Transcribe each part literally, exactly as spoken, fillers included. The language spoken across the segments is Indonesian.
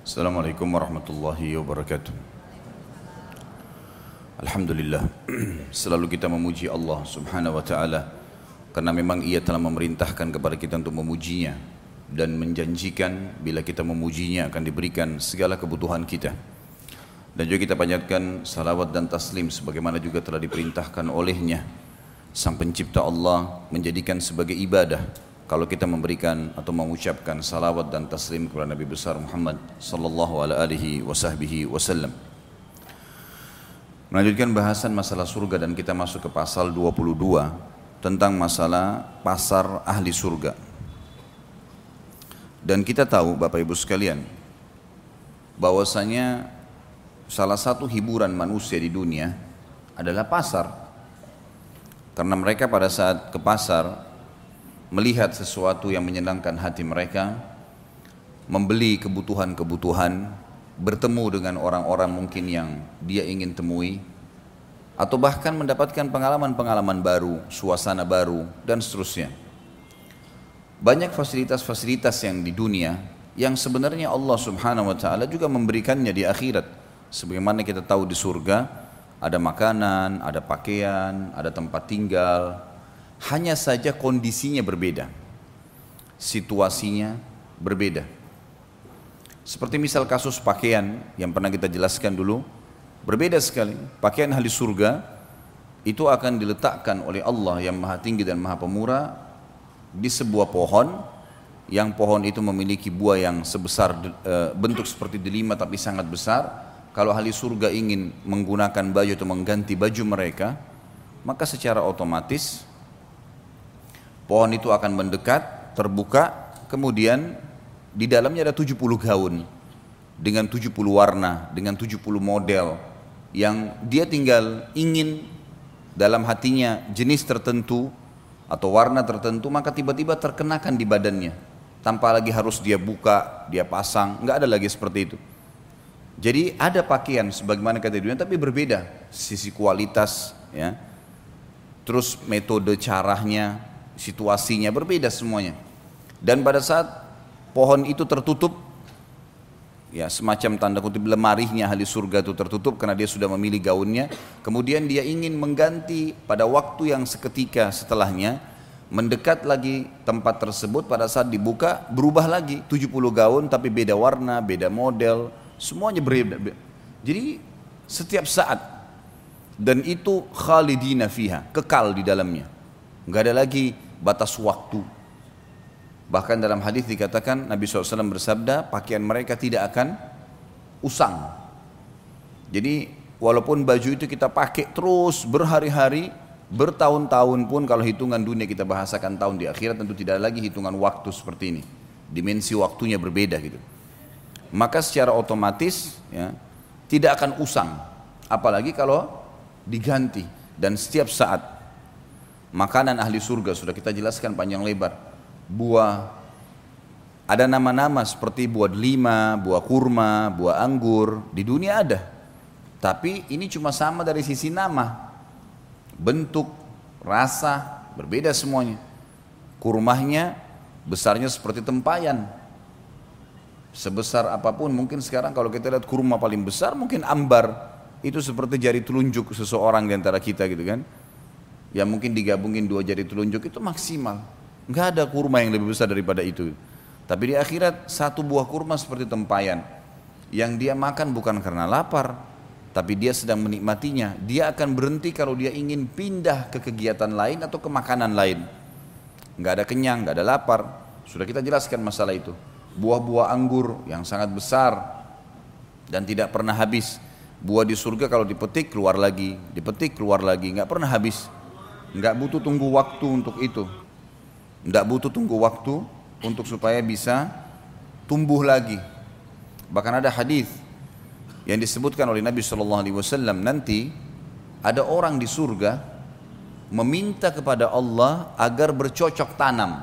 Assalamualaikum warahmatullahi wabarakatuh. Alhamdulillah, selalu kita memuji Allah subhanahu wa ta'ala karena memang Ia telah memerintahkan kepada kita untuk memujinya dan menjanjikan bila kita memujinya akan diberikan segala kebutuhan kita. Dan juga kita panjatkan salawat dan taslim sebagaimana juga telah diperintahkan olehnya Sang Pencipta Allah menjadikan sebagai ibadah kalau kita memberikan atau mengucapkan salawat dan taslim kepada Nabi besar Muhammad sallallahu alaihi wasallam. Melanjutkan bahasan masalah surga dan kita masuk ke pasal dua puluh dua tentang masalah pasar ahli surga. Dan kita tahu Bapak Ibu sekalian bahwasanya salah satu hiburan manusia di dunia adalah pasar. Karena mereka pada saat ke pasar melihat sesuatu yang menyenangkan hati mereka, membeli kebutuhan-kebutuhan, bertemu dengan orang-orang mungkin yang dia ingin temui, atau bahkan mendapatkan pengalaman-pengalaman baru, suasana baru, dan seterusnya. Banyak fasilitas-fasilitas yang di dunia yang sebenarnya Allah subhanahu wa ta'ala juga memberikannya di akhirat. Sebagaimana kita tahu di surga, ada makanan, ada pakaian, ada tempat tinggal. Hanya saja kondisinya berbeda, situasinya berbeda. Seperti misal kasus pakaian yang pernah kita jelaskan dulu, berbeda sekali. Pakaian ahli surga itu akan diletakkan oleh Allah yang maha tinggi dan maha pemurah di sebuah pohon, yang pohon itu memiliki buah yang sebesar e, bentuk seperti delima tapi sangat besar. Kalau ahli surga ingin menggunakan baju atau mengganti baju mereka, maka secara otomatis pohon itu akan mendekat, terbuka, kemudian di dalamnya ada tujuh puluh gaun dengan tujuh puluh warna, dengan tujuh puluh model yang dia tinggal ingin dalam hatinya jenis tertentu atau warna tertentu, maka tiba-tiba terkenakan di badannya tanpa lagi harus dia buka, dia pasang, enggak ada lagi seperti itu. Jadi ada pakaian sebagaimana kata dunia tapi berbeda sisi kualitas ya. Terus metode caranya, situasinya berbeda semuanya. Dan pada saat pohon itu tertutup, ya semacam tanda kutip lemarinya ahli surga itu tertutup karena dia sudah memilih gaunnya, kemudian dia ingin mengganti pada waktu yang seketika setelahnya, mendekat lagi tempat tersebut, pada saat dibuka berubah lagi tujuh puluh gaun tapi beda warna, beda model, semuanya berbeda. Jadi setiap saat, dan itu khalidina fiha, kekal di dalamnya, nggak ada lagi batas waktu. Bahkan dalam hadis dikatakan Nabi shallallahu alaihi wasallam bersabda, pakaian mereka tidak akan usang. Jadi walaupun baju itu kita pakai terus berhari-hari, bertahun-tahun pun, kalau hitungan dunia kita bahasakan tahun, di akhirat tentu tidak ada lagi hitungan waktu seperti ini. Dimensi waktunya berbeda gitu. Maka secara otomatis ya, tidak akan usang. Apalagi kalau diganti, dan setiap saat. Makanan ahli surga sudah kita jelaskan panjang lebar. Buah, ada nama-nama seperti buah delima, buah kurma, buah anggur, di dunia ada. Tapi ini cuma sama dari sisi nama, bentuk, rasa, berbeda semuanya. Kurmahnya besarnya seperti tempayan, sebesar apapun. Mungkin sekarang kalau kita lihat kurma paling besar mungkin ambar, itu seperti jari telunjuk seseorang di antara kita gitu kan. Ya mungkin digabungin dua jari telunjuk itu maksimal. Enggak ada kurma yang lebih besar daripada itu. Tapi di akhirat satu buah kurma seperti tempayan, yang dia makan bukan karena lapar, tapi dia sedang menikmatinya. Dia akan berhenti kalau dia ingin pindah ke kegiatan lain atau ke makanan lain. Enggak ada kenyang, enggak ada lapar. Sudah kita jelaskan masalah itu. Buah-buah anggur yang sangat besar dan tidak pernah habis. Buah di surga kalau dipetik keluar lagi, dipetik keluar lagi, enggak pernah habis. Enggak butuh tunggu waktu untuk itu. Enggak butuh tunggu waktu untuk supaya bisa tumbuh lagi. Bahkan ada hadis yang disebutkan oleh Nabi shallallahu alaihi wasallam, nanti ada orang di surga meminta kepada Allah agar bercocok tanam.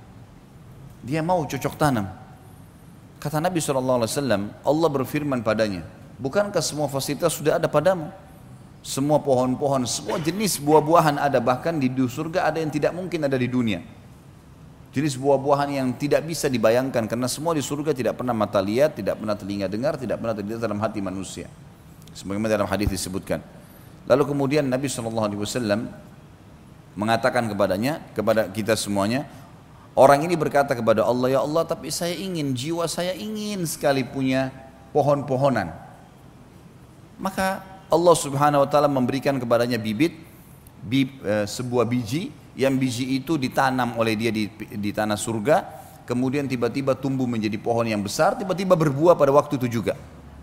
Dia mau cocok tanam. Kata Nabi shallallahu alaihi wasallam, Allah berfirman padanya, bukankah semua fasilitas sudah ada padamu? Semua pohon-pohon, semua jenis buah-buahan ada, bahkan di surga ada yang tidak mungkin ada di dunia. Jenis buah-buahan yang tidak bisa dibayangkan karena semua di surga tidak pernah mata lihat, tidak pernah telinga dengar, tidak pernah terlintas dalam hati manusia. Sebagaimana dalam hadis disebutkan. Lalu kemudian Nabi shallallahu alaihi wasallam mengatakan kepadanya, kepada kita semuanya, orang ini berkata kepada Allah, ya Allah, tapi saya ingin, jiwa saya ingin sekali punya pohon-pohonan. Maka Allah subhanahu wa ta'ala memberikan kepadanya bibit, bib, e, sebuah biji, yang biji itu ditanam oleh dia di, di tanah surga, kemudian tiba-tiba tumbuh menjadi pohon yang besar, tiba-tiba berbuah pada waktu itu juga.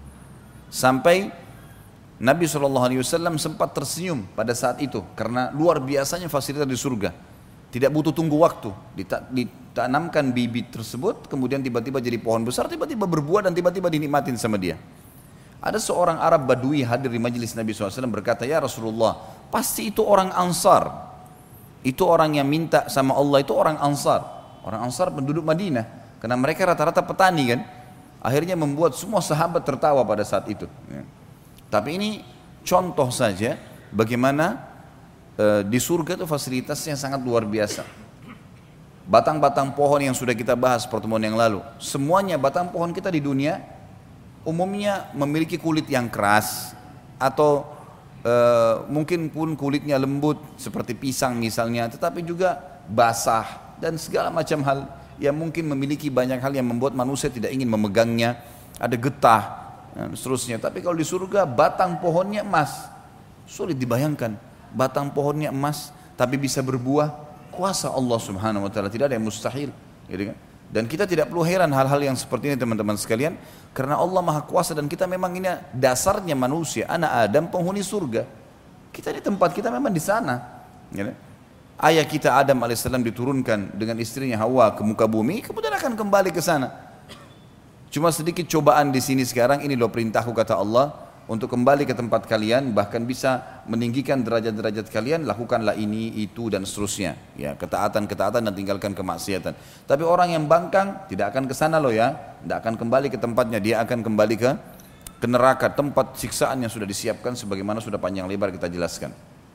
Sampai Nabi shallallahu alaihi wasallam sempat tersenyum pada saat itu, karena luar biasanya fasilitas di surga. Tidak butuh tunggu waktu, ditanamkan bibit tersebut, kemudian tiba-tiba jadi pohon besar, tiba-tiba berbuah dan tiba-tiba dinikmatin sama dia. Ada seorang Arab Badui hadir di majelis Nabi shallallahu alaihi wasallam berkata, ya Rasulullah, pasti itu orang Ansar. Itu orang yang minta sama Allah itu orang Ansar. Orang Ansar penduduk Madinah. Karena mereka rata-rata petani kan. Akhirnya membuat semua sahabat tertawa pada saat itu. Ya. Tapi ini contoh saja bagaimana e, di surga itu fasilitasnya sangat luar biasa. Batang-batang pohon yang sudah kita bahas pertemuan yang lalu. Semuanya batang pohon kita di dunia umumnya memiliki kulit yang keras atau Uh, mungkin pun kulitnya lembut seperti pisang misalnya, tetapi juga basah dan segala macam hal yang mungkin memiliki banyak hal yang membuat manusia tidak ingin memegangnya, ada getah dan seterusnya. Tapi kalau di surga batang pohonnya emas, sulit dibayangkan batang pohonnya emas tapi bisa berbuah, kuasa Allah subhanahu wa ta'ala, tidak ada yang mustahil, gitu kan? Dan kita tidak perlu heran hal-hal yang seperti ini teman-teman sekalian, karena Allah maha kuasa dan kita memang ini dasarnya manusia, anak Adam penghuni surga. Kita di tempat kita memang di sana. Ya. Ayah kita Adam alaihissalam diturunkan dengan istrinya Hawa ke muka bumi, kemudian akan kembali ke sana. Cuma sedikit cobaan di sini sekarang, ini loh perintahku kata Allah, untuk kembali ke tempat kalian, bahkan bisa meninggikan derajat-derajat kalian, lakukanlah ini, itu dan seterusnya. Ya, ketaatan-ketaatan dan tinggalkan kemaksiatan. Tapi orang yang bangkang tidak akan ke sana loh ya, tidak akan kembali ke tempatnya, dia akan kembali ke ke neraka, tempat siksaan yang sudah disiapkan sebagaimana sudah panjang lebar kita jelaskan.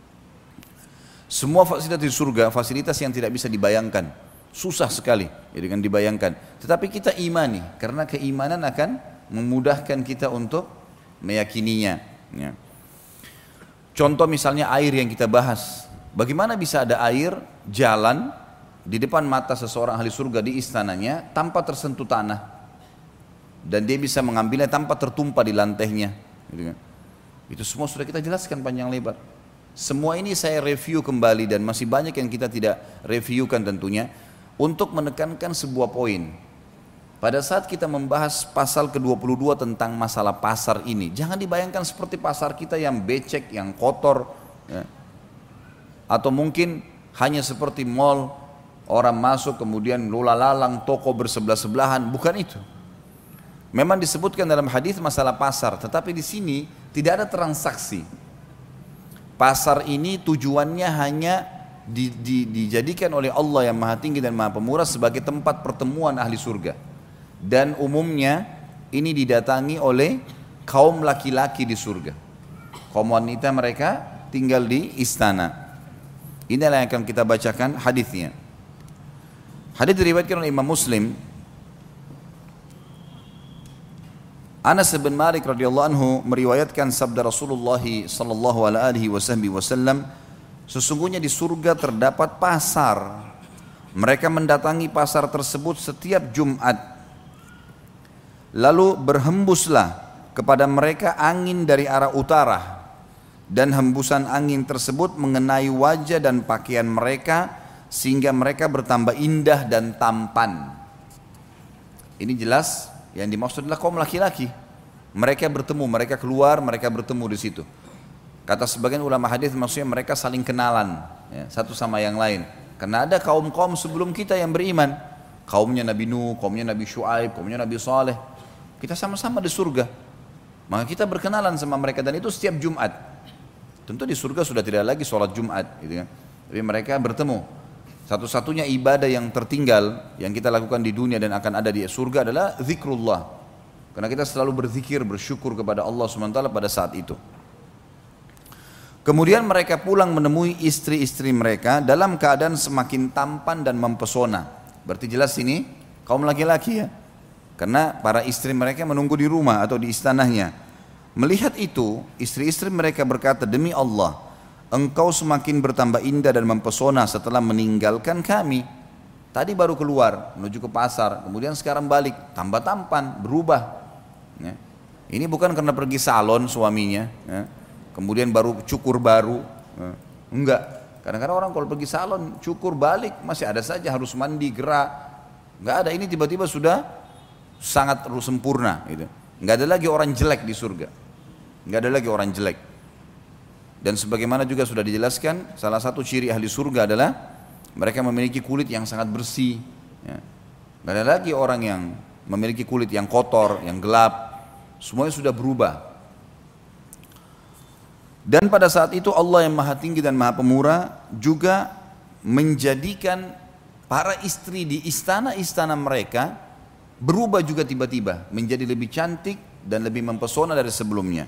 Semua fasilitas di surga, fasilitas yang tidak bisa dibayangkan, susah sekali ya, dengan dibayangkan. Tetapi kita imani, karena keimanan akan memudahkan kita untuk meyakininya. Ya. Contoh misalnya air yang kita bahas. Bagaimana bisa ada air jalan di depan mata seseorang ahli surga di istananya tanpa tersentuh tanah, dan dia bisa mengambilnya tanpa tertumpah di lantainya. Gitu kan. Itu semua sudah kita jelaskan panjang lebar. Semua ini saya review kembali dan masih banyak yang kita tidak reviewkan tentunya untuk menekankan sebuah poin. Pada saat kita membahas pasal ke dua puluh dua tentang masalah pasar ini, jangan dibayangkan seperti pasar kita yang becek, yang kotor, ya. Atau mungkin hanya seperti mall, orang masuk kemudian lula-lalang, toko bersebelah-sebelahan, bukan itu. Memang disebutkan dalam hadis masalah pasar, tetapi di sini tidak ada transaksi. Pasar ini tujuannya hanya di, di, dijadikan oleh Allah yang Maha Tinggi dan Maha Pemurah sebagai tempat pertemuan ahli surga. Dan umumnya ini didatangi oleh kaum laki-laki di surga. Kaum wanita mereka tinggal di istana. Inilah yang akan kita bacakan hadisnya. Hadis diriwayatkan oleh Imam Muslim. Anas bin Malik radhiyallahu anhu meriwayatkan sabda Rasulullah sallallahu alaihi wasallam, sesungguhnya di surga terdapat pasar. Mereka mendatangi pasar tersebut setiap Jumat. Lalu berhembuslah kepada mereka angin dari arah utara, dan hembusan angin tersebut mengenai wajah dan pakaian mereka sehingga mereka bertambah indah dan tampan. Ini jelas yang dimaksud adalah kaum laki-laki. Mereka bertemu, mereka keluar, mereka bertemu di situ. Kata sebagian ulama hadis maksudnya mereka saling kenalan ya, satu sama yang lain. Karena ada kaum-kaum sebelum kita yang beriman, kaumnya Nabi Nuh, kaumnya Nabi Shu'aib, kaumnya Nabi Saleh. Kita sama-sama di surga, maka kita berkenalan sama mereka, dan itu setiap Jumat. Tentu di surga sudah tidak lagi sholat Jumat, gitu kan? Tapi mereka bertemu. Satu-satunya ibadah yang tertinggal yang kita lakukan di dunia dan akan ada di surga adalah zikrullah. Karena kita selalu berzikir, bersyukur kepada Allah subhanahu wa taala pada saat itu. Kemudian mereka pulang menemui istri-istri mereka dalam keadaan semakin tampan dan mempesona. Berarti jelas ini kaum laki-laki ya. Karena para istri mereka menunggu di rumah atau di istananya. Melihat itu, istri-istri mereka berkata, demi Allah, engkau semakin bertambah indah dan mempesona setelah meninggalkan kami. Tadi baru keluar menuju ke pasar, kemudian sekarang balik, tambah tampan, berubah. Ya. Ini bukan karena pergi salon suaminya, ya. Kemudian baru cukur baru, ya. Enggak. Kadang-kadang orang kalau pergi salon, cukur balik masih ada saja harus mandi, gerak. Enggak ada, ini tiba-tiba sudah sangat sempurna. Gitu. Enggak ada lagi orang jelek di surga. Enggak ada lagi orang jelek. Dan sebagaimana juga sudah dijelaskan, salah satu ciri ahli surga adalah mereka memiliki kulit yang sangat bersih. Ya. Enggak ada lagi orang yang memiliki kulit yang kotor, yang gelap. Semuanya sudah berubah. Dan pada saat itu Allah yang maha tinggi dan maha pemurah juga menjadikan para istri di istana-istana mereka berubah juga tiba-tiba menjadi lebih cantik dan lebih mempesona dari sebelumnya.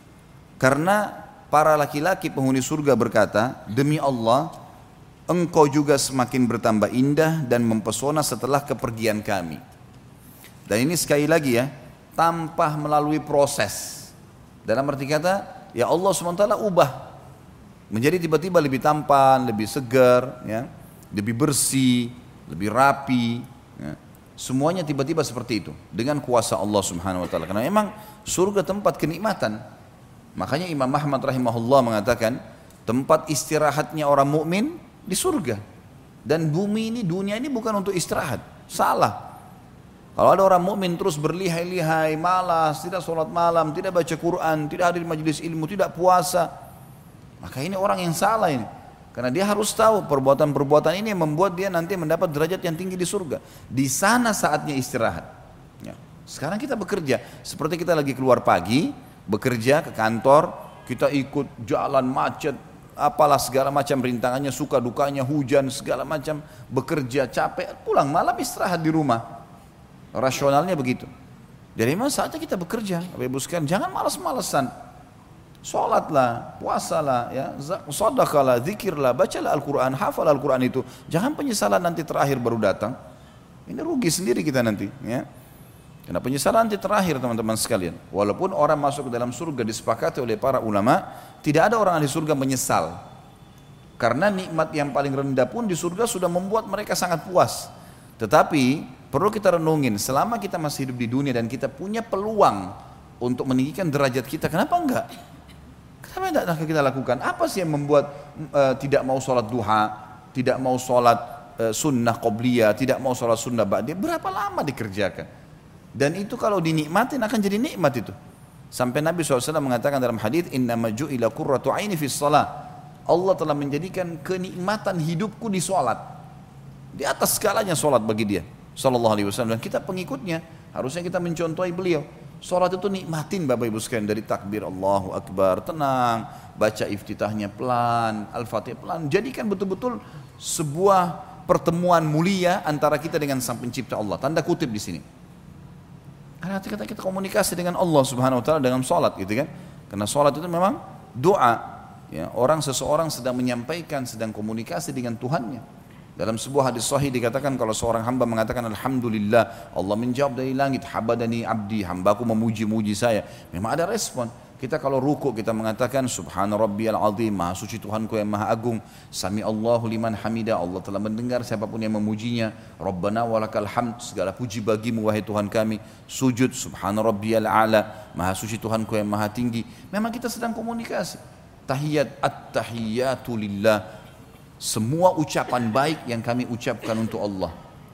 Karena para laki-laki penghuni surga berkata, demi Allah, engkau juga semakin bertambah indah dan mempesona setelah kepergian kami. Dan ini sekali lagi ya, tanpa melalui proses. Dalam arti kata, ya Allah subhanahu wa taala ubah menjadi tiba-tiba lebih tampan, lebih segar, ya, lebih bersih, lebih rapi, ya. Semuanya tiba-tiba seperti itu dengan kuasa Allah subhanahu wa taala. Karena memang surga tempat kenikmatan. Makanya Imam Ahmad rahimahullah mengatakan tempat istirahatnya orang mukmin di surga. Dan bumi ini, dunia ini bukan untuk istirahat. Salah. Kalau ada orang mukmin terus berlihai-lihai, malas, tidak sholat malam, tidak baca Quran, tidak hadir majelis ilmu, tidak puasa, maka ini orang yang salah ini. Karena dia harus tahu perbuatan-perbuatan ini yang membuat dia nanti mendapat derajat yang tinggi di surga. Di sana saatnya istirahat. Ya. Sekarang kita bekerja, seperti kita lagi keluar pagi, bekerja ke kantor, kita ikut jalan macet, apalah segala macam rintangannya, suka dukanya, hujan, segala macam, bekerja capek, pulang malam istirahat di rumah. Rasionalnya begitu. Jadi memang saatnya kita bekerja. Bapak Ibu sekalian, jangan malas-malasan. Sholatlah, puasalah, ya, sedekahlah, zikirlah, bacalah Al-Quran, hafal Al-Quran itu. Jangan penyesalan nanti terakhir baru datang. Ini rugi sendiri kita nanti. Ya. Karena penyesalan nanti terakhir teman-teman sekalian. Walaupun orang masuk ke dalam surga disepakati oleh para ulama, tidak ada orang ahli surga menyesal. Karena nikmat yang paling rendah pun di surga sudah membuat mereka sangat puas. Tetapi perlu kita renungin, selama kita masih hidup di dunia dan kita punya peluang untuk meninggikan derajat kita, kenapa enggak? Kenapa tidak kita lakukan? Apa sih yang membuat uh, tidak mau sholat duha, tidak mau sholat uh, sunnah qobliyah, tidak mau sholat sunnah ba'diyah? Berapa lama dikerjakan? Dan itu kalau dinikmatin akan jadi nikmat itu. Sampai Nabi shallallahu alaihi wasallam mengatakan dalam hadits, innama ju'ila qurratu aini fis shalah. Allah telah menjadikan kenikmatan hidupku di sholat. Di atas segalanya sholat bagi dia sallallahu alaihi wasallam, dan kita pengikutnya harusnya kita mencontohi beliau. Sholat itu nikmatin Bapak Ibu sekalian, dari takbir Allahu Akbar tenang, baca iftitahnya pelan, Al-Fatihah pelan, jadikan betul-betul sebuah pertemuan mulia antara kita dengan Sang Pencipta Allah. Tanda kutip di sini. Karena kita kita komunikasi dengan Allah Subhanahu wa taala dengan sholat gitu kan. Karena sholat itu memang doa. Ya, orang seseorang sedang menyampaikan, sedang komunikasi dengan Tuhannya. Dalam sebuah hadis sahih dikatakan kalau seorang hamba mengatakan Alhamdulillah, Allah menjawab dari langit, habadani abdi, hambaku memuji-muji saya. Memang ada respon. Kita kalau ruku kita mengatakan Subhana rabbiyal azim, maha suci Tuhanku yang maha agung. Sami Allahu liman hamida, Allah telah mendengar siapapun yang memujinya. Rabbana walakal hamd, segala puji bagimu wahai Tuhan kami. Sujud Subhana rabbiyal a'la, maha suci Tuhanku yang maha tinggi. Memang kita sedang komunikasi. Tahiyat at-tahiyatu lillah, semua ucapan baik yang kami ucapkan untuk Allah.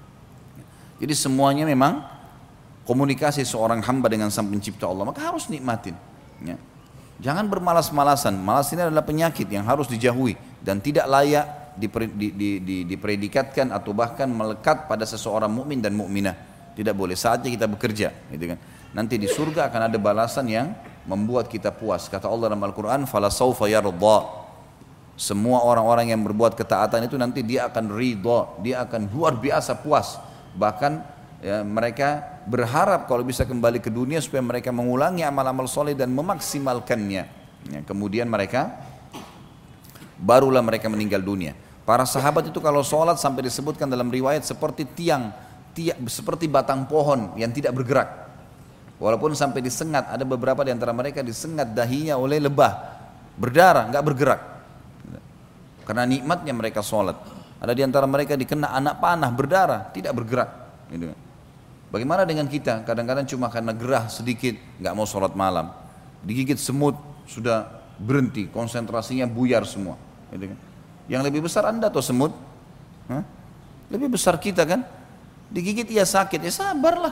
Jadi semuanya memang komunikasi seorang hamba dengan Sang Pencipta Allah, maka harus nikmatin. Ya. Jangan bermalas-malasan. Malas ini adalah penyakit yang harus dijauhi dan tidak layak diper, di, di, di, dipredikatkan atau bahkan melekat pada seseorang mukmin dan mukminah. Tidak boleh. Saatnya kita bekerja, gitu kan. Nanti di surga akan ada balasan yang membuat kita puas. Kata Allah dalam Al-Quran, "Fala sawfa yarda." Semua orang-orang yang berbuat ketaatan itu nanti dia akan ridha, dia akan luar biasa puas. Bahkan ya, mereka berharap kalau bisa kembali ke dunia supaya mereka mengulangi amal-amal soleh dan memaksimalkannya. Ya, kemudian mereka barulah mereka meninggal dunia. Para sahabat itu kalau sholat sampai disebutkan dalam riwayat seperti tiang, tiang seperti batang pohon yang tidak bergerak. Walaupun sampai disengat, ada beberapa di antara mereka disengat dahinya oleh lebah, berdarah, nggak bergerak. Karena nikmatnya mereka sholat. Ada di antara mereka dikena anak panah, berdarah, tidak bergerak. Gitu. Bagaimana dengan kita? Kadang-kadang cuma karena gerah sedikit, nggak mau sholat malam. Digigit semut, sudah berhenti, konsentrasinya buyar semua. Gitu. Yang lebih besar Anda atau semut? Hah? Lebih besar kita kan? Digigit ia sakit, ya sabarlah.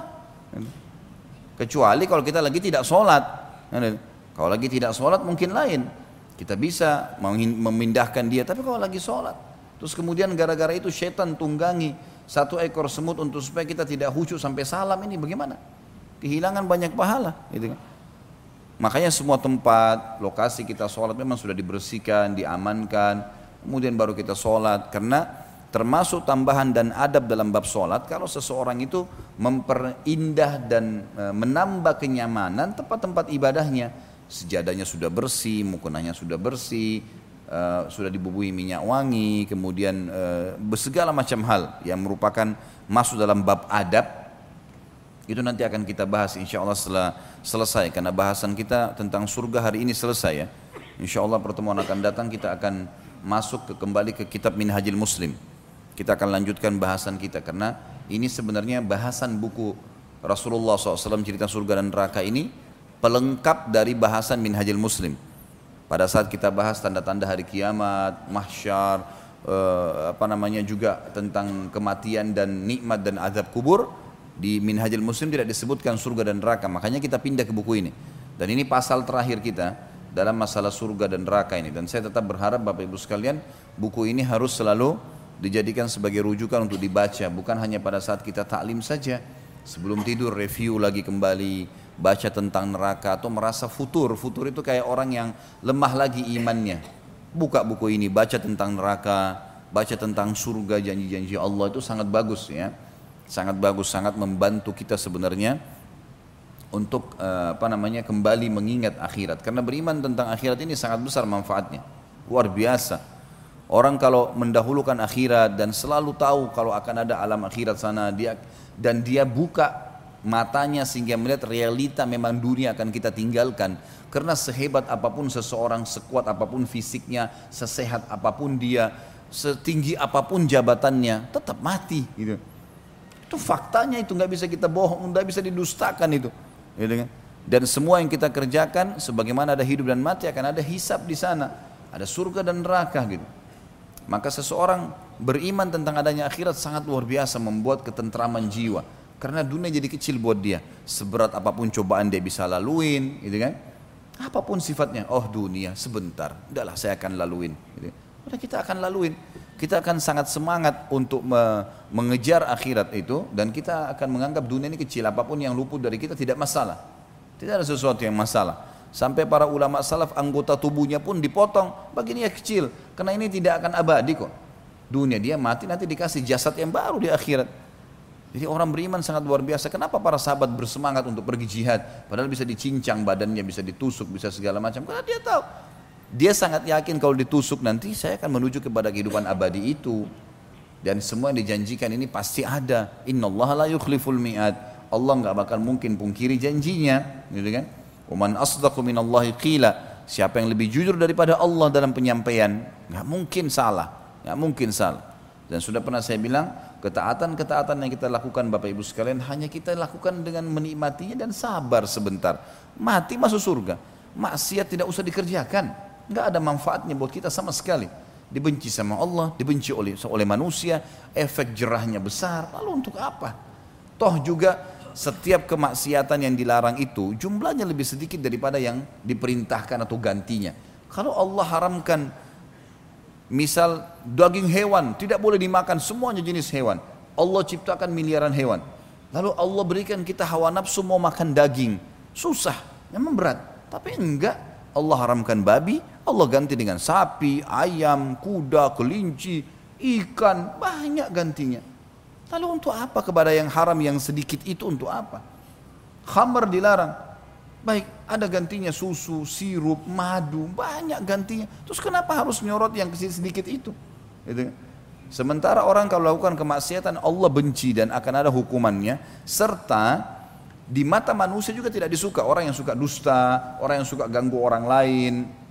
Kecuali kalau kita lagi tidak sholat. Kalau lagi tidak sholat mungkin lain. Kita bisa memindahkan dia, tapi kalau lagi sholat. Terus kemudian gara-gara itu setan tunggangi satu ekor semut untuk supaya kita tidak khusyuk sampai salam, ini bagaimana? Kehilangan banyak pahala. Gitu kan? Makanya semua tempat, lokasi kita sholat memang sudah dibersihkan, diamankan. Kemudian baru kita sholat, karena termasuk tambahan dan adab dalam bab sholat, kalau seseorang itu memperindah dan e, menambah kenyamanan tempat-tempat ibadahnya, sejadahnya sudah bersih, mukenanya sudah bersih, e, sudah dibubuhi minyak wangi, kemudian e, segala macam hal yang merupakan masuk dalam bab adab, itu nanti akan kita bahas insya Allah setelah selesai, karena bahasan kita tentang surga hari ini selesai ya. Insya Allah pertemuan akan datang kita akan masuk ke, kembali ke kitab Minhajul Muslim. Kita akan lanjutkan bahasan kita, karena ini sebenarnya bahasan buku Rasulullah shallallahu alaihi wasallam cerita surga dan neraka ini pelengkap dari bahasan Minhajul Muslim. Pada saat kita bahas tanda-tanda hari kiamat, mahsyar, eh, apa namanya juga tentang kematian dan nikmat dan azab kubur, di Minhajul Muslim tidak disebutkan surga dan neraka, makanya kita pindah ke buku ini. Dan ini pasal terakhir kita dalam masalah surga dan neraka ini, dan saya tetap berharap Bapak Ibu sekalian buku ini harus selalu dijadikan sebagai rujukan untuk dibaca, bukan hanya pada saat kita taklim saja, sebelum tidur review lagi kembali, baca tentang neraka, atau merasa futur. Futur itu kayak orang yang lemah lagi imannya, buka buku ini, baca tentang neraka, baca tentang surga, janji-janji Allah, itu sangat bagus ya, sangat bagus, sangat membantu kita sebenarnya untuk uh, apa namanya kembali mengingat akhirat, karena beriman tentang akhirat ini sangat besar manfaatnya, luar biasa. Orang kalau mendahulukan akhirat dan selalu tahu kalau akan ada alam akhirat sana, dia dan dia buka matanya sehingga melihat realita memang dunia akan kita tinggalkan, karena sehebat apapun seseorang, sekuat apapun fisiknya, sesehat apapun dia, setinggi apapun jabatannya, tetap mati gitu. Itu faktanya, itu nggak bisa kita bohong, nggak bisa didustakan itu. Dan semua yang kita kerjakan, sebagaimana ada hidup dan mati, akan ada hisab di sana, ada surga dan neraka gitu. Maka seseorang beriman tentang adanya akhirat sangat luar biasa, membuat ketentraman jiwa, karena dunia jadi kecil buat dia. Seberat apapun cobaan dia bisa laluin, gitu kan? Apapun sifatnya, oh dunia sebentar, udahlah saya akan laluin. Gitu. Udah kita akan laluin. Kita akan sangat semangat untuk me mengejar akhirat itu, dan kita akan menganggap dunia ini kecil, apapun yang luput dari kita tidak masalah. Tidak ada sesuatu yang masalah. Sampai para ulama salaf anggota tubuhnya pun dipotong, baginya kecil, karena ini tidak akan abadi kok. Dunia dia mati, nanti dikasih jasad yang baru di akhirat. Jadi orang beriman sangat luar biasa. Kenapa para sahabat bersemangat untuk pergi jihad, padahal bisa dicincang badannya, bisa ditusuk, bisa segala macam, karena dia tahu, dia sangat yakin kalau ditusuk nanti saya akan menuju kepada kehidupan abadi itu. Dan semua yang dijanjikan ini pasti ada. Innallaha la yukhliful mi'ad. Allah enggak bakal mungkin pungkiri janjinya, gitu kan? Wa man asdaqu minallahi qila. Siapa yang lebih jujur daripada Allah dalam penyampaian? Enggak mungkin salah, enggak mungkin salah. Dan sudah pernah saya bilang, ketaatan-ketaatan yang kita lakukan Bapak Ibu sekalian hanya kita lakukan dengan menikmatinya dan sabar sebentar. Mati masuk surga. Maksiat tidak usah dikerjakan. Enggak ada manfaatnya buat kita sama sekali. Dibenci sama Allah, dibenci oleh oleh manusia, efek jerahnya besar. Lalu untuk apa? Toh juga setiap kemaksiatan yang dilarang itu jumlahnya lebih sedikit daripada yang diperintahkan atau gantinya. Kalau Allah haramkan misal daging hewan tidak boleh dimakan, semuanya jenis hewan. Allah ciptakan miliaran hewan. Lalu Allah berikan kita hawa nafsu mau makan daging. Susah, memang berat. Tapi enggak, Allah haramkan babi, Allah ganti dengan sapi, ayam, kuda, kelinci, ikan, banyak gantinya. Lalu untuk apa kepada yang haram yang sedikit itu, untuk apa? Khamr dilarang, baik ada gantinya susu, sirup, madu, banyak gantinya. Terus kenapa harus nyorot yang sedikit itu? Gitu. Sementara orang kalau lakukan kemaksiatan Allah benci dan akan ada hukumannya, serta di mata manusia juga tidak disuka. Orang yang suka dusta, orang yang suka ganggu orang lain,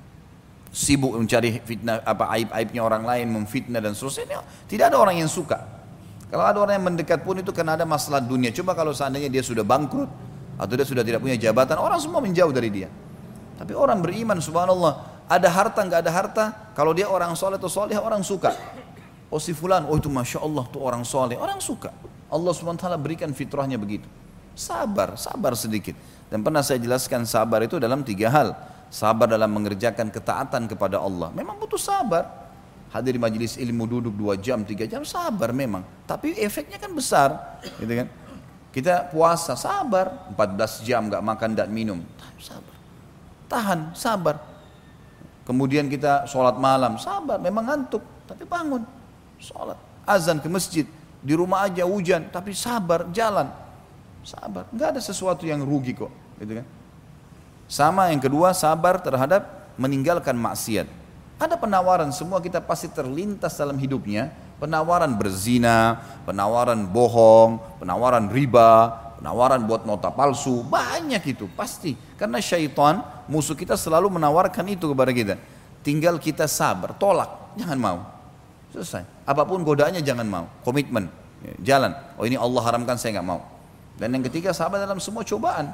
sibuk mencari fitnah apa aib-aibnya orang lain, memfitnah dan seterusnya, tidak ada orang yang suka. Kalau ada orang yang mendekat pun itu karena ada masalah dunia. Coba kalau seandainya dia sudah bangkrut atau dia sudah tidak punya jabatan, orang semua menjauh dari dia. Tapi orang beriman, subhanallah, ada harta nggak ada harta, kalau dia orang soleh atau soleh, orang suka. Oh si fulan, oh itu masya Allah tuh orang soleh, orang suka. Allah subhanahu wa taala berikan fitrahnya begitu. Sabar, sabar sedikit. Dan pernah saya jelaskan sabar itu dalam tiga hal. Sabar dalam mengerjakan ketaatan kepada Allah, memang butuh sabar. Hadir di majelis ilmu duduk dua jam, tiga jam, sabar memang. Tapi efeknya kan besar, gitu kan? Kita puasa, sabar, empat belas jam nggak makan dan minum, sabar. Tahan, sabar. Kemudian kita sholat malam, sabar, memang ngantuk, tapi bangun, sholat. Azan ke masjid, di rumah aja hujan, tapi sabar, jalan. Sabar, nggak ada sesuatu yang rugi kok, gitu kan? Sama yang kedua, sabar terhadap meninggalkan maksiat. Ada penawaran, semua kita pasti terlintas dalam hidupnya, penawaran berzina, penawaran bohong, penawaran riba, penawaran buat nota palsu, banyak itu pasti. Karena syaitan, musuh kita selalu menawarkan itu kepada kita. Tinggal kita sabar, tolak, jangan mau. Selesai. Apapun godaannya jangan mau, komitmen, jalan. Oh ini Allah haramkan, saya nggak mau. Dan yang ketiga, sabar dalam semua cobaan.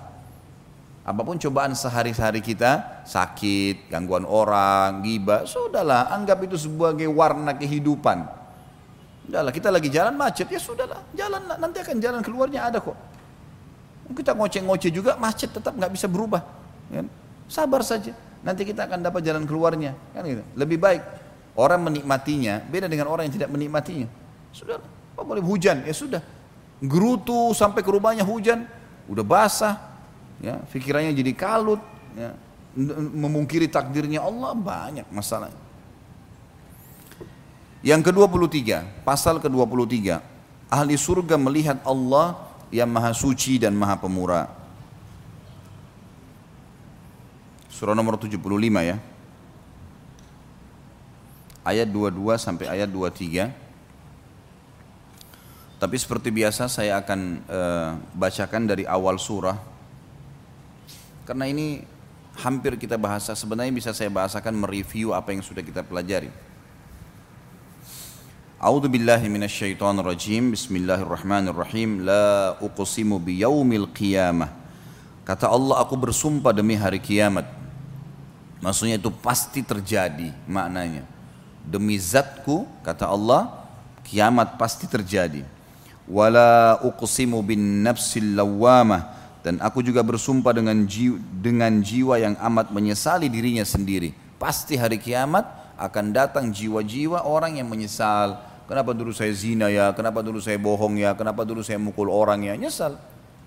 Apapun cobaan sehari-hari kita, sakit, gangguan orang, ghibah, sudahlah, anggap itu sebagai warna kehidupan. Sudahlah, kita lagi jalan macet, ya sudahlah, jalanlah, nanti akan jalan keluarnya ada kok. Kita ngoceh-ngoceh juga, macet tetap nggak bisa berubah. Kan? Sabar saja, nanti kita akan dapat jalan keluarnya. Kan gitu. Lebih baik orang menikmatinya, beda dengan orang yang tidak menikmatinya. Sudahlah, apa boleh hujan, ya sudah. Gerutu sampai ke rumahnya hujan, udah basah. Ya, pikirannya jadi kalut, ya, memungkiri takdirnya Allah, banyak masalah. Yang kedua puluh tiga, pasal ke dua puluh tiga, ahli surga melihat Allah yang maha suci dan maha pemurah. Surah nomor tujuh puluh lima ya, ayat dua puluh dua sampai ayat dua puluh tiga. Tapi seperti biasa saya akan uh, bacakan dari awal surah. Karena ini hampir kita bahasa, sebenarnya bisa saya bahasakan mereview apa yang sudah kita pelajari. A'udzu billahi minasyaitonir rajim. Bismillahirrahmanirrahim. La uqsimu biyaumil qiyamah. Kata Allah, aku bersumpah demi hari kiamat. Maksudnya itu pasti terjadi maknanya. Demi zatku, kata Allah, kiamat pasti terjadi. Wala uqsimu bin nafsil lawwamah. Dan aku juga bersumpah dengan jiwa, dengan jiwa yang amat menyesali dirinya sendiri. Pasti hari kiamat akan datang jiwa-jiwa orang yang menyesal. Kenapa dulu saya zina ya, kenapa dulu saya bohong ya, kenapa dulu saya mukul orang ya, nyesal.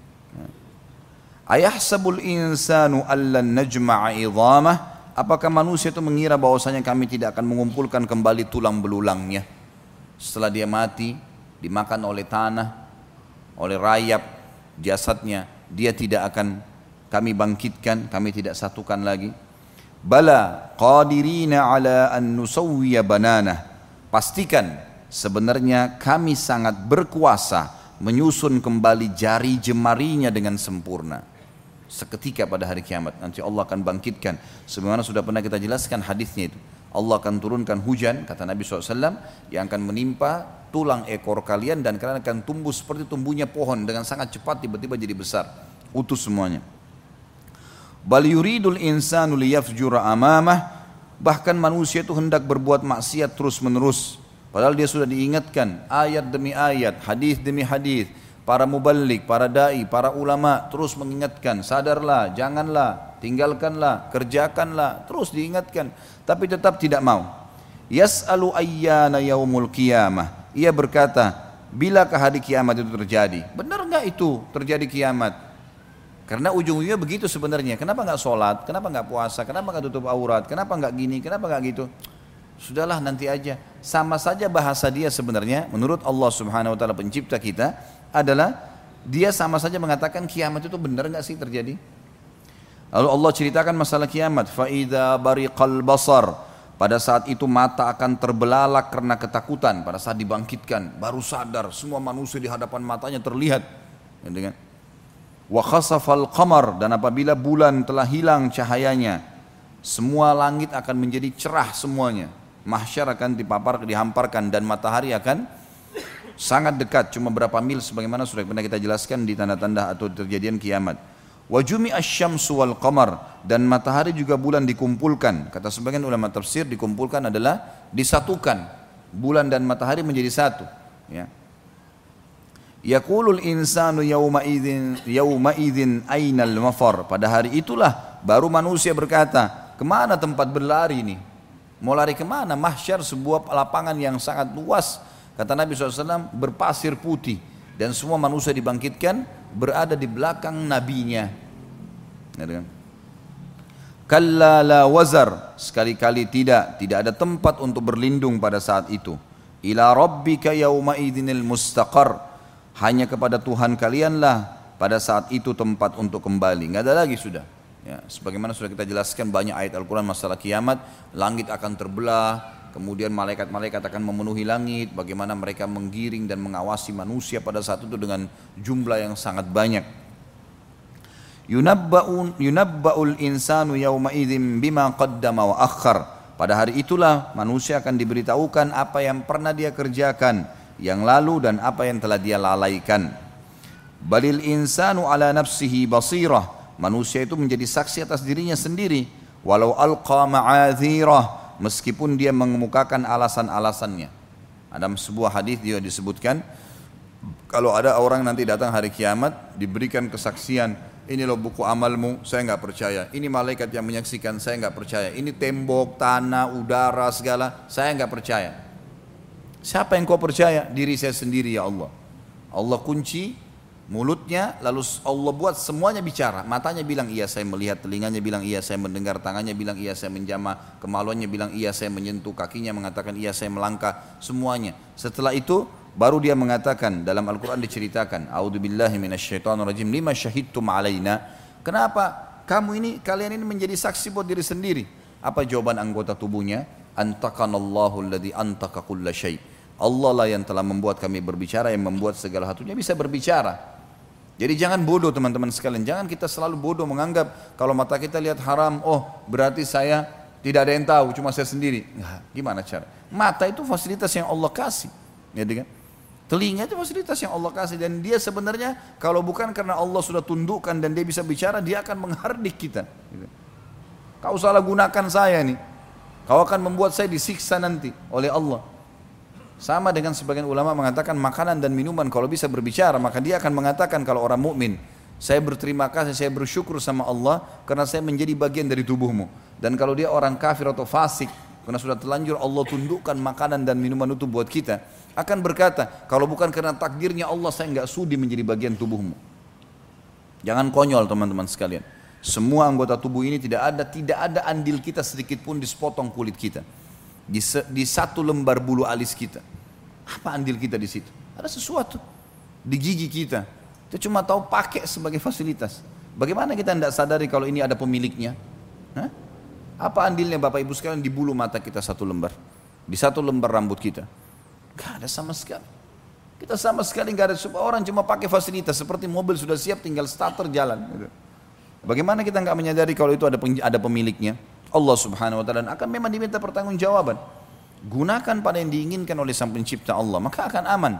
Ayahsabul insanu allan najma'a idhamah. Apakah manusia itu mengira bahwasanya kami tidak akan mengumpulkan kembali tulang belulangnya setelah dia mati, dimakan oleh tanah, oleh rayap jasadnya, dia tidak akan kami bangkitkan, kami tidak satukan lagi. Bala qadirina ala an nusawwiya bananah. Pastikan sebenarnya kami sangat berkuasa menyusun kembali jari jemarinya dengan sempurna. Seketika pada hari kiamat nanti Allah akan bangkitkan. Sebagaimana sudah pernah kita jelaskan hadisnya itu. Allah akan turunkan hujan, kata Nabi shallallahu alaihi wasallam, yang akan menimpa tulang ekor kalian dan kalian akan tumbuh seperti tumbuhnya pohon dengan sangat cepat, tiba-tiba jadi besar, utuh semuanya. Bal yuridul insanu liyafjura amamah. Bahkan manusia itu hendak berbuat maksiat terus menerus, padahal dia sudah diingatkan ayat demi ayat, hadis demi hadis. Para muballigh, para dai, para ulama terus mengingatkan, sadarlah, janganlah, tinggalkanlah, kerjakanlah, terus diingatkan, tapi tetap tidak mau. Yas'alu ayyana yaumul qiyamah. Ia berkata, bilakah hari kiamat itu terjadi? Benar enggak itu terjadi kiamat? Karena ujung-ujungnya begitu sebenarnya. Kenapa enggak sholat? Kenapa enggak puasa? Kenapa enggak tutup aurat? Kenapa enggak gini? Kenapa enggak gitu? Sudahlah, nanti aja. Sama saja bahasa dia sebenarnya menurut Allah Subhanahu wa taala pencipta kita adalah dia sama saja mengatakan kiamat itu benar enggak sih terjadi? Lalu Allah ceritakan masalah kiamat, fa idza bariqal basar. Pada saat itu mata akan terbelalak karena ketakutan. Pada saat dibangkitkan, baru sadar semua manusia di hadapan matanya terlihat. Gitu kan? Wa khasafal qamar, dan apabila bulan telah hilang cahayanya, semua langit akan menjadi cerah semuanya. Mahsyar akan dipapar, dihamparkan, dan matahari akan sangat dekat, cuma berapa mil sebagaimana sudah pernah kita jelaskan di tanda-tanda atau terjadian kiamat. Wa jumi'a asy-syamsu wal qamar, dan matahari juga bulan dikumpulkan. Kata sebagian ulama tafsir, dikumpulkan adalah disatukan. Bulan dan matahari menjadi satu, ya. Yaqulul insanu yauma idzin yauma idzin ainal mafar. Pada hari itulah baru manusia berkata, kemana tempat berlari ini? Mau lari kemana? Mahsyar sebuah lapangan yang sangat luas. Kata Nabi shallallahu alaihi wasallam, berpasir putih, dan semua manusia dibangkitkan berada di belakang nabinya. Kalla la wazar, sekali-kali tidak, tidak ada tempat untuk berlindung pada saat itu. Ila rabbika yauma idzinil mustaqar, hanya kepada Tuhan kalianlah pada saat itu tempat untuk kembali. Nggak ada lagi sudah. Ya, sebagaimana sudah kita jelaskan banyak ayat Al-Quran masalah kiamat, langit akan terbelah, kemudian malaikat-malaikat akan memenuhi langit, bagaimana mereka menggiring dan mengawasi manusia pada saat itu dengan jumlah yang sangat banyak. Yunabba'un yunabba'ul insanu yawma idzin bima qaddama wa akhar. Pada hari itulah manusia akan diberitahukan apa yang pernah dia kerjakan yang lalu dan apa yang telah dia lalaikan. Balil insanu ala nafsihi basirah. Manusia itu menjadi saksi atas dirinya sendiri. Walau alqa ma'adzirah, meskipun dia mengemukakan alasan-alasannya. Ada sebuah hadis dia disebutkan, kalau ada orang nanti datang hari kiamat diberikan kesaksian, ini loh buku amalmu, saya nggak percaya. Ini malaikat yang menyaksikan, saya nggak percaya. Ini tembok, tanah, udara, segala, saya nggak percaya. Siapa yang kau percaya? Diri saya sendiri, ya Allah. Allah kunci mulutnya, lalu Allah buat semuanya bicara. Matanya bilang iya saya melihat, telinganya bilang iya saya mendengar, tangannya bilang iya saya menjamah, kemaluannya bilang iya saya menyentuh, kakinya mengatakan iya saya melangkah, semuanya. Setelah itu baru dia mengatakan, dalam Al-Quran diceritakan, a'udzubillahi minasyaitonirrajim, lima syahidtum alaina. Kenapa kamu ini, kalian ini menjadi saksi buat diri sendiri? Apa jawaban anggota tubuhnya? Antaqanallahu alladzi antaqa kulla syai'. Allah lah yang telah membuat kami berbicara, yang membuat segala satunya bisa berbicara. Jadi jangan bodoh teman-teman sekalian, jangan kita selalu bodoh menganggap kalau mata kita lihat haram, oh berarti saya tidak ada yang tahu, cuma saya sendiri. Nah, gimana cara? Mata itu fasilitas yang Allah kasih, ya kan? Telinga itu fasilitas yang Allah kasih, dan dia sebenarnya kalau bukan karena Allah sudah tundukkan dan dia bisa bicara, dia akan menghardik kita. Kau salah gunakan saya nih, kau akan membuat saya disiksa nanti oleh Allah. Sama dengan sebagian ulama mengatakan makanan dan minuman kalau bisa berbicara, maka dia akan mengatakan kalau orang mukmin, saya berterima kasih, saya bersyukur sama Allah karena saya menjadi bagian dari tubuhmu. Dan kalau dia orang kafir atau fasik, karena sudah terlanjur Allah tundukkan makanan dan minuman itu buat kita, akan berkata, kalau bukan karena takdirnya Allah, saya enggak sudi menjadi bagian tubuhmu. Jangan konyol teman-teman sekalian. Semua anggota tubuh ini tidak ada tidak ada andil kita sedikit pun di sepotong kulit kita. Di, se, di satu lembar bulu alis kita. Apa andil kita di situ? Ada sesuatu di gigi kita. Kita cuma tahu pakai sebagai fasilitas. Bagaimana kita tidak sadari kalau ini ada pemiliknya? Hah? Apa andilnya Bapak Ibu sekalian di bulu mata kita satu lembar? Di satu lembar rambut kita? Gak ada sama sekali. Kita sama sekali gak ada. Orang cuma pakai fasilitas, seperti mobil sudah siap tinggal starter jalan. Bagaimana kita gak menyadari kalau itu ada ada pemiliknya? Allah subhanahu wa ta'ala akan memang diminta pertanggungjawaban. Gunakan pada yang diinginkan oleh sang pencipta Allah, maka akan aman.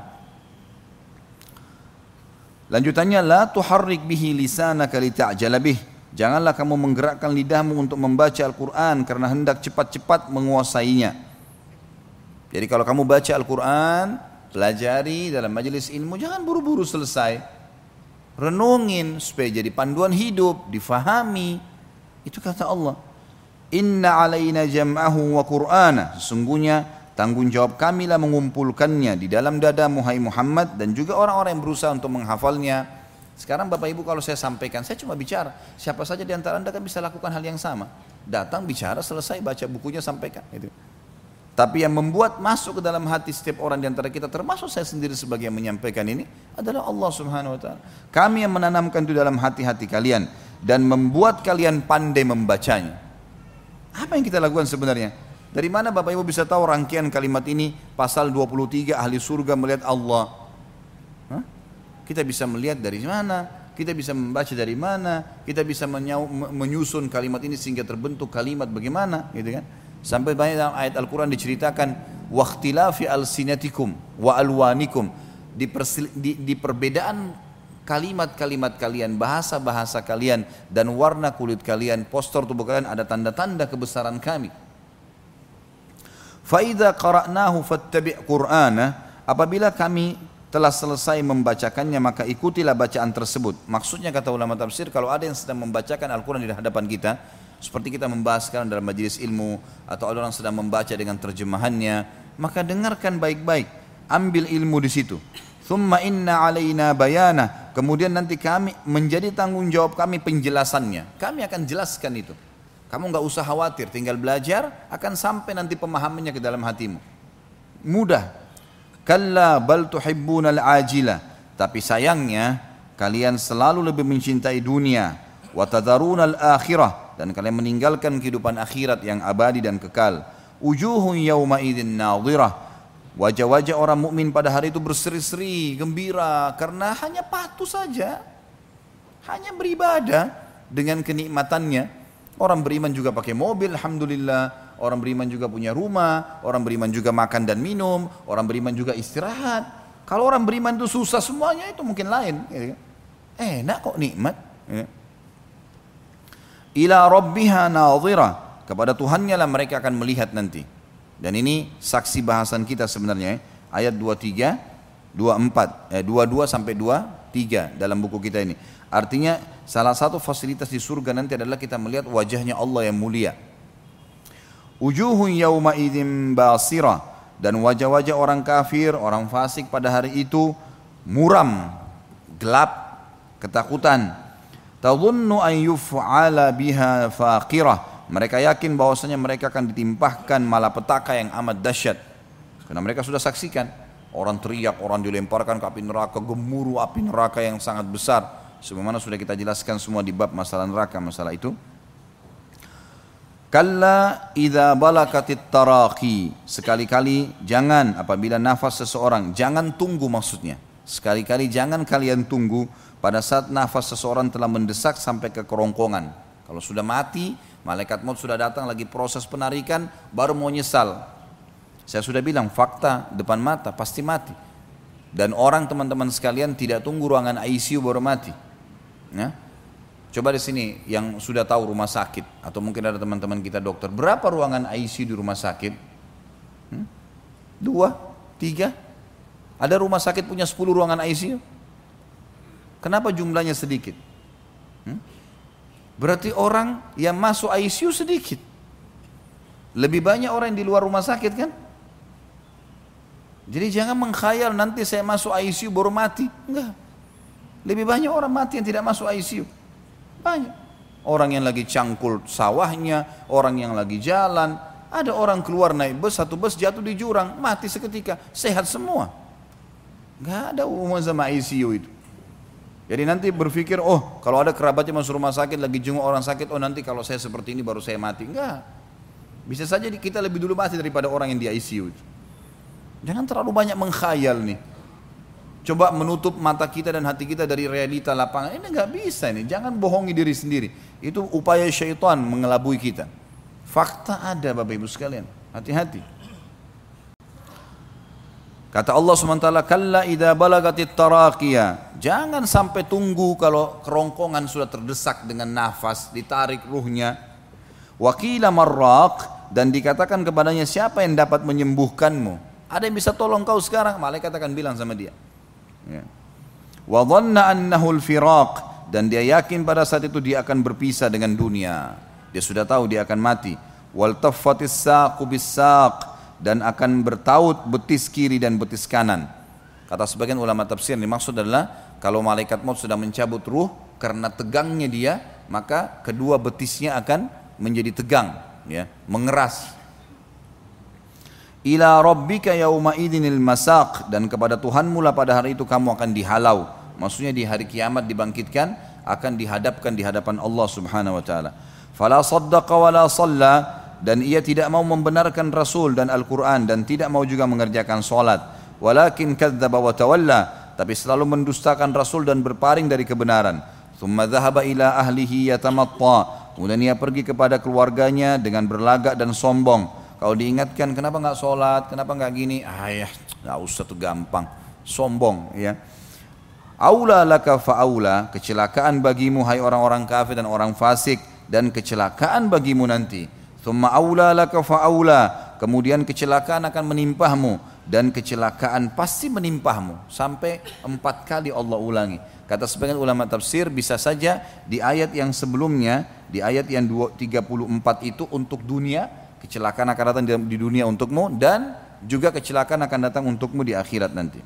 Lanjutannya, la tuharrik bihi lisanaka lita'jala bih. Janganlah kamu menggerakkan lidahmu untuk membaca Al-Quran karena hendak cepat-cepat menguasainya. Jadi kalau kamu baca Al-Quran, pelajari dalam majelis ilmu, jangan buru-buru selesai. Renungin supaya jadi panduan hidup, difahami. Itu kata Allah. Inna alaina jam'ahu wa qur'ana. Sesungguhnya tanggung jawab kamilah mengumpulkannya di dalam dada Muhammad Muhammad dan juga orang-orang yang berusaha untuk menghafalnya. Sekarang Bapak Ibu kalau saya sampaikan, saya cuma bicara. Siapa saja di antara Anda kan bisa lakukan hal yang sama. Datang, bicara, selesai, baca bukunya, sampaikan. Gitu. Tapi yang membuat masuk ke dalam hati setiap orang di antara kita, termasuk saya sendiri sebagai yang menyampaikan ini, adalah Allah subhanahu wa ta'ala. Kami yang menanamkan itu dalam hati-hati kalian dan membuat kalian pandai membacanya. Apa yang kita lakukan sebenarnya? Dari mana Bapak Ibu bisa tahu rangkaian kalimat ini? Pasal dua puluh tiga, ahli surga melihat Allah. Hah? Kita bisa melihat dari mana? Kita bisa membaca dari mana? Kita bisa menyusun kalimat ini sehingga terbentuk kalimat bagaimana, gitu kan? Sampai banyak dalam ayat Al-Quran diceritakan waqtilafi alsinatikum wa alwanikum, di, di, di perbedaan kalimat-kalimat kalian, bahasa-bahasa kalian dan warna kulit kalian, postur tubuh kalian ada tanda-tanda kebesaran kami. Fa idza qara'nahu fattabi' qur'ana, apabila kami telah selesai membacakannya maka ikutilah bacaan tersebut. Maksudnya kata ulama tafsir, kalau ada yang sedang membacakan Al-Quran di hadapan kita, seperti kita membahas sekarang dalam majelis ilmu, atau ada orang sedang membaca dengan terjemahannya, maka dengarkan baik-baik, ambil ilmu di situ. Thumma inna alaina bayana, kemudian nanti kami menjadi tanggung jawab kami penjelasannya. Kami akan jelaskan itu. Kamu nggak usah khawatir, tinggal belajar, akan sampai nanti pemahamannya ke dalam hatimu. Mudah. Kalla bal tuhibbunal ajila, tapi sayangnya kalian selalu lebih mencintai dunia. Wa tadharunal akhirah, dan kalian meninggalkan kehidupan akhirat yang abadi dan kekal. Wujuhun yawma idzin nadhirah, wajah-wajah orang mukmin pada hari itu berseri-seri, gembira, karena hanya patuh saja, hanya beribadah dengan kenikmatannya. Orang beriman juga pakai mobil, alhamdulillah. Orang beriman juga punya rumah, orang beriman juga makan dan minum, orang beriman juga istirahat. Kalau orang beriman itu susah semuanya, itu mungkin lain. Enak kok, nikmat. Ila rabbiha nadhirah, kepada Tuhannya lah mereka akan melihat nanti. Dan ini saksi bahasan kita sebenarnya, ayat dua puluh tiga, dua puluh empat, eh, dua puluh dua sampai dua puluh tiga dalam buku kita ini. Artinya salah satu fasilitas di surga nanti adalah kita melihat wajahnya Allah yang mulia. Wujuhun yawma idzin basirah, dan wajah-wajah orang kafir, orang fasik pada hari itu muram, gelap, ketakutan. Tadhunnu an yuf'ala biha faqirah, mereka yakin bahwasanya mereka akan ditimpahkan malapetaka yang amat dahsyat. Karena mereka sudah saksikan orang teriak, orang dilemparkan ke api neraka, gemuruh api neraka yang sangat besar. Sebagaimana sudah kita jelaskan semua di bab masalah neraka, masalah itu. Kalla idza balakatit taraqi, sekali-kali jangan apabila nafas seseorang, jangan tunggu maksudnya. Sekali-kali jangan kalian tunggu pada saat nafas seseorang telah mendesak sampai ke kerongkongan. Kalau sudah mati, malaikat maut sudah datang lagi proses penarikan, baru mau nyesal. Saya sudah bilang fakta depan mata pasti mati. Dan orang teman-teman sekalian tidak tunggu ruangan I C U baru mati. Ya. Coba di sini yang sudah tahu rumah sakit, atau mungkin ada teman-teman kita dokter, berapa ruangan I C U di rumah sakit? Hmm? Dua, tiga? Ada rumah sakit punya sepuluh ruangan I C U? Kenapa jumlahnya sedikit? Hmm? Berarti orang yang masuk I C U sedikit. Lebih banyak orang yang di luar rumah sakit kan? Jadi jangan mengkhayal nanti saya masuk I C U baru mati. Enggak. Lebih banyak orang mati yang tidak masuk I C U. Banyak. Orang yang lagi cangkul sawahnya, orang yang lagi jalan, ada orang keluar naik bus, satu bus jatuh di jurang, mati seketika, sehat semua. Gak ada hubungan sama I C U itu. Jadi nanti berpikir, oh kalau ada kerabatnya masuk rumah sakit, lagi jenguk orang sakit, oh nanti kalau saya seperti ini baru saya mati. Enggak. Bisa saja kita lebih dulu mati daripada orang yang di I C U itu. Jangan terlalu banyak mengkhayal nih. Coba menutup mata kita dan hati kita dari realita lapangan. Ini nggak bisa ini. Jangan bohongi diri sendiri. Itu upaya syaitan mengelabui kita. Fakta ada Bapak Ibu sekalian. Hati-hati. Kata Allah subhanahu wa taala, kalla idza balagatit taraqiyah. Jangan sampai tunggu kalau kerongkongan sudah terdesak dengan nafas, ditarik ruhnya. Wa qila marraq, dan dikatakan kepadanya, siapa yang dapat menyembuhkanmu? Ada yang bisa tolong kau sekarang? Malaikat akan bilang sama dia. Ya. Wa dhanna annahu al-firaq, dan dia yakin pada saat itu dia akan berpisah dengan dunia. Dia sudah tahu dia akan mati. Wal taffatis saqu bis-saq, dan akan bertaut betis kiri dan betis kanan. Kata sebagian ulama tafsir, ini maksud adalah kalau malaikat maut sudah mencabut ruh karena tegangnya dia, maka kedua betisnya akan menjadi tegang, ya, mengeras. Ila rabbika yauma idinil masaq, dan kepada Tuhanmu lah pada hari itu kamu akan dihalau. Maksudnya di hari kiamat dibangkitkan, akan dihadapkan di hadapan Allah Subhanahu wa taala. Fala saddaqa wala shalla, dan ia tidak mau membenarkan Rasul dan Al-Quran dan tidak mau juga mengerjakan solat. Walakin kadzdzaba wa tawalla, tapi selalu mendustakan Rasul dan berpaling dari kebenaran. Tsumma dzahaba ila ahlihi yatamatta, kemudian ia pergi kepada keluarganya dengan berlagak dan sombong. Kalau diingatkan kenapa nggak sholat, kenapa nggak gini, ah ya nggak usah tuh, gampang, sombong ya. Aula laka fa'aula, kecelakaan bagimu hai orang-orang kafir dan orang fasik, dan kecelakaan bagimu nanti. Tsumma aula laka fa'aula, kemudian kecelakaan akan menimpahmu dan kecelakaan pasti menimpahmu, sampai empat kali Allah ulangi. Kata sebagian ulama tafsir, bisa saja di ayat yang sebelumnya, di ayat yang tiga puluh empat itu untuk dunia, kecelakaan akan datang di dunia untukmu, dan juga kecelakaan akan datang untukmu di akhirat nanti.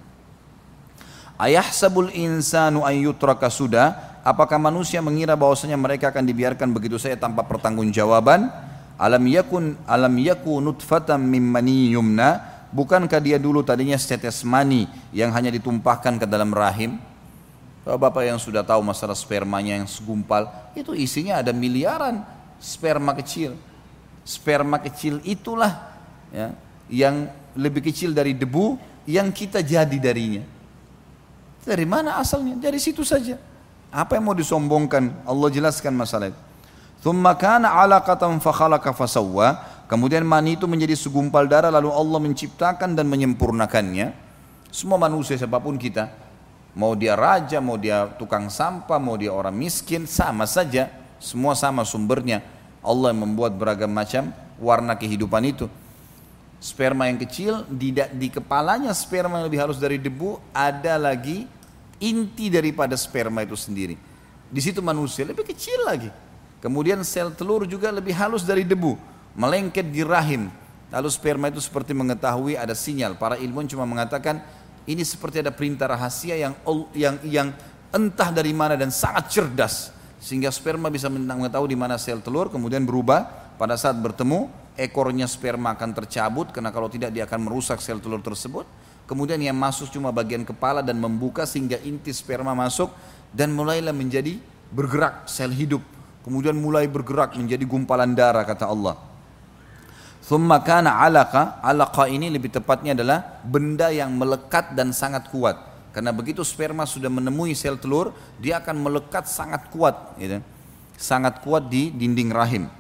Ayahsabul insanu an yutraka sudah, apakah manusia mengira bahwasanya mereka akan dibiarkan begitu saja tanpa pertanggungjawaban? Alam yakun alam yakun nutfatan mim mani yumna, bukankah dia dulu tadinya setetes mani yang hanya ditumpahkan ke dalam rahim? Bapak yang sudah tahu masalah spermanya yang segumpal, itu isinya ada miliaran sperma kecil. Sperma kecil itulah ya, yang lebih kecil dari debu yang kita jadi darinya. Dari mana asalnya? Dari situ saja. Apa yang mau disombongkan? Allah jelaskan masalah itu. Tsumma kana 'alaqatan fa khalaqa fa sawwa, kemudian mani itu menjadi segumpal darah lalu Allah menciptakan dan menyempurnakannya. Semua manusia siapapun kita, mau dia raja, mau dia tukang sampah, mau dia orang miskin, sama saja, semua sama sumbernya. Allah yang membuat beragam macam warna kehidupan itu. Sperma yang kecil, di, di kepalanya sperma yang lebih halus dari debu, ada lagi inti daripada sperma itu sendiri. Di situ manusia lebih kecil lagi. Kemudian sel telur juga lebih halus dari debu, melengket di rahim. Lalu sperma itu seperti mengetahui ada sinyal. Para ilmuwan cuma mengatakan ini seperti ada perintah rahasia yang yang yang entah dari mana dan sangat cerdas, sehingga sperma bisa mengetahui di mana sel telur, kemudian berubah pada saat bertemu. Ekornya sperma akan tercabut karena kalau tidak dia akan merusak sel telur tersebut. Kemudian yang masuk cuma bagian kepala dan membuka sehingga inti sperma masuk dan mulailah menjadi bergerak sel hidup. Kemudian mulai bergerak menjadi gumpalan darah kata Allah. Tsumma kana 'alaqa, 'alaqa ini lebih tepatnya adalah benda yang melekat dan sangat kuat. Karena begitu sperma sudah menemui sel telur, dia akan melekat sangat kuat, gitu. Sangat kuat di dinding rahim.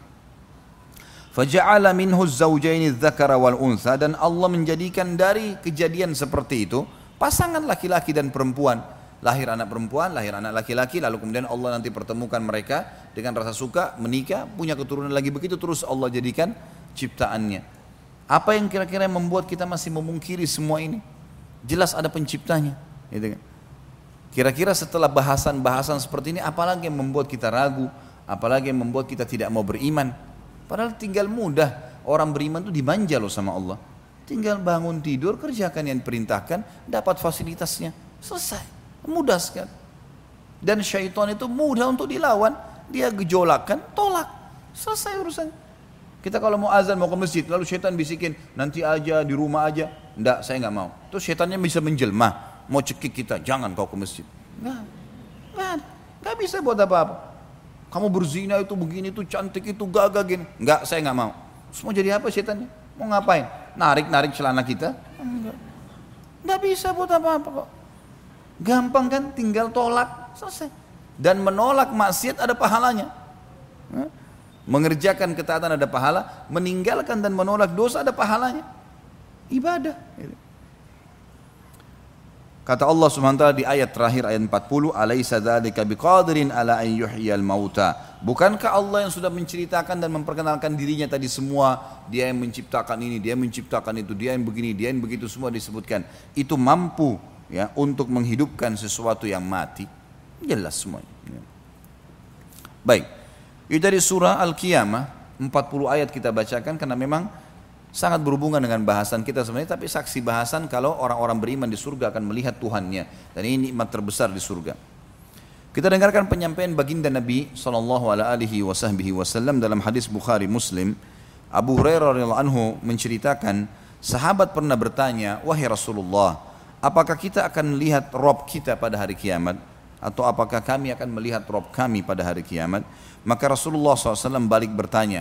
Faja'ala minhu az-zawjaini adz-dzakara wal untha, dan Allah menjadikan dari kejadian seperti itu pasangan laki-laki dan perempuan. Lahir anak perempuan, lahir anak laki-laki, lalu kemudian Allah nanti pertemukan mereka dengan rasa suka, menikah, punya keturunan lagi, begitu terus Allah jadikan ciptaannya. Apa yang kira-kira membuat kita masih memungkiri semua ini? Jelas ada penciptanya, gitu kan? Kira-kira setelah bahasan-bahasan seperti ini, apalagi yang membuat kita ragu, apalagi yang membuat kita tidak mau beriman? Padahal tinggal mudah, orang beriman itu dimanja loh sama Allah. Tinggal bangun tidur, kerjakan yang diperintahkan, dapat fasilitasnya, selesai, mudah sekali. Dan syaitan itu mudah untuk dilawan, dia gejolakan, tolak, selesai urusan. Kita kalau mau azan, mau ke masjid, lalu syaitan bisikin, nanti aja, di rumah aja. Enggak, saya enggak mau. Terus syaitannya bisa menjelma, mau cekik kita, jangan kau ke masjid. Enggak, enggak, enggak bisa buat apa-apa. Kamu berzina itu begini, itu cantik, itu gagah gini. Enggak, saya enggak mau. Terus mau jadi apa syaitannya? Mau ngapain? Narik-narik celana kita? Enggak. Enggak bisa buat apa-apa kok. Gampang kan, tinggal tolak, selesai. Dan menolak maksiat ada pahalanya. Mengerjakan ketaatan ada pahala, meninggalkan dan menolak dosa ada pahalanya. Ibadah. Kata Allah Subhanahu wa taala di ayat terakhir ayat empat puluh, "Alaisa dzalika biqadirin ala an yuhyiyal mauta." Bukankah Allah yang sudah menceritakan dan memperkenalkan dirinya tadi semua, dia yang menciptakan ini, dia yang menciptakan itu, dia yang begini, dia yang begitu, semua disebutkan. Itu mampu ya untuk menghidupkan sesuatu yang mati. Jelas semuanya. Ya. Baik. Itu dari surah Al-Qiyamah, empat puluh ayat kita bacakan karena memang sangat berhubungan dengan bahasan kita sebenarnya, tapi saksi bahasan kalau orang-orang beriman di surga akan melihat Tuhannya, dan ini nikmat terbesar di surga. Kita dengarkan penyampaian baginda Nabi sallallahu alaihi wasallam dalam hadis Bukhari Muslim. Abu Hurairah radhiyallahu anhu menceritakan, sahabat pernah bertanya, "Wahai Rasulullah, apakah kita akan melihat Rabb kita pada hari kiamat? Atau apakah kami akan melihat Rabb kami pada hari kiamat?" Maka Rasulullah shallallahu alaihi wasallam balik bertanya,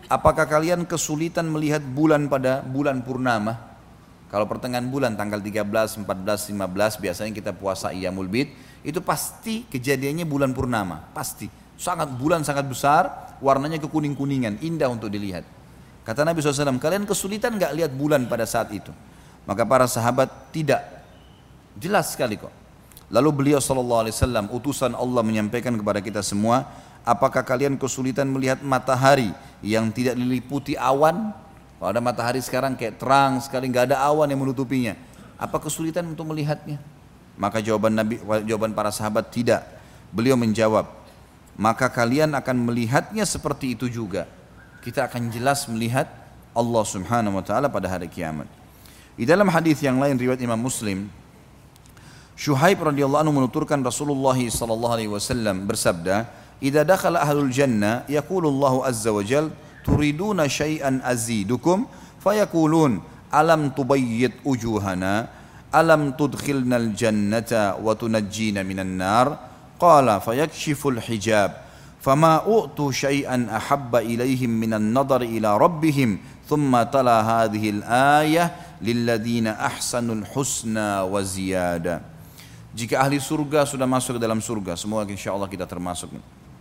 apakah kalian kesulitan melihat bulan pada bulan purnama? Kalau pertengahan bulan tanggal tiga belas, empat belas, lima belas biasanya kita puasa Iyamul Bid, itu pasti kejadiannya bulan purnama, pasti. Sangat bulan sangat besar, warnanya kekuning-kuningan, indah untuk dilihat. Kata Nabi shallallahu alaihi wasallam, kalian kesulitan gak lihat bulan pada saat itu? Maka para sahabat tidak, jelas sekali kok. Lalu beliau shallallahu alaihi wasallam, utusan Allah menyampaikan kepada kita semua, apakah kalian kesulitan melihat matahari yang tidak diliputi awan? Kalau ada matahari sekarang kayak terang sekali, nggak ada awan yang menutupinya. Apa kesulitan untuk melihatnya? Maka jawaban Nabi, jawaban para sahabat tidak. Beliau menjawab, maka kalian akan melihatnya seperti itu juga. Kita akan jelas melihat Allah Subhanahu wa taala pada hari kiamat. Di dalam hadis yang lain riwayat Imam Muslim, Syuhaib radhiyallahu anhu menuturkan Rasulullah sallallahu alaihi wasallam bersabda, "Idza dakhala ahlul jannah yaqulu Allahu azza wa jalla turiduna syai'an azidukum fayaqulun alam tubayyid ujuhana alam tudkhilnal jannata wa tunajjina minan nar qala fayakshiful hijab fama u'tu syai'an ahabba ilaihim minan nadar ila rabbihim thumma tala hadhil ayah lilladina ahsanul husna wa ziyada." Jika ahli surga sudah masuk ke dalam surga, semoga insyaallah kita termasuk,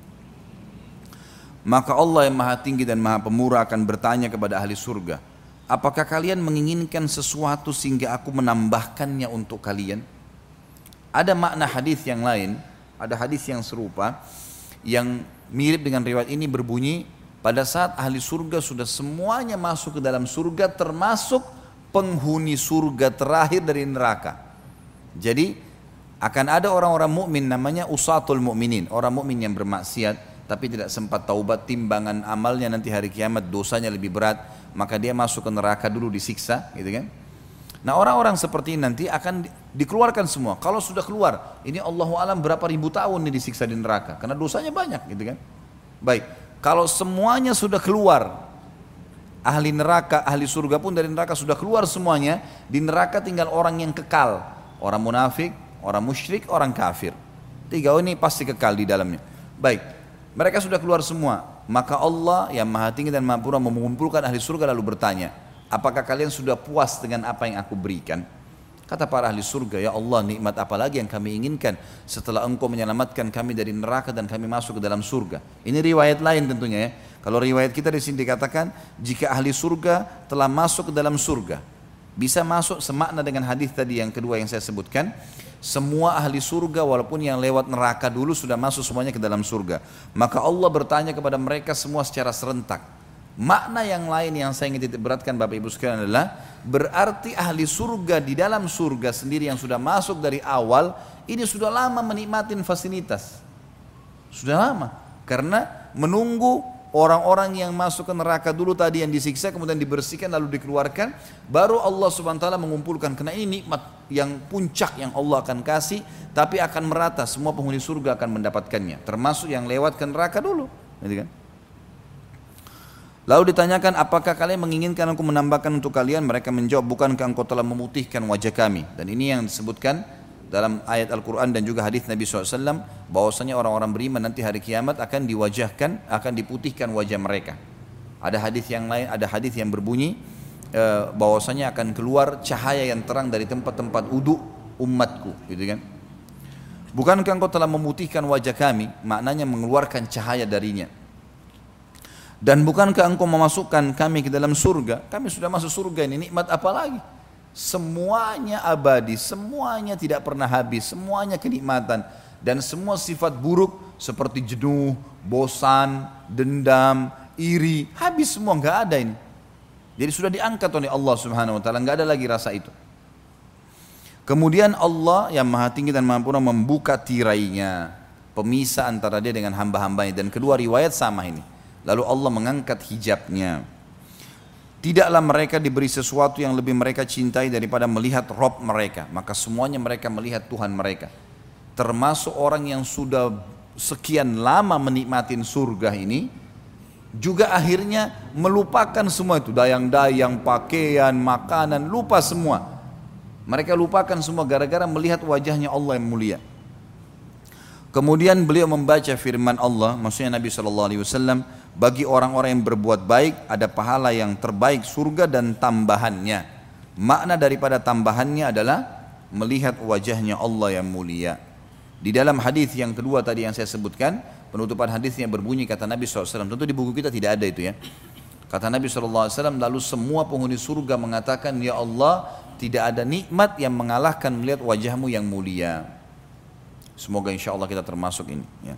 maka Allah yang maha tinggi dan maha pemurah akan bertanya kepada ahli surga, apakah kalian menginginkan sesuatu sehingga aku menambahkannya untuk kalian? Ada makna hadis yang lain, ada hadis yang serupa yang mirip dengan riwayat ini berbunyi, pada saat ahli surga sudah semuanya masuk ke dalam surga termasuk penghuni surga terakhir dari neraka. Jadi akan ada orang-orang mukmin namanya usatul mukminin, orang mukmin yang bermaksiat tapi tidak sempat taubat, timbangan amalnya nanti hari kiamat dosanya lebih berat, maka dia masuk ke neraka dulu disiksa, gitu kan? Nah, orang-orang seperti ini nanti akan dikeluarkan semua. Kalau sudah keluar, ini Allahu alam berapa ribu tahun nih disiksa di neraka karena dosanya banyak, gitu kan? Baik, kalau semuanya sudah keluar, ahli neraka, ahli surga pun dari neraka sudah keluar semuanya, di neraka tinggal orang yang kekal, orang munafik, orang musyrik, orang kafir. Tiga ini pasti kekal di dalamnya. Baik, mereka sudah keluar semua, maka Allah yang maha tinggi dan maha purah mengumpulkan ahli surga lalu bertanya, apakah kalian sudah puas dengan apa yang aku berikan? Kata para ahli surga, ya Allah, nikmat apa lagi yang kami inginkan setelah engkau menyelamatkan kami dari neraka dan kami masuk ke dalam surga? Ini riwayat lain tentunya ya. Kalau riwayat kita di sini dikatakan, jika ahli surga telah masuk ke dalam surga, bisa masuk semakna dengan hadis tadi yang kedua yang saya sebutkan. Semua ahli surga walaupun yang lewat neraka dulu sudah masuk semuanya ke dalam surga. Maka Allah bertanya kepada mereka semua secara serentak. Makna yang lain yang saya ingin titik beratkan Bapak Ibu sekalian adalah, berarti ahli surga di dalam surga sendiri yang sudah masuk dari awal, ini sudah lama menikmatin fasilitas. Sudah lama. Karena menunggu orang-orang yang masuk ke neraka dulu tadi yang disiksa kemudian dibersihkan lalu dikeluarkan, baru Allah subhanahu wa taala mengumpulkan. Karena ini nikmat yang puncak yang Allah akan kasih, tapi akan merata, semua penghuni surga akan mendapatkannya, termasuk yang lewat ke neraka dulu, gitu kan? Lalu ditanyakan, apakah kalian menginginkan aku menambahkan untuk kalian? Mereka menjawab, bukankah engkau telah memutihkan wajah kami? Dan ini yang disebutkan dalam ayat Al-Quran dan juga hadis Nabi shallallahu alaihi wasallam, bahwasanya orang-orang beriman nanti hari kiamat akan diwajahkan, akan diputihkan wajah mereka. Ada hadis yang lain, ada hadis yang berbunyi e, bahwasanya akan keluar cahaya yang terang dari tempat-tempat uduk umatku, gitu kan? Bukankah engkau telah memutihkan wajah kami? Maknanya mengeluarkan cahaya darinya. Dan bukankah engkau memasukkan kami ke dalam surga? Kami sudah masuk surga, ini nikmat apa lagi? Semuanya abadi, semuanya tidak pernah habis, semuanya kenikmatan. Dan semua sifat buruk seperti jenuh, bosan, dendam, iri, habis semua, nggak ada ini. Jadi sudah diangkat oleh Allah subhanahu wa ta'ala, nggak ada lagi rasa itu. Kemudian Allah yang maha tinggi dan maha purna membuka tirainya, pemisah antara dia dengan hamba-hambanya. Dan kedua riwayat sama ini. Lalu Allah mengangkat hijabnya. Tidaklah mereka diberi sesuatu yang lebih mereka cintai daripada melihat Rob mereka. Maka semuanya mereka melihat Tuhan mereka. Termasuk orang yang sudah sekian lama menikmatin surga ini, juga akhirnya melupakan semua itu. Dayang-dayang, pakaian, makanan, lupa semua. Mereka lupakan semua gara-gara melihat wajahnya Allah yang mulia. Kemudian beliau membaca firman Allah, maksudnya Nabi shallallahu alaihi wasallam, Bagi orang-orang yang berbuat baik ada pahala yang terbaik surga dan tambahannya. Makna daripada tambahannya adalah melihat wajahnya Allah yang mulia. Di dalam hadis yang kedua tadi yang saya sebutkan, penutupan hadisnya berbunyi kata Nabi shallallahu alaihi wasallam, tentu di buku kita tidak ada itu ya. Kata Nabi shallallahu alaihi wasallam, lalu semua penghuni surga mengatakan, ya Allah, tidak ada nikmat yang mengalahkan melihat wajahmu yang mulia. Semoga insya Allah kita termasuk ini ya.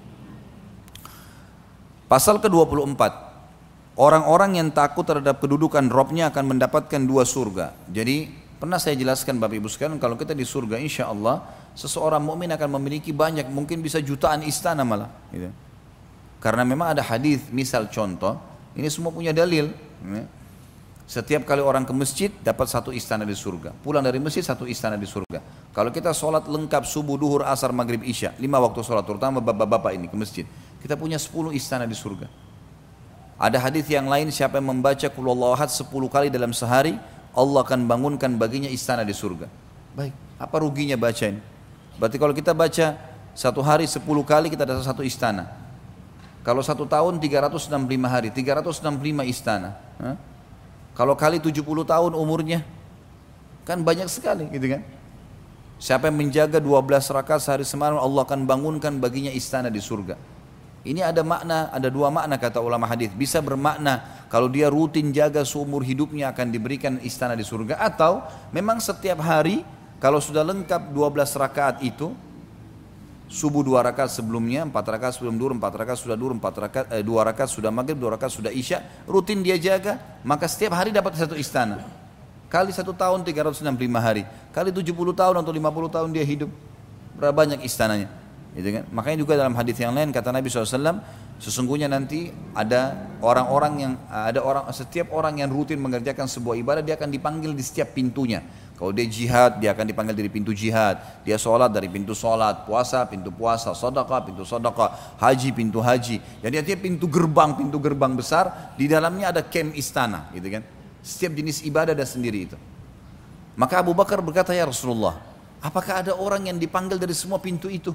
Pasal ke dua puluh empat, orang-orang yang takut terhadap kedudukan Robnya akan mendapatkan dua surga. Jadi pernah saya jelaskan Bapak Ibu sekalian, kalau kita di surga insya Allah seseorang mukmin akan memiliki banyak, mungkin bisa jutaan istana malah gitu. Karena memang ada hadis, misal contoh, ini semua punya dalil ya. Setiap kali orang ke masjid dapat satu istana di surga, pulang dari masjid satu istana di surga. Kalau kita sholat lengkap subuh, duhur, asar, maghrib, isya, lima waktu sholat, terutama bapak-bapak ini ke masjid, kita punya sepuluh istana di surga. Ada hadis yang lain, siapa yang membaca Qul Huwallahu Ahad sepuluh kali dalam sehari, Allah akan bangunkan baginya istana di surga. Baik, apa ruginya baca ini? Berarti kalau kita baca satu hari sepuluh kali kita ada satu istana. Kalau satu tahun tiga ratus enam puluh lima hari, tiga ratus enam puluh lima istana. Hah? Kalau kali tujuh puluh tahun umurnya, kan banyak sekali gitu kan. Siapa yang menjaga dua belas rakaat sehari semalam, Allah akan bangunkan baginya istana di surga. Ini ada makna, ada dua makna kata ulama hadis. Bisa bermakna kalau dia rutin jaga seumur hidupnya akan diberikan istana di surga, atau memang setiap hari kalau sudah lengkap dua belas rakaat itu, subuh dua rakaat sebelumnya, empat rakaat sebelum duhur, empat rakaat sudah duhur, empat rakaat eh, dua rakaat sudah maghrib, dua rakaat sudah isya, rutin dia jaga, maka setiap hari dapat satu istana. Kali satu tahun tiga ratus enam puluh lima hari, kali tujuh puluh tahun atau lima puluh tahun dia hidup, berapa banyak istananya? Gitu kan? Makanya juga dalam hadis yang lain kata Nabi shallallahu alaihi wasallam, sesungguhnya nanti ada orang-orang yang ada orang setiap orang yang rutin mengerjakan sebuah ibadah dia akan dipanggil di setiap pintunya. Kalau dia jihad, dia akan dipanggil dari pintu jihad. Dia sholat dari pintu sholat, puasa, pintu puasa, sedekah, pintu sedekah, haji, pintu haji. Jadi artinya pintu gerbang, pintu gerbang besar, di dalamnya ada kem istana, gitu kan. Setiap jenis ibadah ada sendiri itu. Maka Abu Bakar berkata, ya Rasulullah, apakah ada orang yang dipanggil dari semua pintu itu?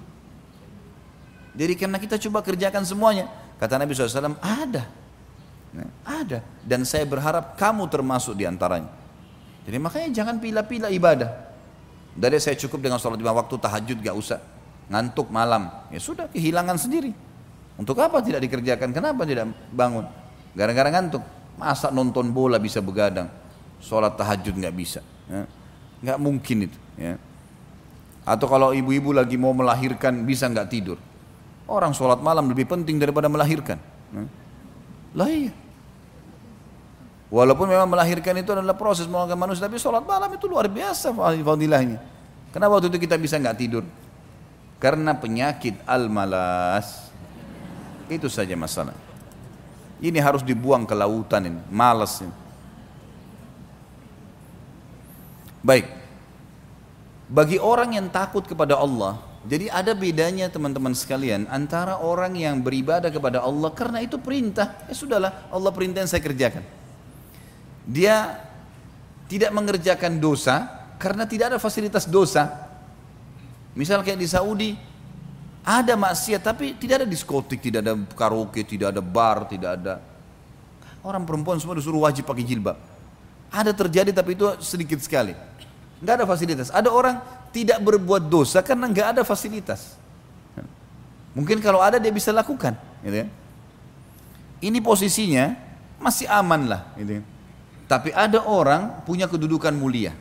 Jadi karena kita coba kerjakan semuanya. Kata Nabi shallallahu alaihi wasallam, ada. Ada. Dan saya berharap kamu termasuk diantaranya. Jadi makanya jangan pilih-pilih ibadah. Dari saya cukup dengan sholat lima waktu, tahajud gak usah. Ngantuk malam, ya sudah kehilangan sendiri. Untuk apa tidak dikerjakan? Kenapa tidak bangun? Gara-gara ngantuk. Masa nonton bola bisa begadang, sholat tahajud gak bisa ya? Gak mungkin itu ya. Atau kalau ibu-ibu lagi mau melahirkan bisa gak tidur. Orang sholat malam lebih penting daripada melahirkan ya? Lah iya. Walaupun memang melahirkan itu adalah proses melahirkan manusia, tapi sholat malam itu luar biasa fadilahnya. Kenapa waktu itu kita bisa nggak tidur? Karena penyakit al-malas. Itu saja masalah. Ini harus dibuang ke lautan ini, malas ini. Baik. Bagi orang yang takut kepada Allah, jadi ada bedanya teman-teman sekalian antara orang yang beribadah kepada Allah karena itu perintah, ya sudahlah Allah perintah yang saya kerjakan. Dia tidak mengerjakan dosa karena tidak ada fasilitas dosa. Misal kayak di Saudi ada maksiat tapi tidak ada diskotik, tidak ada karaoke, tidak ada bar, tidak ada. Orang perempuan semua disuruh wajib pakai jilbab. Ada terjadi tapi itu sedikit sekali. Nggak ada fasilitas. Ada orang tidak berbuat dosa karena nggak ada fasilitas. Mungkin kalau ada dia bisa lakukan, gitu ya. Ini posisinya masih aman lah, gitu ya. Tapi ada orang punya kedudukan mulia.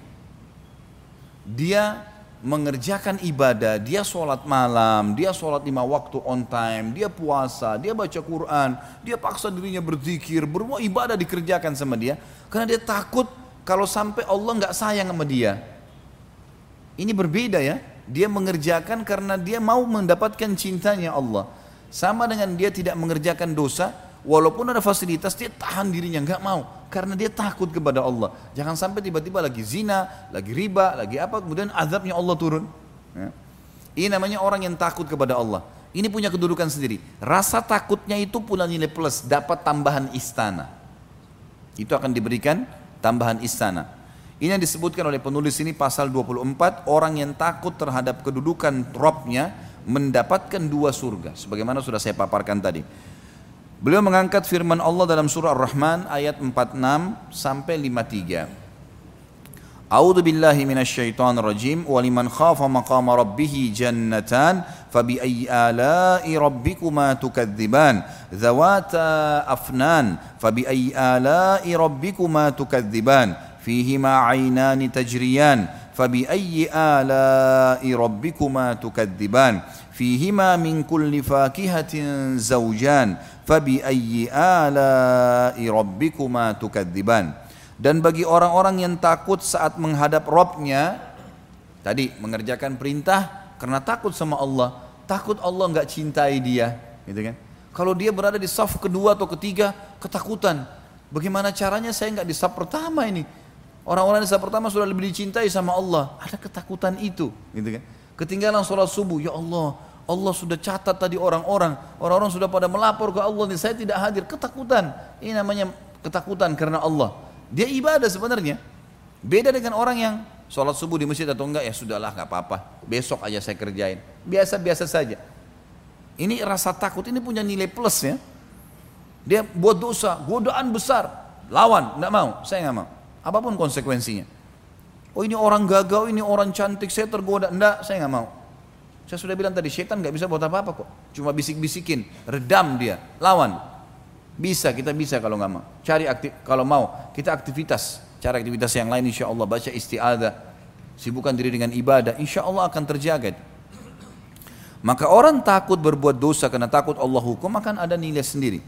Dia mengerjakan ibadah, dia sholat malam, dia sholat lima waktu on time, dia puasa, dia baca Quran, dia paksa dirinya berzikir, berbuat ibadah dikerjakan sama dia, karena dia takut kalau sampai Allah nggak sayang sama dia. Ini berbeda ya, dia mengerjakan karena dia mau mendapatkan cintanya Allah. Sama dengan dia tidak mengerjakan dosa, walaupun ada fasilitas dia tahan dirinya, nggak mau, karena dia takut kepada Allah. Jangan sampai tiba-tiba lagi zina, lagi riba, lagi apa, kemudian azabnya Allah turun ya. Ini namanya orang yang takut kepada Allah. Ini punya kedudukan sendiri. Rasa takutnya itu punya nilai plus, dapat tambahan istana. Itu akan diberikan tambahan istana. Ini yang disebutkan oleh penulis ini pasal dua puluh empat, orang yang takut terhadap kedudukan Robnya mendapatkan dua surga, sebagaimana sudah saya paparkan tadi. Beliau mengangkat firman Allah dalam surah Ar-Rahman ayat empat puluh enam sampai lima puluh tiga. A'udzu billahi minasyaitonir rajim wa liman khafa maqama rabbih jannatan fabi ayyi ala'i rabbikuma tukadziban dzawata afnan fabi ayyi ala'i rabbikuma tukadziban fihima 'ainani tajriyan fabi ayyi ala'i rabbikuma tukadziban fihima min kulli fakihatin zawjan fabi ayyi ala'i rabbikuma tukadziban. Dan bagi orang-orang yang takut saat menghadap Rabb-nya, tadi mengerjakan perintah karena takut sama Allah, takut Allah enggak cintai dia, gitu kan? Kalau dia berada di saf kedua atau ketiga, ketakutan. Bagaimana caranya saya enggak di saf pertama ini? Orang-orang di saf pertama sudah lebih dicintai sama Allah, ada ketakutan itu, gitu kan? Ketinggalan sholat subuh, ya Allah, Allah sudah catat tadi orang-orang, orang-orang sudah pada melapor ke Allah nih, saya tidak hadir, ketakutan. Ini namanya ketakutan karena Allah. Dia ibadah sebenarnya. Beda dengan orang yang sholat subuh di masjid atau enggak, ya sudahlah nggak apa-apa, besok aja saya kerjain, biasa-biasa saja. Ini rasa takut ini punya nilai plus ya. Dia buat dosa, godaan besar, lawan, nggak mau, saya nggak mau, apapun konsekuensinya. Oh ini orang gagal, ini orang cantik, saya tergoda, enggak, saya nggak mau. Saya sudah bilang tadi, syaitan nggak bisa buat apa-apa kok, cuma bisik-bisikin, redam dia, lawan. Bisa, kita bisa kalau nggak mau. Cari aktif, kalau mau kita aktivitas, cari aktivitas yang lain, insya Allah baca isti'adzah, sibukkan diri dengan ibadah, insya Allah akan terjaga. Maka orang takut berbuat dosa karena takut Allah hukum akan ada nilai sendiri.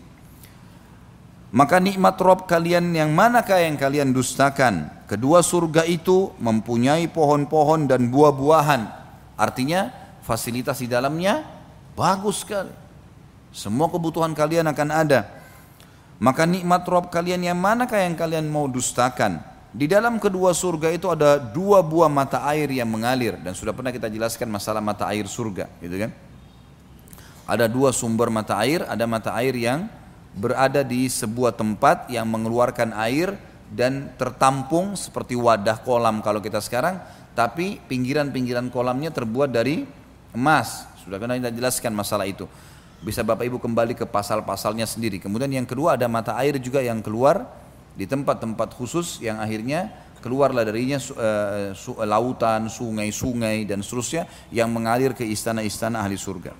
Maka nikmat Rabb kalian yang manakah yang kalian dustakan? Kedua surga itu mempunyai pohon-pohon dan buah-buahan. Artinya fasilitas di dalamnya bagus sekali. Semua kebutuhan kalian akan ada. Maka nikmat Rabb kalian yang manakah yang kalian mau dustakan? Di dalam kedua surga itu ada dua buah mata air yang mengalir, dan sudah pernah kita jelaskan masalah mata air surga, gitu kan? Ada dua sumber mata air, ada mata air yang berada di sebuah tempat yang mengeluarkan air dan tertampung seperti wadah kolam kalau kita sekarang, tapi pinggiran-pinggiran kolamnya terbuat dari emas. Sudah pernah kita jelaskan masalah itu. Bisa Bapak Ibu kembali ke pasal-pasalnya sendiri. Kemudian yang kedua ada mata air juga yang keluar di tempat-tempat khusus yang akhirnya keluarlah darinya uh, su, uh, lautan, sungai-sungai dan seterusnya yang mengalir ke istana-istana ahli surga.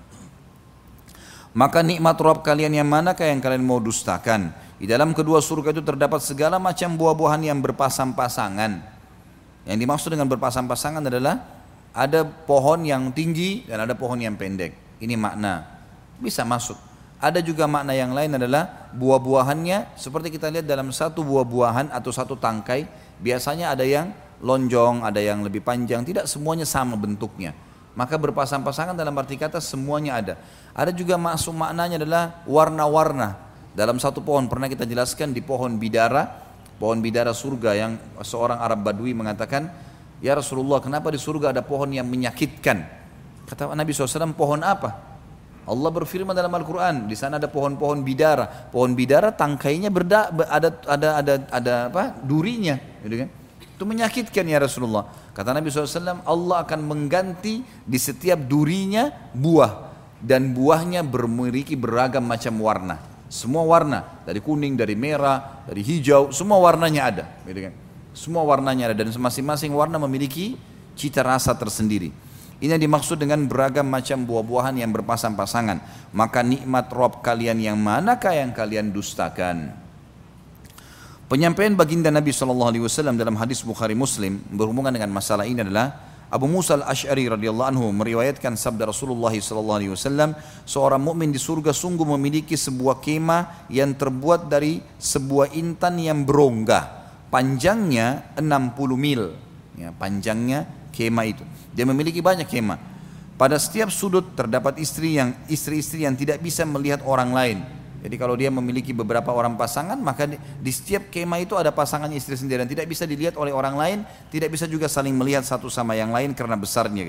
Maka nikmat Rabb kalian yang manakah yang kalian mau dustakan? Di dalam kedua surga itu terdapat segala macam buah-buahan yang berpasang-pasangan. Yang dimaksud dengan berpasang-pasangan adalah ada pohon yang tinggi dan ada pohon yang pendek. Ini makna. Bisa masuk. Ada juga makna yang lain adalah buah-buahannya seperti kita lihat dalam satu buah-buahan atau satu tangkai, biasanya ada yang lonjong, ada yang lebih panjang, tidak semuanya sama bentuknya. Maka berpasang-pasangan dalam arti kata semuanya ada. Ada juga masuk maknanya adalah warna-warna. Dalam satu pohon pernah kita jelaskan di pohon bidara, pohon bidara surga yang seorang Arab Badui mengatakan, "Ya Rasulullah, kenapa di surga ada pohon yang menyakitkan?" Kata Nabi shallallahu alaihi wasallam, "Pohon apa?" Allah berfirman dalam Al-Quran, di sana ada pohon-pohon bidara. Pohon bidara tangkainya berda, ada ada ada ada apa? Durinya, gitu kan? Itu menyakitkan ya Rasulullah. Kata Nabi shallallahu alaihi wasallam, Allah akan mengganti di setiap durinya buah, dan buahnya memiliki beragam macam warna. Semua warna, dari kuning, dari merah, dari hijau, semua warnanya ada, gitu kan? Semua warnanya ada, dan masing-masing warna memiliki cita rasa tersendiri. Ini yang dimaksud dengan beragam macam buah-buahan yang berpasang-pasangan. Maka nikmat Rabb kalian yang manakah yang kalian dustakan? Penyampaian baginda Nabi shallallahu alaihi wasallam dalam hadis Bukhari Muslim berhubungan dengan masalah ini adalah Abu Musa al-Ash'ari radhiyallahu anhu meriwayatkan sabda Rasulullah shallallahu alaihi wasallam, seorang mukmin di surga sungguh memiliki sebuah kemah yang terbuat dari sebuah intan yang berongga, panjangnya enam puluh mil, ya, panjangnya kemah itu. Dia memiliki banyak kemah. Pada setiap sudut terdapat istri yang istri-istri yang tidak bisa melihat orang lain. Jadi kalau dia memiliki beberapa orang pasangan, maka di, di setiap kemah itu ada pasangan istri sendiri dan tidak bisa dilihat oleh orang lain, tidak bisa juga saling melihat satu sama yang lain karena besarnya.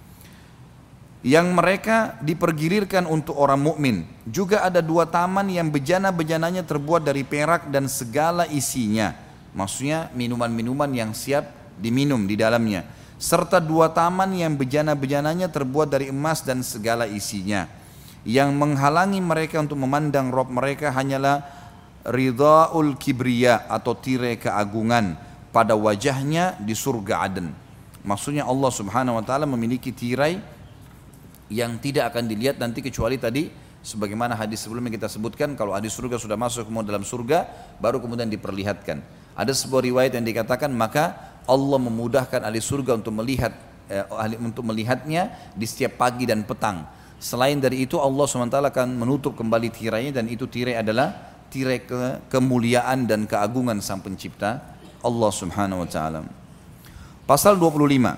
Yang mereka dipergilirkan untuk orang mukmin. Juga ada dua taman yang bejana-bejananya terbuat dari perak dan segala isinya. Maksudnya minuman-minuman yang siap diminum di dalamnya. Serta dua taman yang bejana-bejananya terbuat dari emas dan segala isinya. Yang menghalangi mereka untuk memandang Rabb mereka hanyalah ridhaul kibriya atau tirai keagungan pada wajahnya di surga Aden. Maksudnya Allah Subhanahu wa taala memiliki tirai yang tidak akan dilihat nanti kecuali tadi sebagaimana hadis sebelumnya kita sebutkan, kalau ahli surga sudah masuk ke dalam surga baru kemudian diperlihatkan. Ada sebuah riwayat yang dikatakan maka Allah memudahkan ahli surga untuk melihat eh, untuk melihatnya di setiap pagi dan petang. Selain dari itu Allah subhanahu wa taala akan menutup kembali tirainya, dan itu tirai adalah tirai ke, kemuliaan dan keagungan Sang Pencipta Allah Subhanahu wa taala. Pasal dua puluh lima.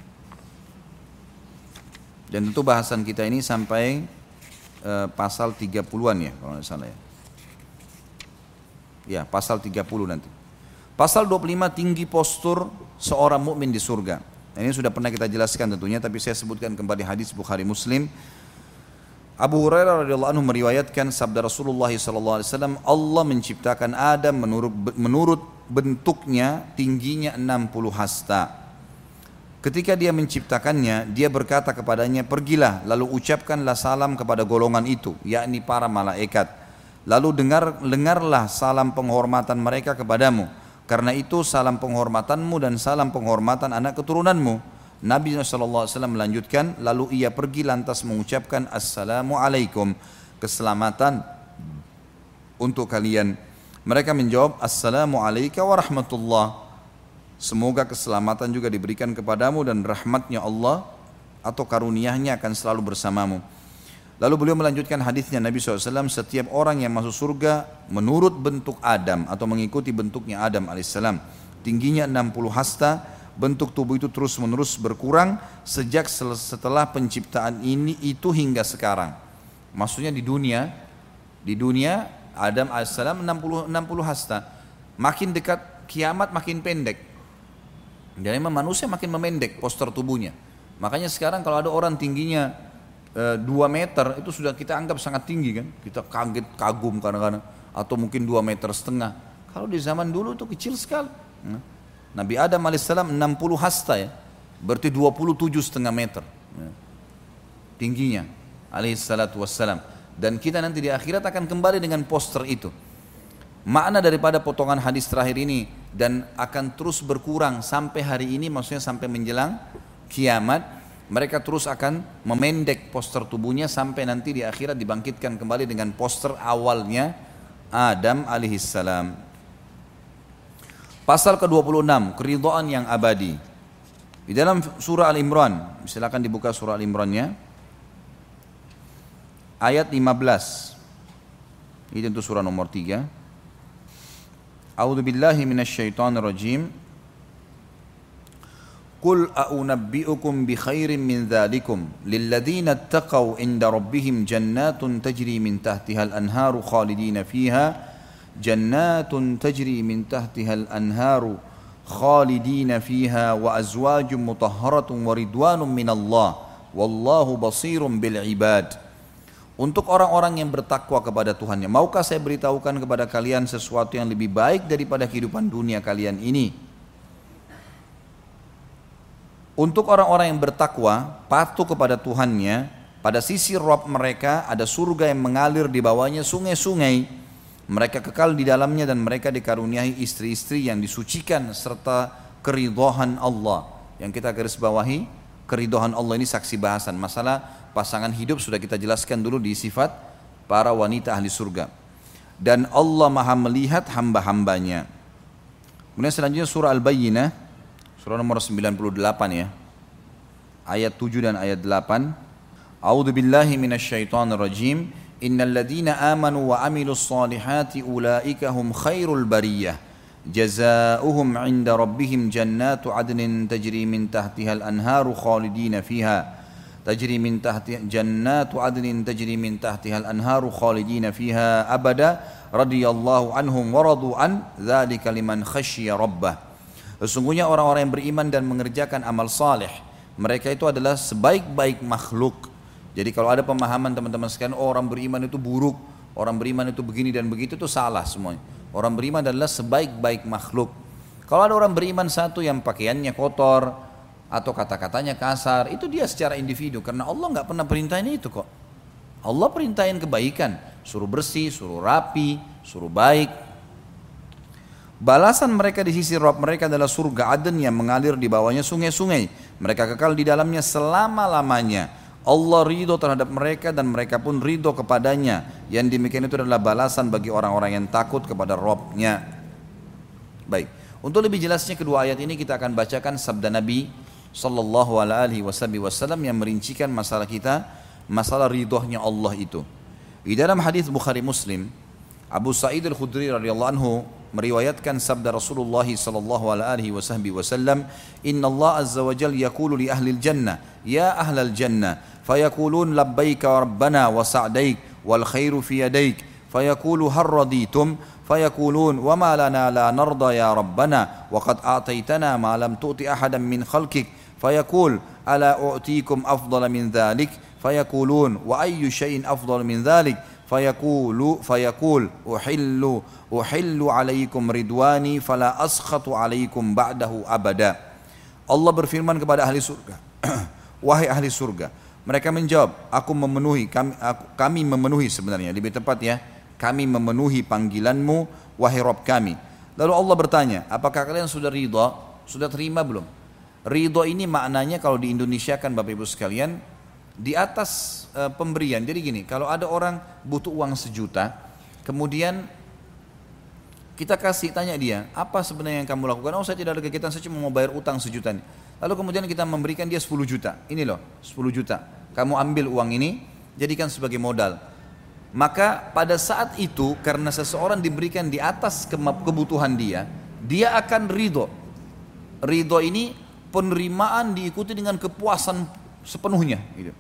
Dan tentu bahasan kita ini sampai uh, pasal tiga puluhan ya kalau tidak salah ya. Ya, pasal tiga puluh nanti. Pasal dua puluh lima, tinggi postur seorang mukmin di surga. Nah, ini sudah pernah kita jelaskan tentunya, tapi saya sebutkan kembali hadis Bukhari Muslim. Abu Hurairah radhiyallahu anhu meriwayatkan sabda Rasulullah sallallahu alaihi wasallam, Allah menciptakan Adam menurut menurut bentuknya tingginya enam puluh hasta. Ketika dia menciptakannya, dia berkata kepadanya, pergilah lalu ucapkanlah salam kepada golongan itu, yakni para malaikat. Lalu dengar dengarlah salam penghormatan mereka kepadamu. Karena itu salam penghormatanmu dan salam penghormatan anak keturunanmu. Nabi shallallahu alaihi wasallam melanjutkan, lalu ia pergi lantas mengucapkan assalamualaikum, keselamatan untuk kalian. Mereka menjawab, assalamualaikum warahmatullah, semoga keselamatan juga diberikan kepadamu dan rahmatnya Allah atau karunia-Nya akan selalu bersamamu. Lalu beliau melanjutkan hadisnya Nabi shallallahu alaihi wasallam, setiap orang yang masuk surga menurut bentuk Adam atau mengikuti bentuknya Adam alaihissalam, tingginya enam puluh hasta. Bentuk tubuh itu terus menerus berkurang sejak setelah penciptaan ini itu hingga sekarang. Maksudnya di dunia, di dunia Adam alaihissalam enam puluh, enam puluh hasta. Makin dekat kiamat makin pendek. Dan memang manusia makin memendek postur tubuhnya. Makanya sekarang kalau ada orang tingginya e, dua meter itu sudah kita anggap sangat tinggi kan. Kita kaget, kagum kadang-kadang. Atau mungkin dua meter setengah. Kalau di zaman dulu itu kecil sekali. Nah, Nabi Adam alaihissalam enam puluh hasta ya, berarti dua puluh tujuh setengah meter ya, tingginya alaihissalatu wassalam. Dan kita nanti di akhirat akan kembali dengan poster itu. Makna daripada potongan hadis terakhir ini, dan akan terus berkurang sampai hari ini, maksudnya sampai menjelang kiamat, mereka terus akan memendek poster tubuhnya sampai nanti di akhirat dibangkitkan kembali dengan poster awalnya Adam alaihissalam. Pasal ke dua puluh enam, keridhaan yang abadi. Di dalam surah Al-Imran, silakan dibuka surah Al-Imran-nya. Ayat lima belas. Ini tentu surah nomor tiga. A'udzu billahi minasyaitonir rajim. Qul a'unabbi'ukum bi khairin min dzalikum lilladzina ittaqaw 'inda rabbihim jannatun tajri min tahtiha al-anharu khalidina fiha. Jannatun tajri min tahtiha al-anharu khalidina fiha wa azwajun mutahharatun wa ridwanun minallah wallahu basirun bil ibad. Untuk orang-orang yang bertakwa kepada Tuhannya, maukah saya beritahukan kepada kalian sesuatu yang lebih baik daripada kehidupan dunia kalian ini? Untuk orang-orang yang bertakwa, patuh kepada Tuhannya, pada sisi Rabb mereka ada surga yang mengalir di bawahnya sungai-sungai. Mereka kekal di dalamnya dan mereka dikaruniai istri-istri yang disucikan serta keridhaan Allah. Yang kita garis bawahi, keridhaan Allah ini saksi bahasan. Masalah pasangan hidup sudah kita jelaskan dulu di sifat para wanita ahli surga. Dan Allah maha melihat hamba-hambanya. Kemudian selanjutnya surah Al-Bayyinah, surah nomor sembilan puluh delapan ya, ayat tujuh dan ayat delapan. A'udzu billahi minasyaitonir rajim. Innal ladzina amanu wa amilus solihati ulaika hum khairul bariyah jazaohum 'inda rabbihim jannatu 'adnin tajri min tahtiha al-anharu khalidina fiha tajri min tahtiha jannatu 'adnin tajri min tahtiha al-anharu khalidina fiha abada radhiyallahu anhum wa radu an dzalika liman khasyiya rabbah. Sesungguhnya orang-orang yang beriman dan mengerjakan amal saleh, mereka itu adalah sebaik-baik makhluk. Jadi kalau ada pemahaman teman-teman sekalian, oh, orang beriman itu buruk, orang beriman itu begini dan begitu, itu salah semuanya. Orang beriman adalah sebaik-baik makhluk. Kalau ada orang beriman satu yang pakaiannya kotor atau kata-katanya kasar, itu dia secara individu, karena Allah nggak pernah perintahin itu kok. Allah perintahin kebaikan, suruh bersih, suruh rapi, suruh baik. Balasan mereka di sisi Rabb mereka adalah surga Aden yang mengalir di bawahnya sungai-sungai. Mereka kekal di dalamnya selama-lamanya. Allah ridho terhadap mereka dan mereka pun ridho kepadanya. Yang demikian itu adalah balasan bagi orang-orang yang takut kepada Rabb-nya. Baik, untuk lebih jelasnya kedua ayat ini kita akan bacakan sabda Nabi Sallallahu alaihi wasallam yang merincikan masalah kita, masalah ridhonya Allah itu. Di dalam hadis Bukhari Muslim, Abu Sa'id Al-Khudri radhiyallahu anhu meriwayatkan sabda Rasulullah sallallahu alaihi wasallam, "Inna Allah azza wa jalla yaqulu li ahli al-jannah, ya ahlal jannah, fayaqulun labbaika wa rabbana wa sa'daik wal khairu fi yadaik, fayaqulu har raditum, fayaqulun wa ma lana la narda ya rabbana wa qad a'taytana ma lam tu'ti ahadan min khalqik, fayaqul ala u'tikum afdala min dhalik, fayaqulun wa ayyu shay'in afdal min dhalik, fayaqulu fayaqul uhillu uhillu alaikum ridwani fala askhatu alaikum ba'dahu abada." Allah berfirman kepada ahli surga, wahai ahli surga. Mereka menjawab, aku memenuhi, kami, aku, kami memenuhi sebenarnya, lebih tepat ya, kami memenuhi panggilanmu wahai Rabb kami. Lalu Allah bertanya, apakah kalian sudah ridha? Sudah terima belum? Ridha ini maknanya kalau di Indonesia kan Bapak Ibu sekalian, di atas e, pemberian. Jadi gini, kalau ada orang butuh uang sejuta, kemudian kita kasih, tanya dia, apa sebenarnya yang kamu lakukan? Oh, saya tidak ada kegiatan, saya cuma mau bayar utang sejuta. Lalu kemudian kita memberikan dia sepuluh juta. Ini loh, sepuluh juta. Kamu ambil uang ini, jadikan sebagai modal. Maka pada saat itu, karena seseorang diberikan di atas kebutuhan dia, dia akan ridho. Ridho ini penerimaan diikuti dengan kepuasan sepenuhnya. Gitu.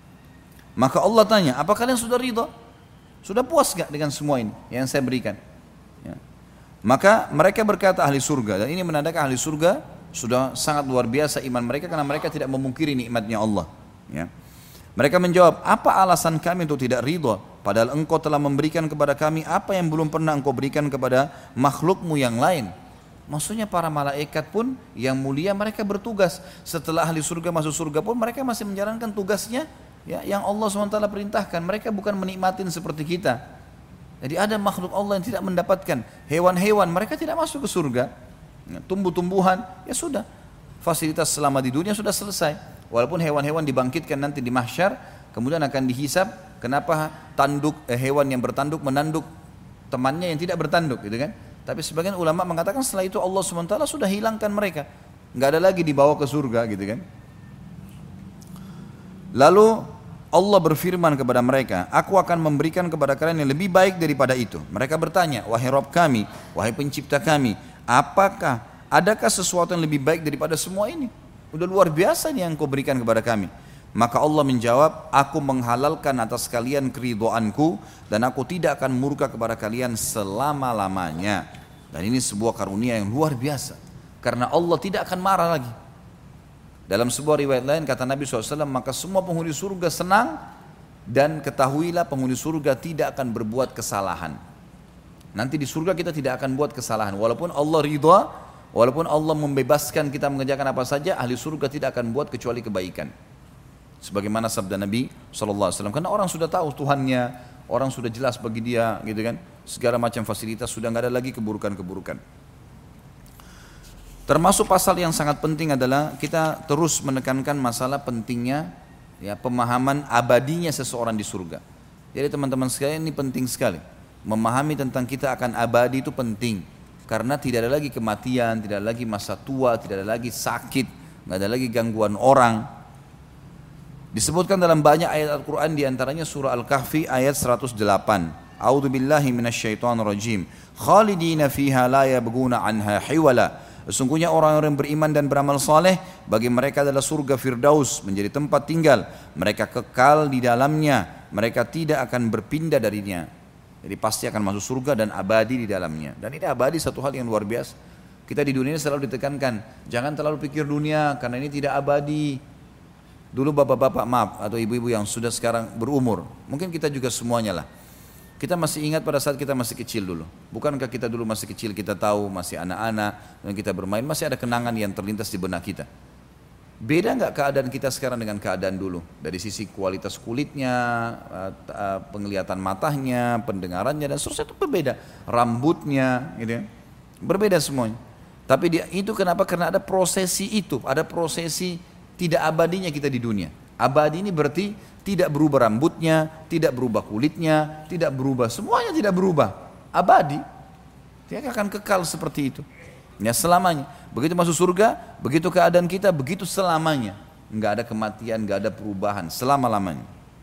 Maka Allah tanya, apa kalian sudah ridho? Sudah puas gak dengan semua ini yang saya berikan? Ya. Maka mereka berkata ahli surga, dan ini menandakan ahli surga sudah sangat luar biasa iman mereka karena mereka tidak memungkiri nikmatnya Allah. Ya. Mereka menjawab, apa alasan kami untuk tidak ridho? Padahal engkau telah memberikan kepada kami apa yang belum pernah engkau berikan kepada makhlukmu yang lain. Maksudnya para malaikat pun yang mulia mereka bertugas. Setelah ahli surga masuk surga pun mereka masih menjalankan tugasnya ya, yang Allah subhanahu wa taala perintahkan. Mereka bukan menikmatin seperti kita. Jadi ada makhluk Allah yang tidak mendapatkan. Hewan-hewan mereka tidak masuk ke surga. Tumbuh-tumbuhan ya sudah, fasilitas selama di dunia sudah selesai. Walaupun hewan-hewan dibangkitkan nanti di mahsyar, kemudian akan dihisab. Kenapa tanduk eh, hewan yang bertanduk menanduk temannya yang tidak bertanduk, gitu kan? Tapi sebagian ulama mengatakan setelah itu Allah subhanahu wa taala sudah hilangkan mereka, nggak ada lagi dibawa ke surga, gitu kan? Lalu Allah berfirman kepada mereka, aku akan memberikan kepada kalian yang lebih baik daripada itu. Mereka bertanya, wahai Rabb kami, wahai pencipta kami, apakah adakah sesuatu yang lebih baik daripada semua ini? Udah luar biasa nih yang kau berikan kepada kami. Maka Allah menjawab, aku menghalalkan atas kalian keridhoanku dan aku tidak akan murka kepada kalian selama-lamanya. Dan ini sebuah karunia yang luar biasa, karena Allah tidak akan marah lagi. Dalam sebuah riwayat lain kata Nabi shallallahu alaihi wasallam, maka semua penghuni surga senang dan ketahuilah penghuni surga tidak akan berbuat kesalahan. Nanti di surga kita tidak akan buat kesalahan. Walaupun Allah ridha, walaupun Allah membebaskan kita mengerjakan apa saja, ahli surga tidak akan buat kecuali kebaikan. Sebagaimana sabda Nabi shallallahu alaihi wasallam, karena orang sudah tahu Tuhannya, orang sudah jelas bagi dia, gitu kan? Segala macam fasilitas sudah nggak ada lagi keburukan-keburukan. Termasuk pasal yang sangat penting adalah kita terus menekankan masalah pentingnya ya, pemahaman abadinya seseorang di surga. Jadi teman-teman sekalian, ini penting sekali. Memahami tentang kita akan abadi itu penting. Karena tidak ada lagi kematian, tidak ada lagi masa tua, tidak ada lagi sakit, nggak ada lagi gangguan orang. Disebutkan dalam banyak ayat Al-Quran, diantaranya surah Al-Kahfi ayat seratus delapan. A'udzu billahi minasyaitonir rajim. Khalidina fiha la yabghuna anha hiwala. Sesungguhnya orang-orang beriman dan beramal saleh, bagi mereka adalah surga Firdaus menjadi tempat tinggal. Mereka kekal di dalamnya, mereka tidak akan berpindah darinya. Jadi pasti akan masuk surga dan abadi di dalamnya. Dan ini abadi satu hal yang luar biasa. Kita di dunia selalu ditekankan, jangan terlalu pikir dunia karena ini tidak abadi. Dulu bapak-bapak maaf atau ibu-ibu yang sudah sekarang berumur, mungkin kita juga semuanya lah. Kita masih ingat pada saat kita masih kecil dulu. Bukankah kita dulu masih kecil, kita tahu masih anak-anak dan kita bermain, masih ada kenangan yang terlintas di benak kita. Beda nggak keadaan kita sekarang dengan keadaan dulu? Dari sisi kualitas kulitnya, penglihatan matanya, pendengarannya dan seterusnya itu berbeda. Rambutnya, gitu ya. Berbeda semuanya. Tapi dia, itu kenapa? Karena ada prosesi itu, ada prosesi tidak abadinya kita di dunia. Abadi ini berarti tidak berubah rambutnya, tidak berubah kulitnya, tidak berubah, semuanya tidak berubah. Abadi, dia akan kekal seperti itu. Ya selamanya. Begitu masuk surga, begitu keadaan kita, begitu selamanya. Enggak ada kematian, enggak ada perubahan, selama-lamanya.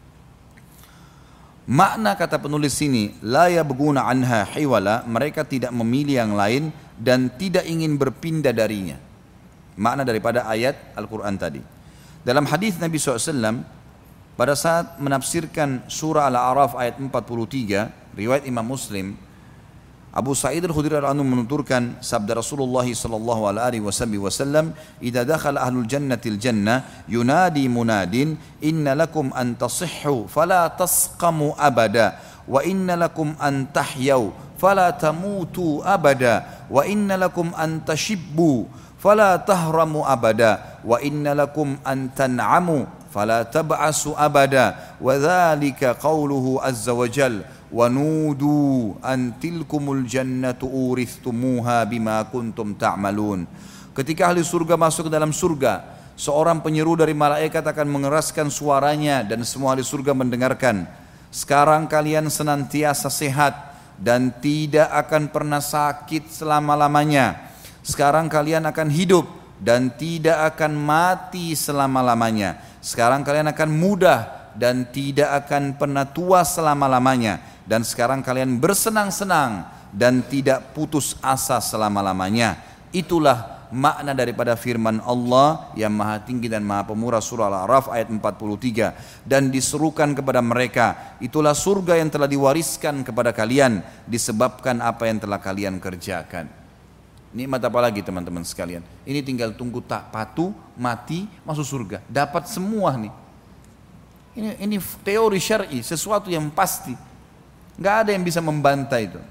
Makna kata penulis sini, la yabghuna anha hiwala, mereka tidak memilih yang lain dan tidak ingin berpindah darinya. Makna daripada ayat Al-Quran tadi. Dalam hadis Nabi shallallahu alaihi wasallam pada saat menafsirkan surah Al-A'raf ayat empat puluh tiga, riwayat Imam Muslim, Abu Sa'id Al-Khudri radhiyallahu anhu menuturkan sabda Rasulullah sallallahu alaihi wasallam, "Idza dakhala ahlul jannatil jannah yunadi munadin inna lakum an tasihhu fala tasqamu abada wa inna lakum an tahyau fala tamutu abada wa inna lakum an tashibbu fala tahramu abada wa inna lakum an tan'amu fala tab'asu abada wa dzalika qauluhu azza wa jalla wa nudu an tilkumul jannatu urithumuha bima kuntum ta'malun." Ketika ahli surga masuk ke dalam surga, seorang penyeru dari malaikat akan mengeraskan suaranya dan semua ahli surga mendengarkan. Sekarang kalian senantiasa sehat dan tidak akan pernah sakit selama-lamanya. Sekarang kalian akan hidup dan tidak akan mati selama-lamanya. Sekarang kalian akan mudah dan tidak akan pernah tua selama-lamanya. Dan sekarang kalian bersenang-senang dan tidak putus asa selama-lamanya. Itulah makna daripada firman Allah yang maha tinggi dan maha pemurah, surah Al-A'raf ayat empat puluh tiga. Dan diserukan kepada mereka, itulah surga yang telah diwariskan kepada kalian disebabkan apa yang telah kalian kerjakan. Nikmat apa lagi teman-teman sekalian? Ini tinggal tunggu tak patuh, mati, masuk surga. Dapat semua nih. Ini, ini teori syar'i, sesuatu yang pasti. Nggak ada yang bisa membantah itu.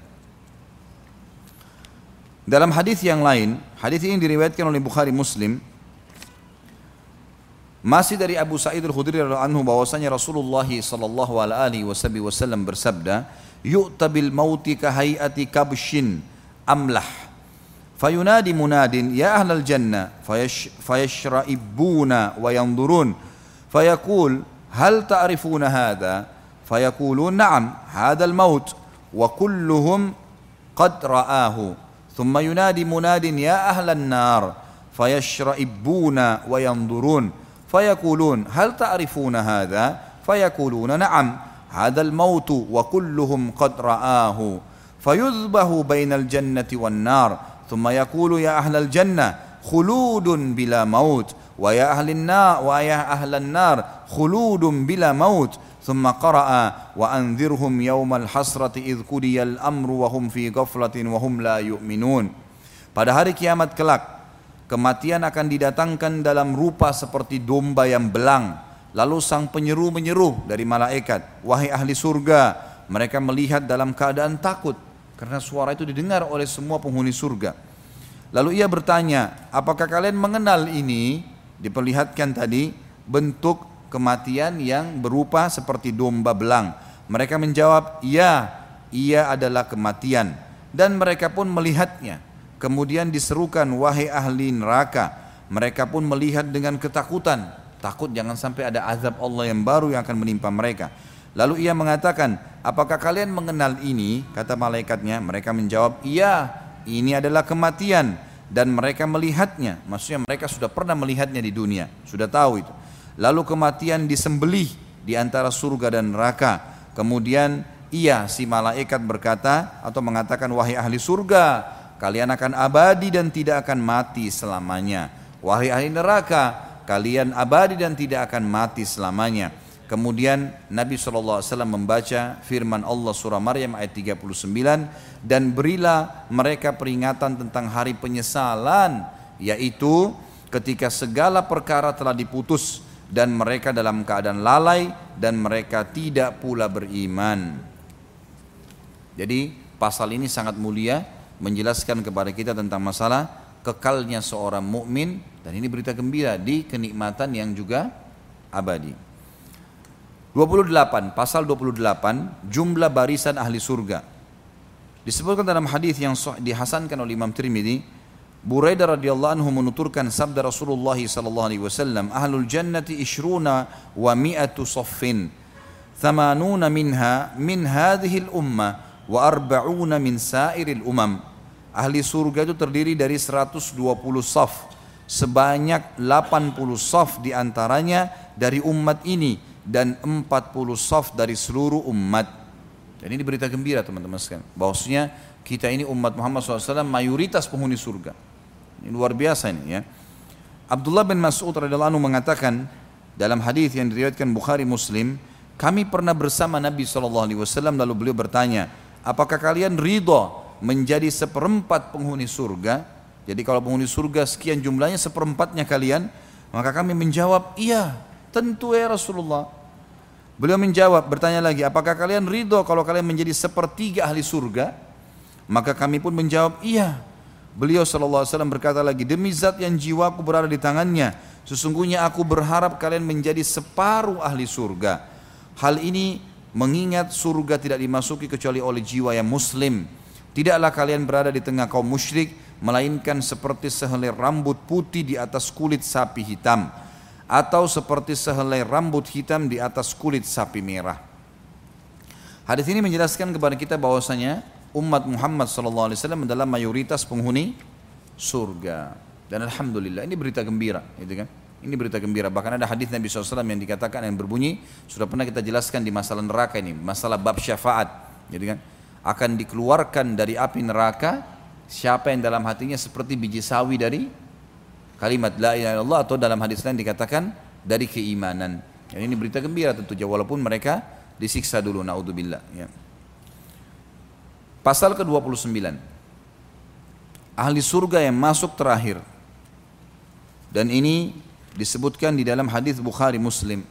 Dalam hadis yang lain, hadis ini diriwayatkan oleh Bukhari Muslim, masih dari Abu Sa'id Al-Khudri radhiyallahu anhu bahwasanya Rasulullah sallallahu alaihi wasallam bersabda, "Yu'ta bil mauti ka hay'ati kabshin amlah, fayunadi munadin ya ahlal jannah fayashra'ibuna wa yanzurun, fayaqul hal ta'rifuna hadha?" فيقولون نعم هذا الموت وكلهم قد رآه ثم ينادي مناد يا أهل النار فيشرئبون وينظرون فيقولون هل تعرفون هذا فيقولون نعم هذا الموت وكلهم قد رآه فيذبح بين الجنة والنار ثم يقول يا أهل الجنة خلود بلا موت ويا أهل النار ويا أهل النار خلود بلا موت ثم قرأ وأنذرهم يوم الحسرة إذ قضي الأمر وهم في غفلة وهم لا يؤمنون. Pada hari kiamat kelak, kematian akan didatangkan dalam rupa seperti domba yang belang. Lalu sang penyeru menyeru dari malaikat, wahai ahli surga. Mereka melihat dalam keadaan takut karena suara itu didengar oleh semua penghuni surga. Lalu ia bertanya, apakah kalian mengenal ini? Diperlihatkan tadi bentuk kematian yang berupa seperti domba belang. Mereka menjawab, ya, ia adalah kematian. Dan mereka pun melihatnya. Kemudian diserukan, wahai ahli neraka. Mereka pun melihat dengan ketakutan. Takut jangan sampai ada azab Allah yang baru yang akan menimpa mereka. Lalu ia mengatakan, apakah kalian mengenal ini? Kata malaikatnya. Mereka menjawab, iya, ini adalah kematian. Dan mereka melihatnya. Maksudnya mereka sudah pernah melihatnya di dunia. Sudah tahu itu. Lalu kematian disembelih di antara surga dan neraka. Kemudian ia si malaikat berkata atau mengatakan, wahai ahli surga, kalian akan abadi dan tidak akan mati selamanya. Wahai ahli neraka, kalian abadi dan tidak akan mati selamanya. Kemudian Nabi shallallahu alaihi wasallam membaca firman Allah surah Maryam ayat tiga puluh sembilan, dan berilah mereka peringatan tentang hari penyesalan, yaitu ketika segala perkara telah diputus dan mereka dalam keadaan lalai dan mereka tidak pula beriman. Jadi pasal ini sangat mulia, menjelaskan kepada kita tentang masalah kekalnya seorang mukmin, dan ini berita gembira di kenikmatan yang juga abadi. dua puluh delapan, pasal dua puluh delapan, jumlah barisan ahli surga. Disebutkan dalam hadis yang dihasankan oleh Imam Tirmidzi, Buraidah radhiyallahu anhu menuturkan sabda Rasulullah sallallahu alaihi wasallam, ahlul jannati ishruna wa mi'atu saffin, thamanuna minha min hadhihi al-ummah wa arba'una min sairil umam. Ahli surga itu terdiri dari seratus dua puluh saf, sebanyak delapan puluh saf diantaranya dari umat ini dan empat puluh saf dari seluruh umat. Dan ini berita gembira teman-teman sekalian, bahwasanya kita ini umat Muhammad shallallahu alaihi wasallam mayoritas penghuni surga. Ini luar biasa ini ya. Abdullah bin Mas'ud radhiyallahu anhu mengatakan dalam hadis yang diriwayatkan Bukhari Muslim, kami pernah bersama Nabi shallallahu alaihi wasallam, lalu beliau bertanya, apakah kalian ridha menjadi seperempat penghuni surga? Jadi kalau penghuni surga sekian jumlahnya, seperempatnya kalian? Maka kami menjawab, iya tentu ya Rasulullah. Beliau menjawab, bertanya lagi, apakah kalian ridha kalau kalian menjadi sepertiga ahli surga? Maka kami pun menjawab, iya. Beliau sallallahu alaihi wasallam berkata lagi, demi zat yang jiwaku berada di tangannya, sesungguhnya aku berharap kalian menjadi separuh ahli surga. Hal ini mengingat surga tidak dimasuki kecuali oleh jiwa yang muslim. Tidaklah kalian berada di tengah kaum musyrik, melainkan seperti sehelai rambut putih di atas kulit sapi hitam, atau seperti sehelai rambut hitam di atas kulit sapi merah. Hadis ini menjelaskan kepada kita bahwasanya umat Muhammad sallallahu alaihi wasallam adalah mayoritas penghuni surga. Dan alhamdulillah ini berita gembira, gitu kan? Ini berita gembira. Bahkan ada hadis Nabi shallallahu alaihi wasallam yang dikatakan, yang berbunyi, sudah pernah kita jelaskan di masalah neraka ini, masalah bab syafaat, gitu kan? Akan dikeluarkan dari api neraka siapa yang dalam hatinya seperti biji sawi dari kalimat la ilaha illallah, atau dalam hadis lain dikatakan dari keimanan. Dan ini berita gembira tentunya, walaupun mereka disiksa dulu, naudzubillah ya. Pasal ke dua puluh sembilan, ahli surga yang masuk terakhir, dan ini disebutkan di dalam hadis Bukhari Muslim.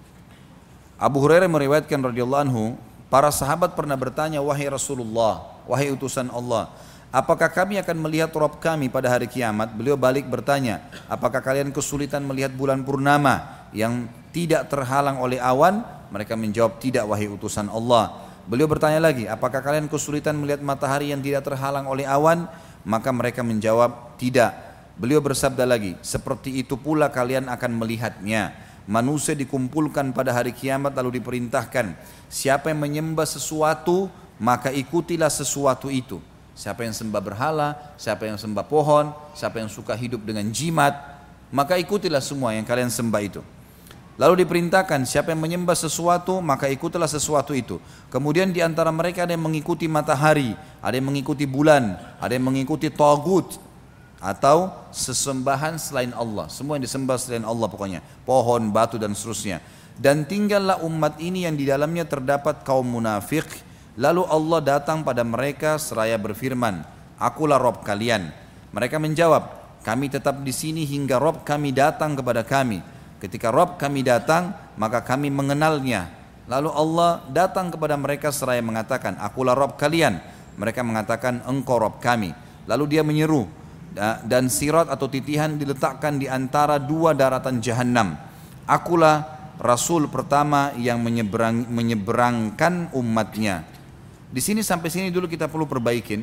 Abu Hurairah meriwayatkan radhiyallahu anhu, para sahabat pernah bertanya, wahai Rasulullah, wahai utusan Allah, apakah kami akan melihat Rabb kami pada hari kiamat? Beliau balik bertanya, apakah kalian kesulitan melihat bulan purnama yang tidak terhalang oleh awan? Mereka menjawab, tidak wahai utusan Allah. Beliau bertanya lagi, apakah kalian kesulitan melihat matahari yang tidak terhalang oleh awan? Maka mereka menjawab, tidak. Beliau bersabda lagi, seperti itu pula kalian akan melihatnya. Manusia dikumpulkan pada hari kiamat lalu diperintahkan, siapa yang menyembah sesuatu, maka ikutilah sesuatu itu. Siapa yang sembah berhala, siapa yang sembah pohon, siapa yang suka hidup dengan jimat, maka ikutilah semua yang kalian sembah itu. Lalu diperintahkan, siapa yang menyembah sesuatu, maka ikutilah sesuatu itu. Kemudian di antara mereka ada yang mengikuti matahari, ada yang mengikuti bulan, ada yang mengikuti tagut, atau sesembahan selain Allah. Semua yang disembah selain Allah pokoknya, pohon, batu dan seterusnya. Dan tinggallah umat ini yang di dalamnya terdapat kaum munafik. Lalu Allah datang pada mereka seraya berfirman, akulah Rabb kalian. Mereka menjawab, kami tetap di sini hingga Rabb kami datang kepada kami. Ketika Rabb kami datang, maka kami mengenalnya. Lalu Allah datang kepada mereka seraya mengatakan, akulah Rabb kalian. Mereka mengatakan, engkau Rabb kami. Lalu dia menyeru, dan sirat atau titihan diletakkan di antara dua daratan jahanam. Akulah Rasul pertama yang menyeberang, menyeberangkan umatnya. Di sini sampai sini dulu kita perlu perbaikin.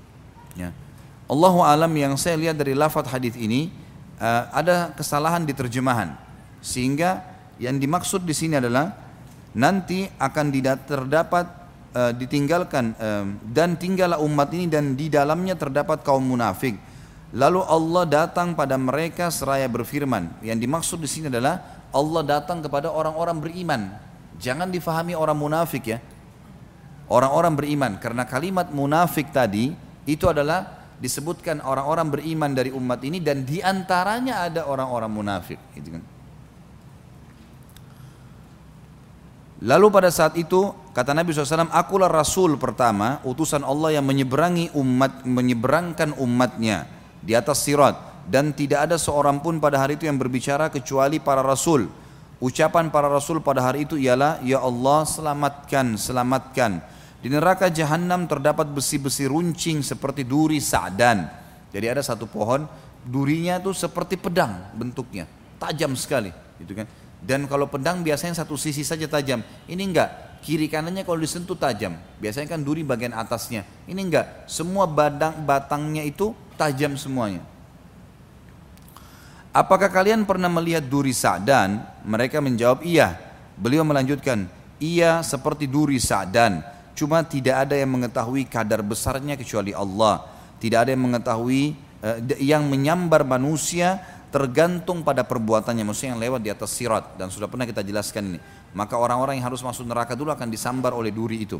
Ya. Allahu alam, yang saya lihat dari lafadz hadis ini uh, ada kesalahan di terjemahan. Sehingga yang dimaksud di sini adalah nanti akan terdapat uh, ditinggalkan uh, dan tinggallah umat ini dan di dalamnya terdapat kaum munafik. Lalu Allah datang pada mereka seraya berfirman. Yang dimaksud di sini adalah Allah datang kepada orang-orang beriman. Jangan difahami orang munafik ya. Orang-orang beriman, karena kalimat munafik tadi itu adalah disebutkan orang-orang beriman dari umat ini dan diantaranya ada orang-orang munafik. Gitu kan. Lalu pada saat itu kata Nabi shallallahu alaihi wasallam, akulah Rasul pertama, utusan Allah yang menyeberangi umat, menyeberangkan umatnya di atas sirat, dan tidak ada seorang pun pada hari itu yang berbicara kecuali para Rasul. Ucapan para Rasul pada hari itu ialah, ya Allah selamatkan, selamatkan. Di neraka jahanam terdapat besi-besi runcing seperti duri sa'dan. Jadi ada satu pohon durinya tuh seperti pedang bentuknya, tajam sekali, gitu kan. Dan kalau pedang biasanya satu sisi saja tajam, ini enggak, kiri kanannya kalau disentuh tajam. Biasanya kan duri bagian atasnya, ini enggak, semua badang, batangnya itu tajam semuanya. Apakah kalian pernah melihat duri Sa'dan? Mereka menjawab iya. Beliau melanjutkan, iya seperti duri Sa'dan, cuma tidak ada yang mengetahui kadar besarnya kecuali Allah. Tidak ada yang mengetahui eh, yang menyambar manusia tergantung pada perbuatannya, maksudnya yang lewat di atas sirat, dan sudah pernah kita jelaskan ini. Maka orang-orang yang harus masuk neraka dulu akan disambar oleh duri itu.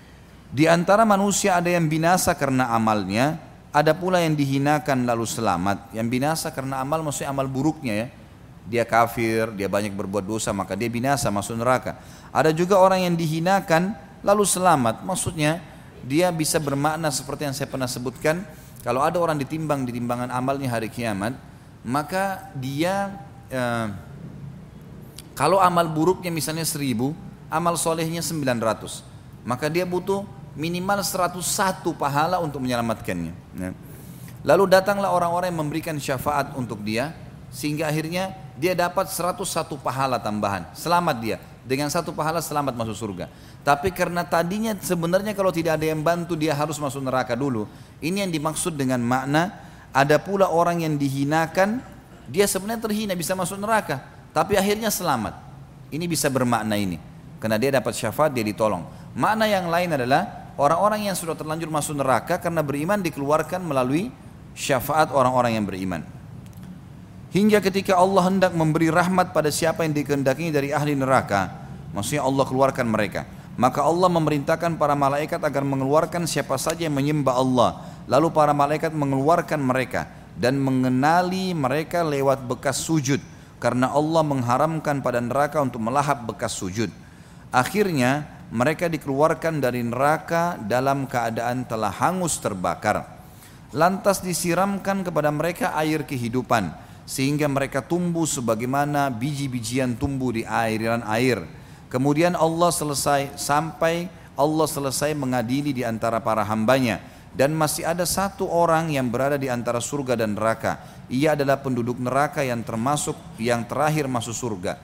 Di antara manusia ada yang binasa karena amalnya, ada pula yang dihinakan lalu selamat. Yang binasa karena amal maksudnya amal buruknya ya. Dia kafir, dia banyak berbuat dosa, maka dia binasa masuk neraka. Ada juga orang yang dihinakan lalu selamat, maksudnya dia bisa bermakna seperti yang saya pernah sebutkan. Kalau ada orang ditimbang di timbangan amalnya hari kiamat, maka dia eh, kalau amal buruknya misalnya seribu, amal solehnya sembilan ratus, maka dia butuh minimal seratus satu pahala untuk menyelamatkannya. Nah, lalu datanglah orang-orang yang memberikan syafaat untuk dia, sehingga akhirnya dia dapat seratus satu pahala tambahan, selamat dia, dengan satu pahala selamat masuk surga. Tapi karena tadinya sebenarnya kalau tidak ada yang bantu dia harus masuk neraka dulu. Ini yang dimaksud dengan makna. Ada pula orang yang dihinakan, dia sebenarnya terhina bisa masuk neraka, tapi akhirnya selamat. Ini bisa bermakna ini, karena dia dapat syafaat, dia ditolong. Makna yang lain adalah orang-orang yang sudah terlanjur masuk neraka karena beriman dikeluarkan melalui syafaat orang-orang yang beriman. Hingga ketika Allah hendak memberi rahmat pada siapa yang dikehendakinya dari ahli neraka, maksudnya Allah keluarkan mereka, maka Allah memerintahkan para malaikat agar mengeluarkan siapa saja yang menyembah Allah. Lalu para malaikat mengeluarkan mereka dan mengenali mereka lewat bekas sujud, karena Allah mengharamkan pada neraka untuk melahap bekas sujud. Akhirnya mereka dikeluarkan dari neraka dalam keadaan telah hangus terbakar. Lantas disiramkan kepada mereka air kehidupan, sehingga mereka tumbuh sebagaimana biji-bijian tumbuh di aliran air. Kemudian Allah selesai sampai Allah selesai mengadili di antara para hambanya, dan masih ada satu orang yang berada di antara surga dan neraka. Ia adalah penduduk neraka yang termasuk yang terakhir masuk surga.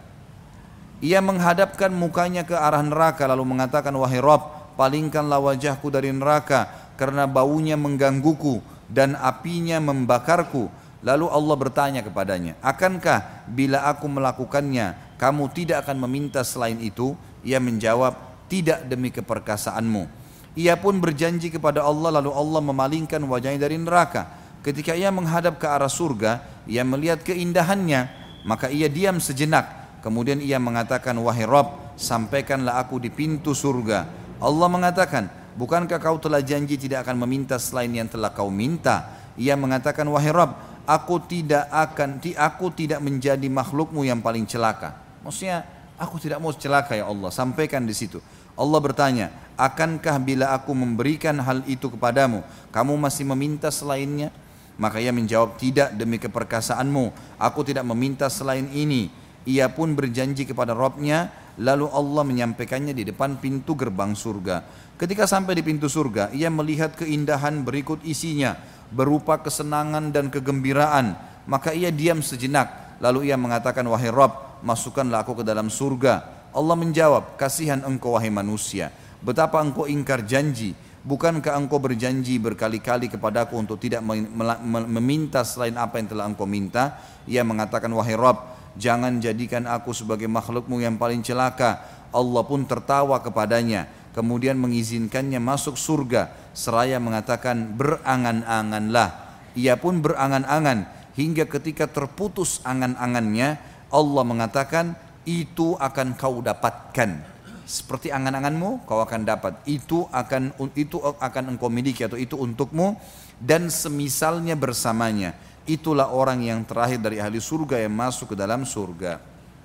Ia menghadapkan mukanya ke arah neraka lalu mengatakan, wahai Rabb, palingkanlah wajahku dari neraka karena baunya menggangguku dan apinya membakarku. Lalu Allah bertanya kepadanya, akankah bila aku melakukannya kamu tidak akan meminta selain itu? Ia menjawab, tidak demi keperkasaanmu. Ia pun berjanji kepada Allah, lalu Allah memalingkan wajahnya dari neraka. Ketika ia menghadap ke arah surga, ia melihat keindahannya, maka ia diam sejenak. Kemudian ia mengatakan, wahai Rabb, sampaikanlah aku di pintu surga. Allah mengatakan, bukankah kau telah janji tidak akan meminta selain yang telah kau minta? Ia mengatakan, wahai Rabb, aku tidak akan, aku tidak menjadi makhlukmu yang paling celaka. Maksudnya, aku tidak mau celaka ya Allah, sampaikan di situ. Allah bertanya, akankah bila aku memberikan hal itu kepadamu, kamu masih meminta selainnya? Maka ia menjawab, tidak demi keperkasaanmu, aku tidak meminta selain ini. Ia pun berjanji kepada Rabbnya, lalu Allah menyampaikannya di depan pintu gerbang surga. Ketika sampai di pintu surga, ia melihat keindahan berikut isinya, berupa kesenangan dan kegembiraan. Maka ia diam sejenak, lalu ia mengatakan, wahai Rabb, masukkanlah aku ke dalam surga. Allah menjawab, kasihan engkau wahai manusia, betapa engkau ingkar janji. Bukankah engkau berjanji berkali-kali kepadaku untuk tidak meminta selain apa yang telah engkau minta? Ia mengatakan, wahai Rabb, jangan jadikan aku sebagai makhlukmu yang paling celaka. Allah pun tertawa kepadanya, kemudian mengizinkannya masuk surga, seraya mengatakan, berangan-anganlah. Ia pun berangan-angan, hingga ketika terputus angan-angannya, Allah mengatakan, itu akan kau dapatkan. Seperti angan-anganmu kau akan dapat. Itu akan itu akan engkau miliki atau itu untukmu dan semisalnya bersamanya. Itulah orang yang terakhir dari ahli surga yang masuk ke dalam surga.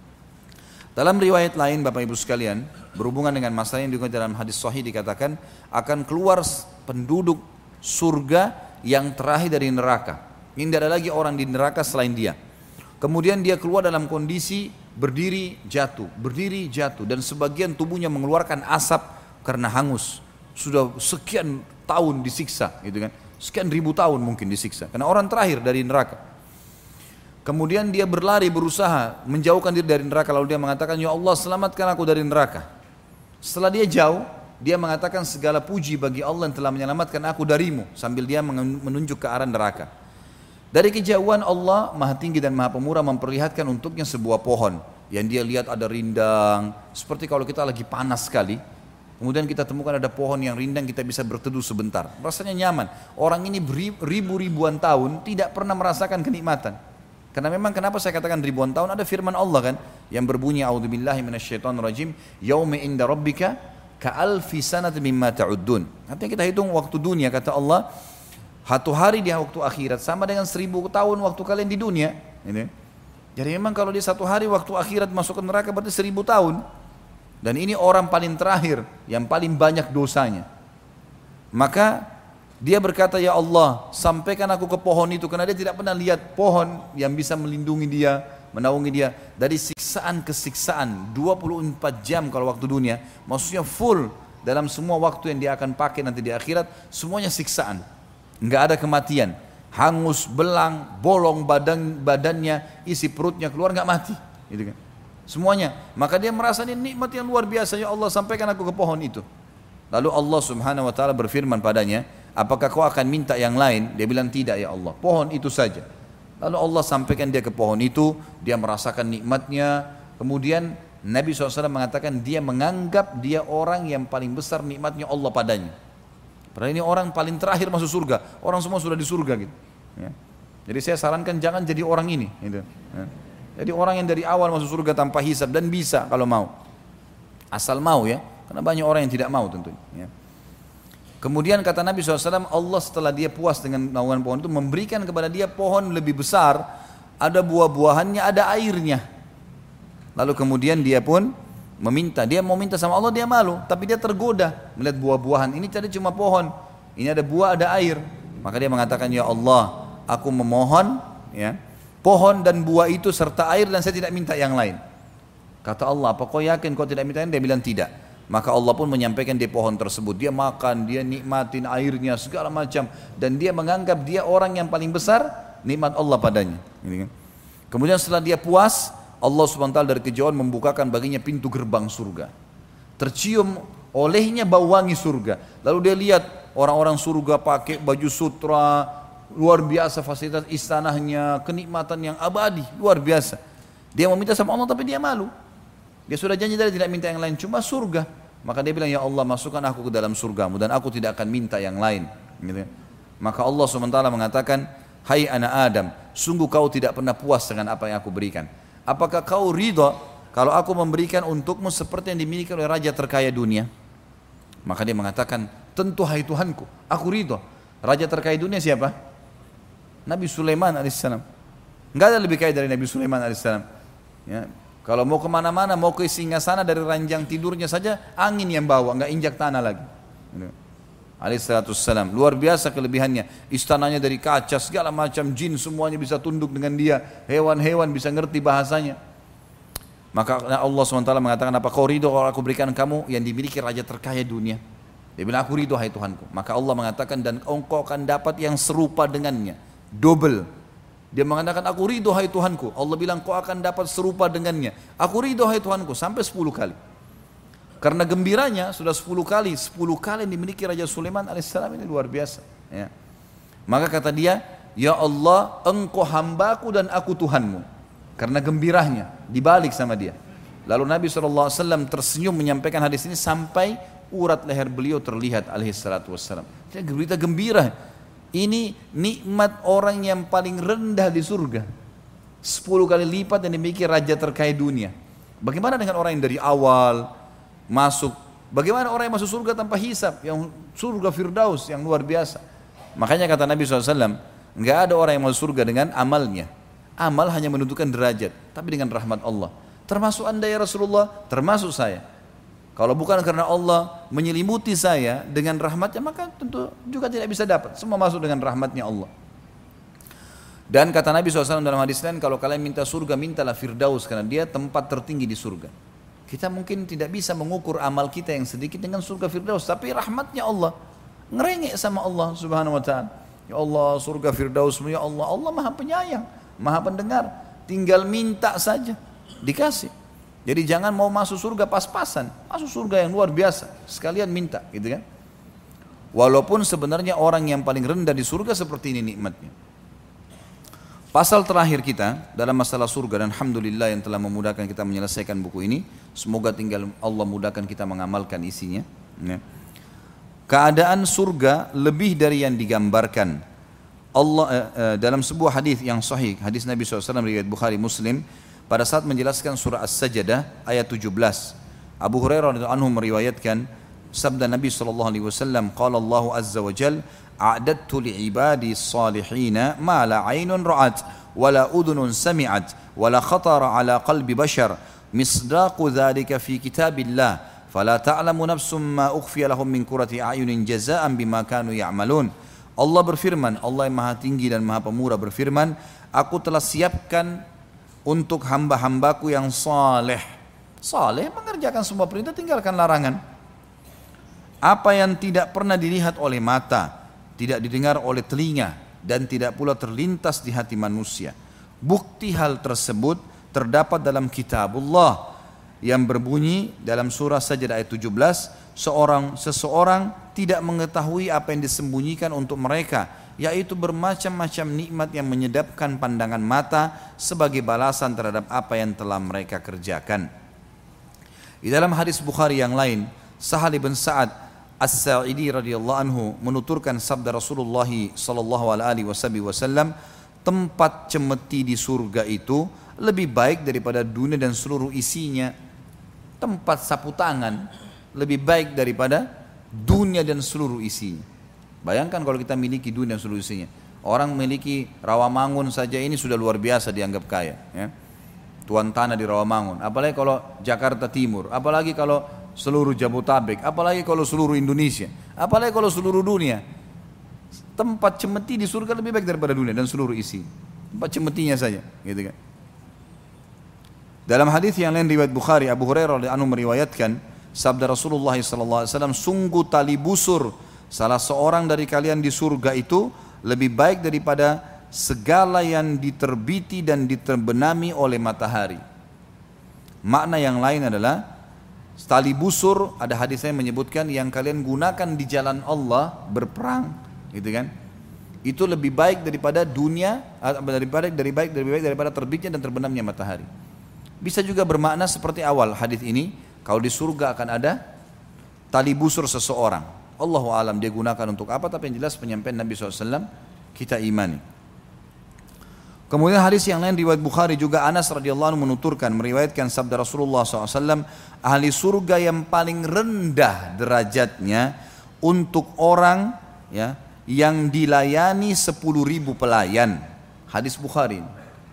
Dalam riwayat lain Bapak Ibu sekalian, berhubungan dengan masalah yang dikutip dalam hadis sahih dikatakan akan keluar penduduk surga yang terakhir dari neraka. Ini tidak ada lagi orang di neraka selain dia. Kemudian dia keluar dalam kondisi berdiri jatuh, berdiri jatuh, dan sebagian tubuhnya mengeluarkan asap karena hangus. Sudah sekian tahun disiksa, gitu kan? Sekian ribu tahun mungkin disiksa. Karena orang terakhir dari neraka. Kemudian dia berlari berusaha menjauhkan diri dari neraka, lalu dia mengatakan, ya Allah selamatkan aku dari neraka. Setelah dia jauh, dia mengatakan segala puji bagi Allah yang telah menyelamatkan aku darimu, sambil dia menunjuk ke arah neraka. Dari kejauhan Allah Maha Tinggi dan Maha Pemurah memperlihatkan untuknya sebuah pohon yang dia lihat ada rindang, seperti kalau kita lagi panas sekali. Kemudian kita temukan ada pohon yang rindang, kita bisa berteduh sebentar, rasanya nyaman. Orang ini ribu-ribuan tahun tidak pernah merasakan kenikmatan. Karena memang kenapa saya katakan ribuan tahun, ada firman Allah kan yang berbunyi a'udzubillahi minasyaitonirrajim, yauma inda rabbika ka'alfi sanat mimma ta'uddun. Artinya kita hitung waktu dunia, kata Allah, satu hari di waktu akhirat sama dengan seribu tahun waktu kalian di dunia. Ini. Jadi memang kalau dia satu hari waktu akhirat masuk ke neraka berarti seribu tahun. Dan ini orang paling terakhir yang paling banyak dosanya. Maka dia berkata, ya Allah sampaikan aku ke pohon itu, karena dia tidak pernah lihat pohon yang bisa melindungi dia, menaungi dia dari siksaan ke siksaan dua puluh empat jam kalau waktu dunia, maksudnya full dalam semua waktu yang dia akan pakai nanti di akhirat, semuanya siksaan, nggak ada kematian, hangus, belang, bolong badan badannya, isi perutnya keluar nggak mati, gitu kan, semuanya. Maka dia merasa ini nikmat yang luar biasa, ya Allah sampaikan aku ke pohon itu. Lalu Allah Subhanahu Wa Taala berfirman padanya, apakah kau akan minta yang lain? Dia bilang tidak ya Allah, pohon itu saja. Lalu Allah sampaikan dia ke pohon itu, dia merasakan nikmatnya. Kemudian Nabi shallallahu alaihi wasallam mengatakan dia menganggap dia orang yang paling besar nikmatnya Allah padanya. Padahal ini orang paling terakhir masuk surga, orang semua sudah di surga gitu. Ya. Jadi saya sarankan jangan jadi orang ini. Gitu. Ya. Jadi orang yang dari awal masuk surga tanpa hisab, dan bisa kalau mau, asal mau ya, karena banyak orang yang tidak mau tentunya. Ya. Kemudian kata Nabi shallallahu alaihi wasallam, Allah setelah dia puas dengan naungan pohon itu memberikan kepada dia pohon lebih besar, ada buah-buahannya, ada airnya. Lalu kemudian dia pun meminta, dia mau minta sama Allah, dia malu, tapi dia tergoda melihat buah-buahan. Ini tadi cuma pohon, ini ada buah, ada air. Maka dia mengatakan, ya Allah aku memohon ya, pohon dan buah itu serta air, dan saya tidak minta yang lain. Kata Allah, apa kau yakin kau tidak minta yang? Dia bilang tidak. Maka Allah pun menyampaikan di pohon tersebut, dia makan, dia nikmatin airnya segala macam, dan dia menganggap dia orang yang paling besar nikmat Allah padanya. Kemudian setelah dia puas, Allah subhanahu wa taala dari kejauhan membukakan baginya pintu gerbang surga. Tercium olehnya bau wangi surga. Lalu dia lihat orang-orang surga pakai baju sutra, luar biasa fasilitas istanahnya, kenikmatan yang abadi, luar biasa. Dia mau minta sama Allah tapi dia malu. Dia sudah janji tadi tidak minta yang lain, cuma surga. Maka dia bilang, ya Allah masukkan aku ke dalam surgamu, dan aku tidak akan minta yang lain. Gitu. Maka Allah subhanahu wa taala mengatakan, hai anak Adam, sungguh kau tidak pernah puas dengan apa yang aku berikan. Apakah kau ridha kalau aku memberikan untukmu seperti yang dimiliki oleh raja terkaya dunia? Maka dia mengatakan, tentu hai Tuhanku, aku ridha. Raja terkaya dunia siapa? Nabi Sulaiman alaihissalam. Enggak ada lebih kaya dari Nabi Sulaiman alaihissalam. Ya. Kalau mau kemana-mana, mau ke singgasana, dari ranjang tidurnya saja angin yang bawa, enggak injak tanah lagi. Alaihissalam, luar biasa kelebihannya. Istananya dari kaca, segala macam jin semuanya bisa tunduk dengan dia. Hewan-hewan bisa ngerti bahasanya. Maka Allah subhanahu wa taala mengatakan, apa kau ridho kalau aku berikan kamu yang dimiliki raja terkaya dunia? Dia bilang, aku ridho hai Tuhanku. Maka Allah mengatakan, dan engkau akan dapat yang serupa dengannya, double. Dia mengatakan, aku ridho hai Tuhanku. Allah bilang, kau akan dapat serupa dengannya. Aku ridho hai Tuhanku, sampai sepuluh kali. Karena gembiranya sudah sepuluh kali, sepuluh kali yang dimiliki Raja Sulaiman alaihissalam, ini luar biasa. Ya. Maka kata dia, ya Allah, engkau hambaku dan aku Tuhanmu. Karena gembiranya, dibalik sama dia. Lalu Nabi shallallahu alaihi wasallam tersenyum menyampaikan hadis ini sampai urat leher beliau terlihat alaihissalatu wassalam. Dia berita gembira. Ini nikmat orang yang paling rendah di surga, sepuluh kali lipat yang dimiliki raja terkaya dunia. Bagaimana dengan orang yang dari awal masuk? Bagaimana orang yang masuk surga tanpa hisab, yang surga Firdaus yang luar biasa? Makanya kata Nabi shallallahu alaihi wasallam, enggak ada orang yang masuk surga dengan amalnya. Amal hanya menentukan derajat, tapi dengan rahmat Allah. Termasuk anda ya Rasulullah, termasuk saya. Kalau bukan karena Allah menyelimuti saya dengan rahmatnya, maka tentu juga tidak bisa dapat. Semua masuk dengan rahmatnya Allah. Dan kata Nabi shallallahu alaihi wasallam dalam hadis lain, kalau kalian minta surga, mintalah Firdaus, karena dia tempat tertinggi di surga. Kita mungkin tidak bisa mengukur amal kita yang sedikit dengan surga Firdaus, tapi rahmatnya Allah. Ngerengek sama Allah subhanahu wa ta'ala. Ya Allah, surga Firdaus, ya Allah, Allah maha penyayang. maha pendengar. Tinggal minta saja, dikasih. Jadi jangan mau masuk surga pas-pasan, masuk surga yang luar biasa, sekalian minta, gitu kan. Walaupun sebenarnya orang yang paling rendah di surga seperti ini nikmatnya. Pasal terakhir kita dalam masalah surga, dan alhamdulillah yang telah memudahkan kita menyelesaikan buku ini. Semoga tinggal Allah mudahkan kita mengamalkan isinya. Ya. Keadaan surga lebih dari yang digambarkan. Allah eh, eh, dalam sebuah hadis yang sahih, hadis Nabi shallallahu alaihi wasallam riwayat Bukhari Muslim, pada saat menjelaskan surah As-Sajdah ayat tujuh belas, Abu Hurairah radhiyallahu anhu meriwayatkan sabda Nabi shallallahu alaihi wasallam, qala Allah azza wa jalla, a'dadtu li'ibadi salihina ma la 'ainun ra'at wa la udhunun sami'at wa la khatara 'ala qalbi bashar misdaqu dhalika fi kitabillah fala ta'lamu nafsum ma ukhfiya lahum min qurrati a'yunin jazaa'an bima kanu ya'malun. Allah berfirman, Allah yang maha tinggi dan maha pemurah berfirman, aku telah siapkan untuk hamba-hambaku yang saleh. Saleh mengerjakan semua perintah, tinggalkan larangan. Apa yang tidak pernah dilihat oleh mata, tidak didengar oleh telinga, dan tidak pula terlintas di hati manusia. Bukti hal tersebut terdapat dalam kitabullah yang berbunyi dalam surah Sajdah ayat tujuh belas, seorang seseorang tidak mengetahui apa yang disembunyikan untuk mereka, yaitu bermacam-macam nikmat yang menyedapkan pandangan mata sebagai balasan terhadap apa yang telah mereka kerjakan. Di dalam hadis Bukhari yang lain, Sahal bin Sa'ad As-Sa'idi radhiyallahu anhu menuturkan sabda Rasulullah sallallahu alaihi wasallam, tempat cemeti di surga itu lebih baik daripada dunia dan seluruh isinya. Tempat sapu tangan lebih baik daripada dunia dan seluruh isinya. Bayangkan kalau kita miliki dunia dan seluruh isinya. Orang memiliki Rawamangun saja ini sudah luar biasa dianggap kaya, ya. Tuan tanah di Rawamangun. Apalagi kalau Jakarta Timur, apalagi kalau seluruh Jabotabek, apalagi kalau seluruh Indonesia, apalagi kalau seluruh dunia. Tempat cemeti di surga lebih baik daripada dunia dan seluruh isi. Tempat cemetinya saja, gitu kan. Dalam hadis yang lain riwayat Bukhari, Abu Hurairah radhiyallahu anhu meriwayatkan sabda Rasulullah sallallahu alaihi wasallam, sungguh tali busur salah seorang dari kalian di surga itu lebih baik daripada segala yang diterbiti dan diterbenami oleh matahari. Makna yang lain adalah tali busur, ada hadis yang menyebutkan yang kalian gunakan di jalan Allah berperang, gitu kan? Itu lebih baik daripada dunia, daripada dari baik lebih baik daripada terbitnya dan terbenamnya matahari. Bisa juga bermakna seperti awal hadis ini, kalau di surga akan ada tali busur seseorang. Allahu alam dia gunakan untuk apa, tapi yang jelas penyampaian Nabi shallallahu alaihi wasallam kita imani. Kemudian hadis yang lain riwayat Bukhari juga, Anas radhiyallahu anhu menuturkan, meriwayatkan sabda Rasulullah shallallahu alaihi wasallam, ahli surga yang paling rendah derajatnya untuk orang, ya, yang dilayani sepuluh ribu pelayan. Hadis Bukhari.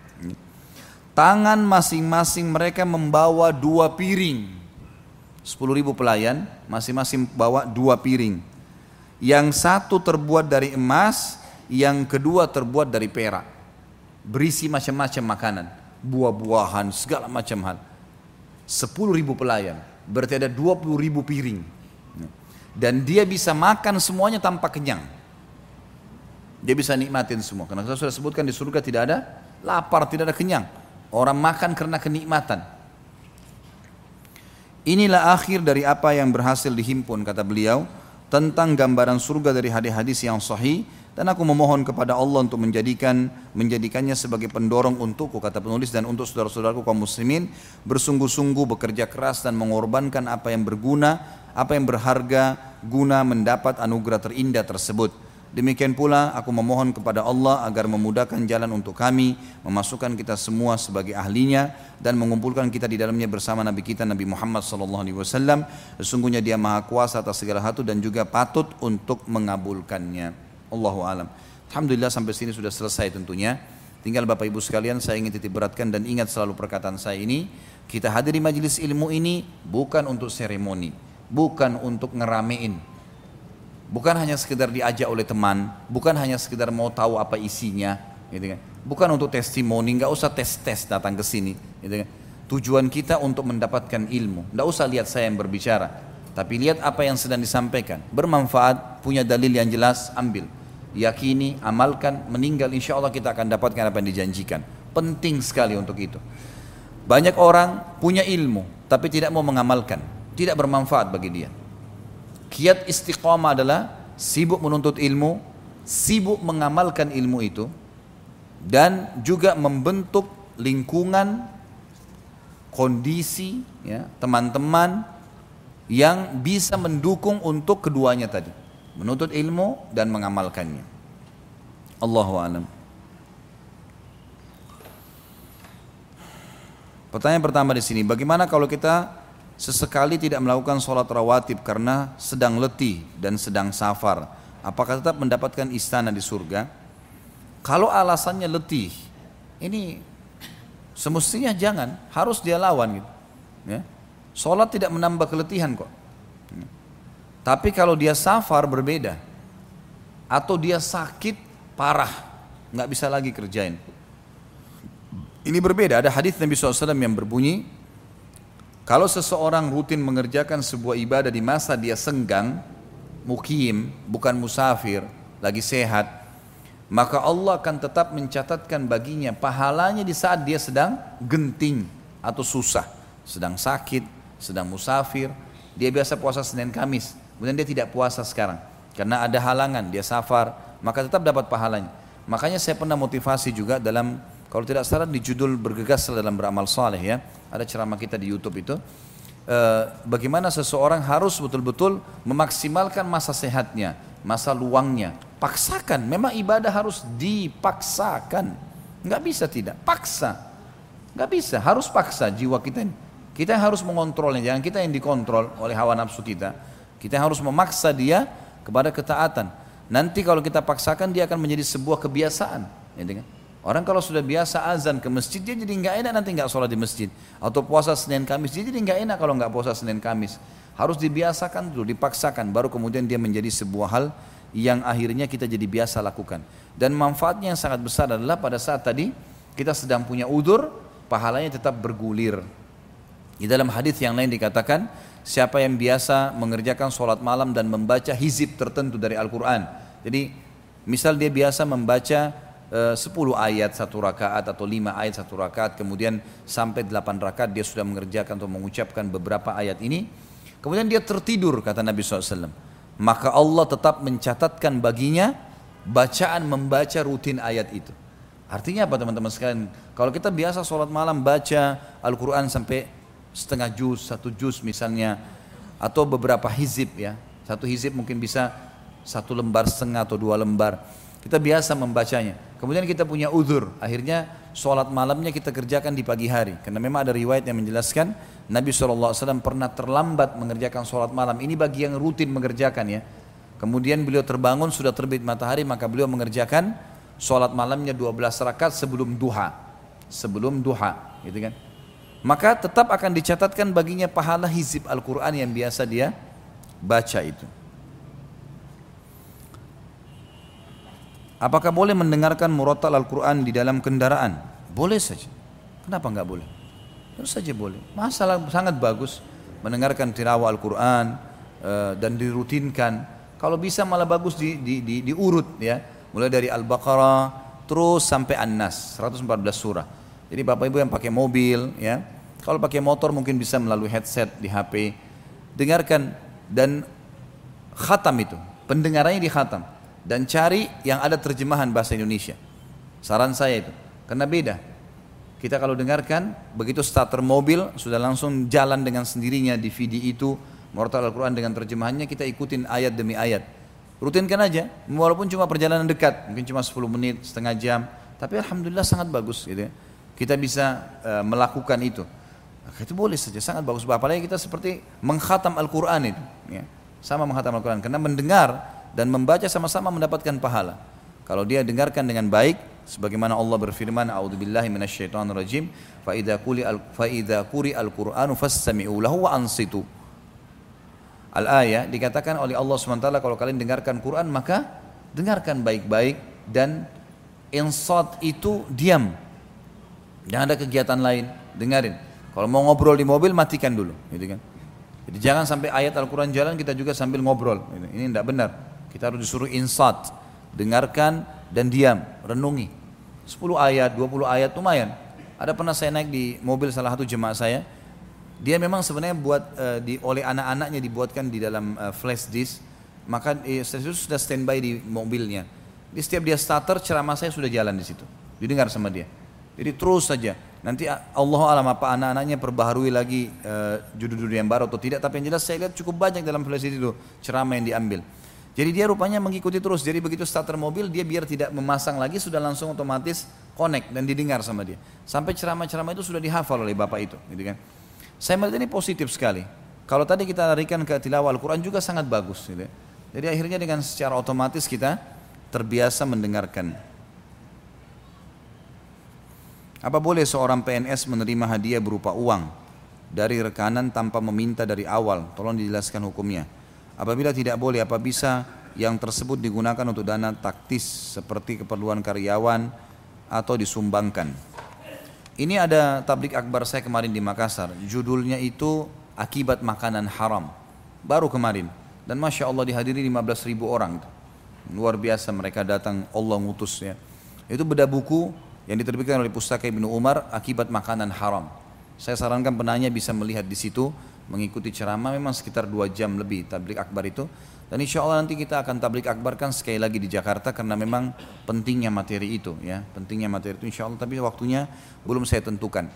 Tangan masing-masing mereka membawa dua piring. Sepuluh ribu pelayan masing-masing bawa dua piring. Yang satu terbuat dari emas, yang kedua terbuat dari perak. Berisi macam-macam makanan, buah-buahan, segala macam hal. Sepuluh ribu pelayan, berarti ada dua puluh ribu piring. Dan dia bisa makan semuanya tanpa kenyang. Dia bisa nikmatin semua. Karena saya sudah sebutkan di surga tidak ada lapar, tidak ada kenyang. Orang makan karena kenikmatan. Inilah akhir dari apa yang berhasil dihimpun, kata beliau, tentang gambaran surga dari hadis-hadis yang sahih, dan aku memohon kepada Allah untuk menjadikan menjadikannya sebagai pendorong untukku, kata penulis, dan untuk saudara-saudaraku kaum muslimin, bersungguh-sungguh bekerja keras dan mengorbankan apa yang berguna, apa yang berharga, guna mendapat anugerah terindah tersebut. Demikian pula aku memohon kepada Allah agar memudahkan jalan untuk kami, memasukkan kita semua sebagai ahlinya, dan mengumpulkan kita di dalamnya bersama Nabi kita Nabi Muhammad sallallahu alaihi wasallam. Sesungguhnya dia maha kuasa atas segala hal dan juga patut untuk mengabulkannya. Allahu alam. Alhamdulillah sampai sini sudah selesai tentunya. Tinggal Bapak Ibu sekalian saya ingin titip beratkan dan ingat selalu perkataan saya ini. Kita hadiri majelis ilmu ini bukan untuk seremoni, bukan untuk ngeramein. Bukan hanya sekedar diajak oleh teman, bukan hanya sekedar mau tahu apa isinya, gitu kan. Bukan untuk testimoni, nggak usah tes-tes datang ke sini, gitu kan. Tujuan kita untuk mendapatkan ilmu. Nggak usah lihat saya yang berbicara, tapi lihat apa yang sedang disampaikan. Bermanfaat, punya dalil yang jelas, ambil. Yakini, amalkan, meninggal, insya Allah kita akan dapatkan apa yang dijanjikan. Penting sekali untuk itu. Banyak orang punya ilmu tapi tidak mau mengamalkan, tidak bermanfaat bagi dia. Kiat istiqamah adalah sibuk menuntut ilmu, sibuk mengamalkan ilmu itu, dan juga membentuk lingkungan, kondisi, ya, teman-teman yang bisa mendukung untuk keduanya tadi, menuntut ilmu dan mengamalkannya. Allahu a'lam. Pertanyaan pertama di sini, bagaimana kalau kita sesekali tidak melakukan sholat rawatib karena sedang letih dan sedang safar, apakah tetap mendapatkan istana di surga? Kalau alasannya letih, ini semestinya jangan, harus dia lawan gitu. Ya. Sholat tidak menambah keletihan kok. Tapi kalau dia safar berbeda, atau dia sakit parah, nggak bisa lagi kerjain. Ini berbeda. Ada hadis Nabi shallallahu alaihi wasallam yang berbunyi, kalau seseorang rutin mengerjakan sebuah ibadah di masa dia senggang, mukim, bukan musafir, lagi sehat, maka Allah akan tetap mencatatkan baginya pahalanya di saat dia sedang genting atau susah, sedang sakit, sedang musafir. Dia biasa puasa Senin Kamis, kemudian dia tidak puasa sekarang karena ada halangan, dia safar, maka tetap dapat pahalanya. Makanya saya pernah motivasi juga dalam, kalau tidak salah di judul bergegas dalam beramal saleh, ya, ada ceramah kita di YouTube itu, e, bagaimana seseorang harus betul-betul memaksimalkan masa sehatnya, masa luangnya. Paksakan, memang ibadah harus dipaksakan, nggak bisa tidak, paksa, nggak bisa, harus paksa jiwa kita ini. Kita harus mengontrolnya, jangan kita yang dikontrol oleh hawa nafsu kita. Kita harus memaksa dia kepada ketaatan. Nanti kalau kita paksakan dia akan menjadi sebuah kebiasaan. Ya, orang kalau sudah biasa azan ke masjid, dia jadi nggak enak nanti nggak sholat di masjid. Atau puasa Senin Kamis, dia jadi nggak enak kalau nggak puasa Senin Kamis. Harus dibiasakan dulu, dipaksakan, baru kemudian dia menjadi sebuah hal yang akhirnya kita jadi biasa lakukan. Dan manfaatnya yang sangat besar adalah pada saat tadi kita sedang punya udzur, pahalanya tetap bergulir. Di dalam hadis yang lain dikatakan, siapa yang biasa mengerjakan sholat malam dan membaca hizib tertentu dari Al-Quran. Jadi misal dia biasa membaca e, sepuluh ayat satu rakaat atau lima ayat satu rakaat, kemudian sampai delapan rakaat dia sudah mengerjakan atau mengucapkan beberapa ayat ini, kemudian dia tertidur, kata Nabi shallallahu alaihi wasallam, maka Allah tetap mencatatkan baginya bacaan membaca rutin ayat itu. Artinya apa teman-teman sekalian? Kalau kita biasa sholat malam baca Al-Quran sampai setengah juz, satu juz misalnya, atau beberapa hizib, ya, satu hizib mungkin bisa satu lembar setengah atau dua lembar, kita biasa membacanya, kemudian kita punya uzur, akhirnya sholat malamnya kita kerjakan di pagi hari, karena memang ada riwayat yang menjelaskan Nabi shallallahu alaihi wasallam pernah terlambat mengerjakan sholat malam. Ini bagi yang rutin mengerjakan, ya. Kemudian beliau terbangun sudah terbit matahari, maka beliau mengerjakan sholat malamnya dua belas rakaat sebelum duha, sebelum duha, gitu kan. Maka tetap akan dicatatkan baginya pahala hizib Al-Quran yang biasa dia baca itu. Apakah boleh mendengarkan murattal Al-Quran di dalam kendaraan? Boleh saja. Kenapa enggak boleh? Terus saja boleh. Masalah sangat bagus mendengarkan tilawah Al-Quran e, dan dirutinkan. Kalau bisa malah bagus di, di, di, diurut, ya. Mulai dari Al-Baqarah terus sampai An-Nas, seratus empat belas surah. Jadi bapak ibu yang pakai mobil, ya, kalau pakai motor mungkin bisa melalui headset di H P, dengarkan dan khatam itu, pendengarannya di khatam, dan cari yang ada terjemahan bahasa Indonesia. Saran saya itu, karena beda. Kita kalau dengarkan, begitu starter mobil sudah langsung jalan dengan sendirinya D V D itu, murattal Al-Quran dengan terjemahannya, kita ikutin ayat demi ayat. Rutinkan aja, walaupun cuma perjalanan dekat, mungkin cuma sepuluh menit, setengah jam, tapi alhamdulillah sangat bagus, gitu ya. Kita bisa uh, melakukan itu. Nah, itu boleh saja, sangat bagus. Apalagi kita seperti mengkhatam Al-Quran itu, ya. Sama mengkhatam Al-Quran, karena mendengar dan membaca sama-sama mendapatkan pahala. Kalau dia dengarkan dengan baik, sebagaimana Allah berfirman, A'udzubillahi minasyaitonirrajim, fa idza quli al fa idza quri al-Qur'anu fastami'u lahu wa ansitu. Al-ayah dikatakan oleh Allah subhanahu wa taala, kalau kalian dengarkan Quran maka dengarkan baik-baik dan insat itu diam. Jangan ada kegiatan lain, dengarin. Kalau mau ngobrol di mobil matikan dulu, gitu kan. Jadi jangan sampai ayat Al-Quran jalan kita juga sambil ngobrol. Ini tidak benar. Kita harus disuruh insat, dengarkan dan diam, renungi. sepuluh ayat, dua puluh ayat lumayan. Ada pernah saya naik di mobil salah satu jemaah saya, dia memang sebenarnya buat uh, di, oleh anak-anaknya dibuatkan di dalam uh, flash disk, maka eh, itu sudah standby di mobilnya. Di setiap dia starter, ceramah saya sudah jalan di situ, didengar sama dia. Jadi terus saja. Nanti Allah alam apa anak-anaknya perbaharui lagi uh, judul-judul yang baru atau tidak. Tapi yang jelas saya lihat cukup banyak dalam flash itu ceramah yang diambil. Jadi dia rupanya mengikuti terus. Jadi begitu starter mobil dia biar tidak memasang lagi sudah langsung otomatis connect dan didengar sama dia. Sampai ceramah-ceramah itu sudah dihafal oleh bapak itu, gitu kan. Saya melihat ini positif sekali. Kalau tadi kita larikan ke tilawah Al-Quran juga sangat bagus, gitu ya. Jadi akhirnya dengan secara otomatis kita terbiasa mendengarkan. Apa boleh seorang P N S menerima hadiah berupa uang dari rekanan tanpa meminta dari awal? Tolong dijelaskan hukumnya. Apabila tidak boleh, apa bisa yang tersebut digunakan untuk dana taktis seperti keperluan karyawan atau disumbangkan? Ini ada tablik akbar saya kemarin di Makassar. Judulnya itu Akibat Makanan Haram. Baru kemarin. Dan Masya Allah dihadiri lima belas ribu orang. Luar biasa mereka datang, Allah ngutus ya. Itu beda buku yang diterbitkan oleh Pustaka Ibnu Umar, Akibat Makanan Haram. Saya sarankan penanya bisa melihat di situ, mengikuti ceramah memang sekitar dua jam lebih tablik akbar itu. Dan insya Allah nanti kita akan tablik akbarkan sekali lagi di Jakarta karena memang pentingnya materi itu ya, pentingnya materi itu insya Allah. Tapi waktunya belum saya tentukan.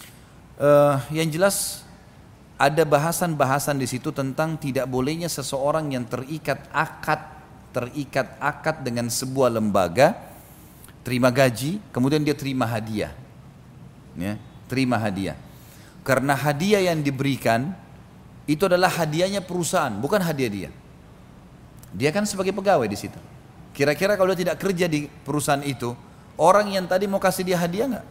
Uh, yang jelas ada bahasan-bahasan di situ tentang tidak bolehnya seseorang yang terikat akad terikat akad dengan sebuah lembaga, terima gaji, kemudian dia terima hadiah, ya, terima hadiah. Karena hadiah yang diberikan itu adalah hadiahnya perusahaan, bukan hadiah dia. Dia kan sebagai pegawai di situ. Kira-kira kalau dia tidak kerja di perusahaan itu, orang yang tadi mau kasih dia hadiah nggak?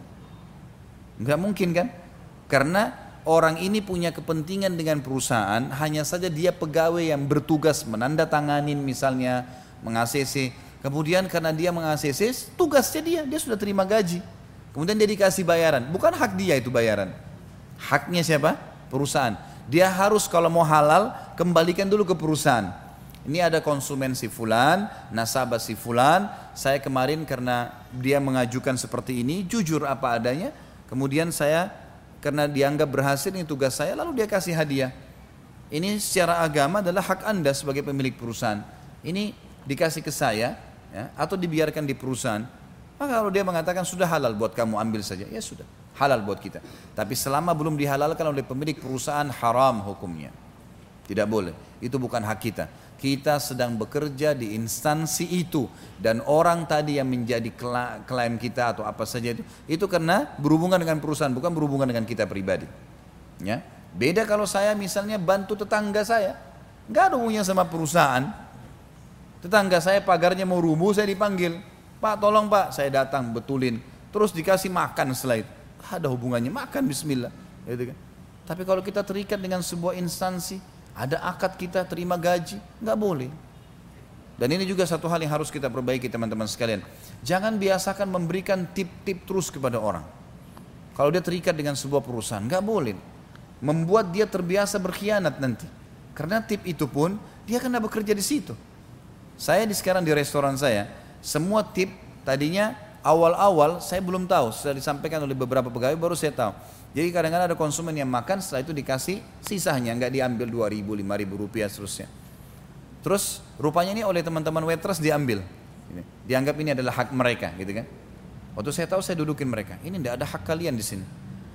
Nggak mungkin kan? Karena orang ini punya kepentingan dengan perusahaan, hanya saja dia pegawai yang bertugas menandatanganin misalnya, meng-A C C. Kemudian karena dia meng-A C C, tugasnya dia, dia sudah terima gaji. Kemudian dia dikasih bayaran, bukan hak dia itu bayaran. Haknya siapa? Perusahaan. Dia harus kalau mau halal, kembalikan dulu ke perusahaan. Ini ada konsumen si fulan, nasabah si fulan, saya kemarin karena dia mengajukan seperti ini, jujur apa adanya, kemudian saya karena dianggap berhasil ini tugas saya, lalu dia kasih hadiah. Ini secara agama adalah hak Anda sebagai pemilik perusahaan. Ini dikasih ke saya ya, atau dibiarkan di perusahaan. Maka kalau dia mengatakan sudah halal buat kamu ambil saja, ya sudah halal buat kita. Tapi selama belum dihalalkan oleh pemilik perusahaan, haram hukumnya. Tidak boleh, itu bukan hak kita. Kita sedang bekerja di instansi itu dan orang tadi yang menjadi klaim kita atau apa saja itu, itu karena berhubungan dengan perusahaan, bukan berhubungan dengan kita pribadi. Ya, beda kalau saya misalnya bantu tetangga saya, nggak ada hubungannya sama perusahaan. Tetangga saya pagarnya mau rubuh, saya dipanggil, Pak tolong Pak, saya datang betulin, terus dikasih makan setelah itu, ada hubungannya makan Bismillah. Gitu kan? Tapi kalau kita terikat dengan sebuah instansi, ada akad kita terima gaji, nggak boleh. Dan ini juga satu hal yang harus kita perbaiki teman-teman sekalian. Jangan biasakan memberikan tip-tip terus kepada orang. Kalau dia terikat dengan sebuah perusahaan, nggak boleh. Membuat dia terbiasa berkhianat nanti. Karena tip itu pun dia kena bekerja di situ. Saya di sekarang di restoran saya, semua tip tadinya awal-awal saya belum tahu, sudah disampaikan oleh beberapa pegawai baru saya tahu. Jadi kadang-kadang ada konsumen yang makan setelah itu dikasih sisanya, nggak diambil dua ribu, lima ribu rupiah seterusnya. Terus rupanya ini oleh teman-teman waitress diambil, dianggap ini adalah hak mereka, gitu kan? Waktu saya tahu saya dudukin mereka, ini tidak ada hak kalian di sini.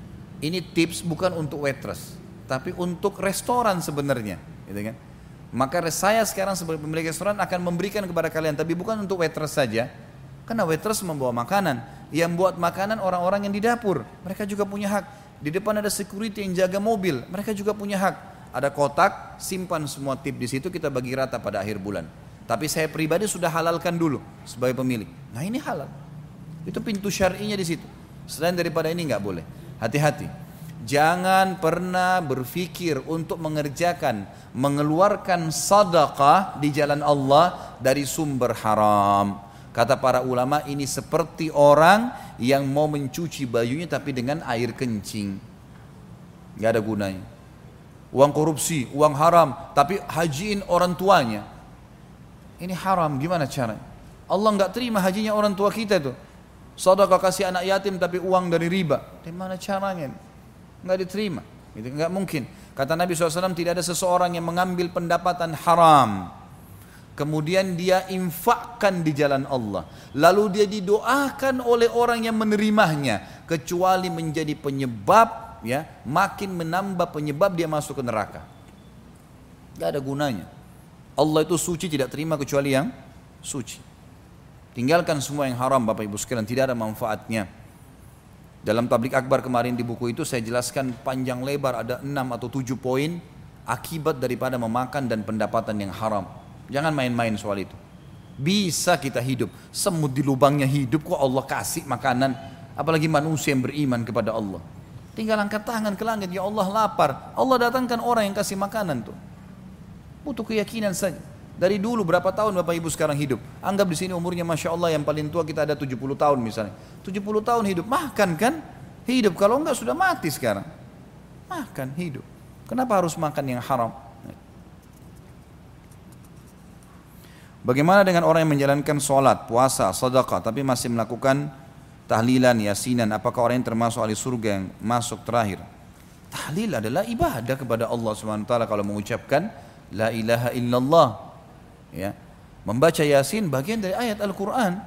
Ini tips bukan untuk waitress, tapi untuk restoran sebenarnya, gitu kan? Maka saya sekarang sebagai pemilik restoran akan memberikan kepada kalian, tapi bukan untuk waitress saja, karena waitress membawa makanan, yang buat makanan orang-orang yang di dapur, mereka juga punya hak. Di depan ada security yang jaga mobil, mereka juga punya hak. Ada kotak, simpan semua tip di situ, kita bagi rata pada akhir bulan. Tapi saya pribadi sudah halalkan dulu sebagai pemilik. Nah ini halal. Itu pintu syar'inya di situ. Selain daripada ini nggak boleh. Hati-hati. Jangan pernah berpikir untuk mengerjakan, mengeluarkan sedekah di jalan Allah dari sumber haram. Kata para ulama ini seperti orang yang mau mencuci bajunya tapi dengan air kencing. Gak ada gunanya. Uang korupsi, uang haram, tapi hajiin orang tuanya. Ini haram, gimana caranya? Allah gak terima hajinya orang tua kita tuh. Sedekah kasih anak yatim tapi uang dari riba. Gimana caranya? Nggak diterima. Itu nggak mungkin. Kata Nabi shallallahu alaihi wasallam, tidak ada seseorang yang mengambil pendapatan haram, kemudian dia infakkan di jalan Allah, lalu dia didoakan oleh orang yang menerimanya, kecuali menjadi penyebab, ya, makin menambah penyebab dia masuk ke neraka. Gak ada gunanya. Allah itu suci, tidak terima kecuali yang suci. Tinggalkan semua yang haram Bapak Ibu sekalian, tidak ada manfaatnya. Dalam tablik akbar kemarin di buku itu saya jelaskan panjang lebar, ada enam atau tujuh poin akibat daripada memakan dan pendapatan yang haram. Jangan main-main soal itu. Bisa kita hidup, semut di lubangnya hidup kok Allah kasih makanan. Apalagi manusia yang beriman kepada Allah. Tinggal angkat tangan ke langit, ya Allah lapar. Allah datangkan orang yang kasih makanan tuh. Butuh keyakinan saja. Dari dulu berapa tahun Bapak Ibu sekarang hidup? Anggap di sini umurnya Masya Allah yang paling tua kita ada tujuh puluh tahun misalnya. tujuh puluh tahun hidup, makan kan? Hidup, kalau enggak sudah mati sekarang. Makan, hidup. Kenapa harus makan yang haram? Bagaimana dengan orang yang menjalankan sholat, puasa, sedekah tapi masih melakukan tahlilan, yasinan? Apakah orang yang termasuk ahli surga yang masuk terakhir? Tahlil adalah ibadah kepada Allah subhanahu wa taala kalau mengucapkan la ilaha illallah. Ya, membaca Yasin bagian dari ayat Al-Quran.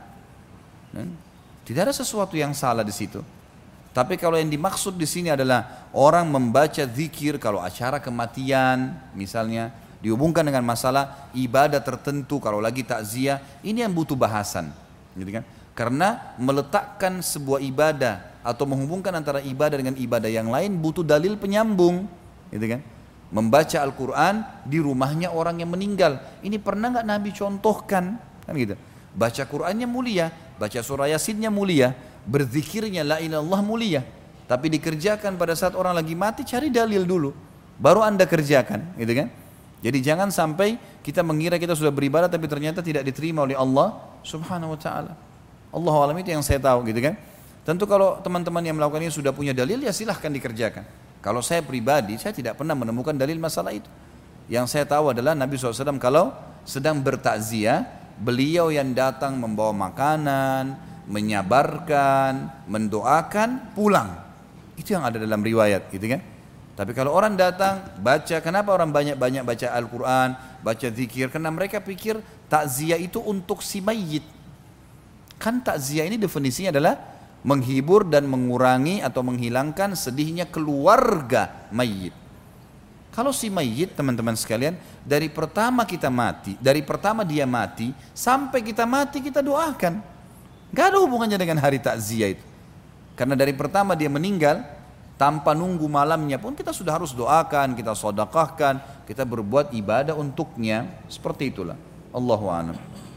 Tidak ada sesuatu yang salah di situ. Tapi kalau yang dimaksud di sini adalah orang membaca zikir kalau acara kematian, misalnya dihubungkan dengan masalah ibadah tertentu, kalau lagi takziah, ini yang butuh bahasan, gitu kan? Karena meletakkan sebuah ibadah atau menghubungkan antara ibadah dengan ibadah yang lain butuh dalil penyambung, gitu kan? Membaca Al-Quran di rumahnya orang yang meninggal, ini pernah nggak Nabi contohkan? Kan gitu. Baca Qurannya mulia, baca surah Yasinnya mulia, berzikirnya la ilaha illallah mulia. Tapi dikerjakan pada saat orang lagi mati, cari dalil dulu, baru anda kerjakan, gitu kan? Jadi jangan sampai kita mengira kita sudah beribadah tapi ternyata tidak diterima oleh Allah Subhanahu Wa Taala. Allahu a'lam, itu yang saya tahu, gitu kan? Tentu kalau teman-teman yang melakukan ini sudah punya dalil, ya silahkan dikerjakan. Kalau saya pribadi, saya tidak pernah menemukan dalil masalah itu. Yang saya tahu adalah Nabi shallallahu alaihi wasallam kalau sedang bertakziah, beliau yang datang membawa makanan, menyabarkan, mendoakan, pulang. Itu yang ada dalam riwayat, gitu kan? Tapi kalau orang datang, baca, kenapa orang banyak-banyak baca Al-Quran, baca zikir? Karena mereka pikir takziah itu untuk si mayit. Kan takziah ini definisinya adalah menghibur dan mengurangi atau menghilangkan sedihnya keluarga mayit. Kalau si mayit, teman-teman sekalian, dari pertama kita mati, dari pertama dia mati sampai kita mati kita doakan. Gak ada hubungannya dengan hari takziah itu. Karena dari pertama dia meninggal, tanpa nunggu malamnya pun kita sudah harus doakan, kita sedekahkan, kita berbuat ibadah untuknya. Seperti itulah. Allahu a'lam.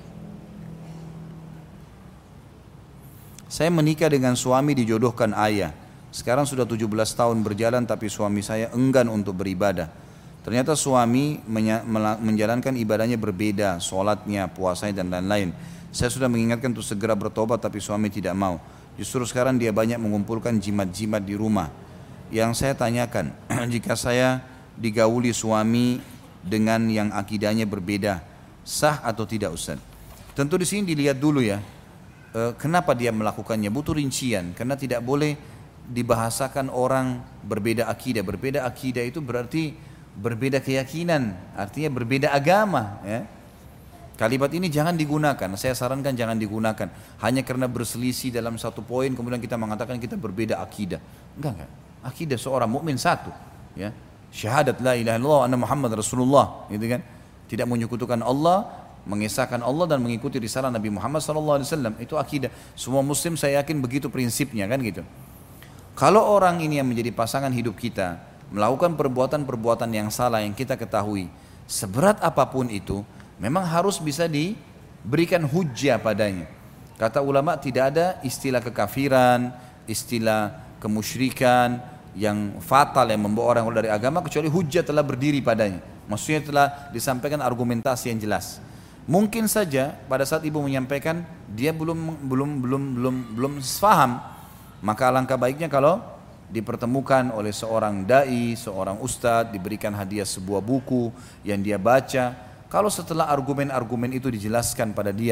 Saya menikah dengan suami dijodohkan ayah. Sekarang sudah tujuh belas tahun berjalan tapi suami saya enggan untuk beribadah. Ternyata suami menjalankan ibadahnya berbeda, sholatnya, puasanya dan lain-lain. Saya sudah mengingatkan untuk segera bertobat tapi suami tidak mau. Justru sekarang dia banyak mengumpulkan jimat-jimat di rumah. Yang saya tanyakan, jika saya digauli suami dengan yang akidahnya berbeda, sah atau tidak Ustaz? Tentu di sini dilihat dulu ya. Kenapa dia melakukannya, butuh rincian, karena tidak boleh dibahasakan orang berbeda akidah. Berbeda akidah itu berarti berbeda keyakinan, artinya berbeda agama, ya. Kalimat ini jangan digunakan, saya sarankan jangan digunakan hanya karena berselisih dalam satu poin kemudian kita mengatakan kita berbeda akidah. Enggak, enggak. Akidah seorang mukmin satu, ya. Syahadat la ilaha illallah anna Muhammad Rasulullah, gitu kan. Tidak menyekutukan Allah, mengesahkan Allah dan mengikuti risalah Nabi Muhammad sallallahu alaihi wasallam, itu akidah. Semua muslim saya yakin begitu prinsipnya, kan gitu. Kalau orang ini yang menjadi pasangan hidup kita melakukan perbuatan-perbuatan yang salah yang kita ketahui, seberat apapun itu, memang harus bisa diberikan hujjah padanya. Kata ulama tidak ada istilah kekafiran, istilah kemusyrikan yang fatal yang membawa orang dari agama kecuali hujjah telah berdiri padanya. Maksudnya telah disampaikan argumentasi yang jelas. Mungkin saja pada saat ibu menyampaikan dia belum belum belum belum belum faham, maka alangkah baiknya kalau dipertemukan oleh seorang dai, seorang ustadz, diberikan hadiah sebuah buku yang dia baca. Kalau setelah argumen-argumen itu dijelaskan pada dia,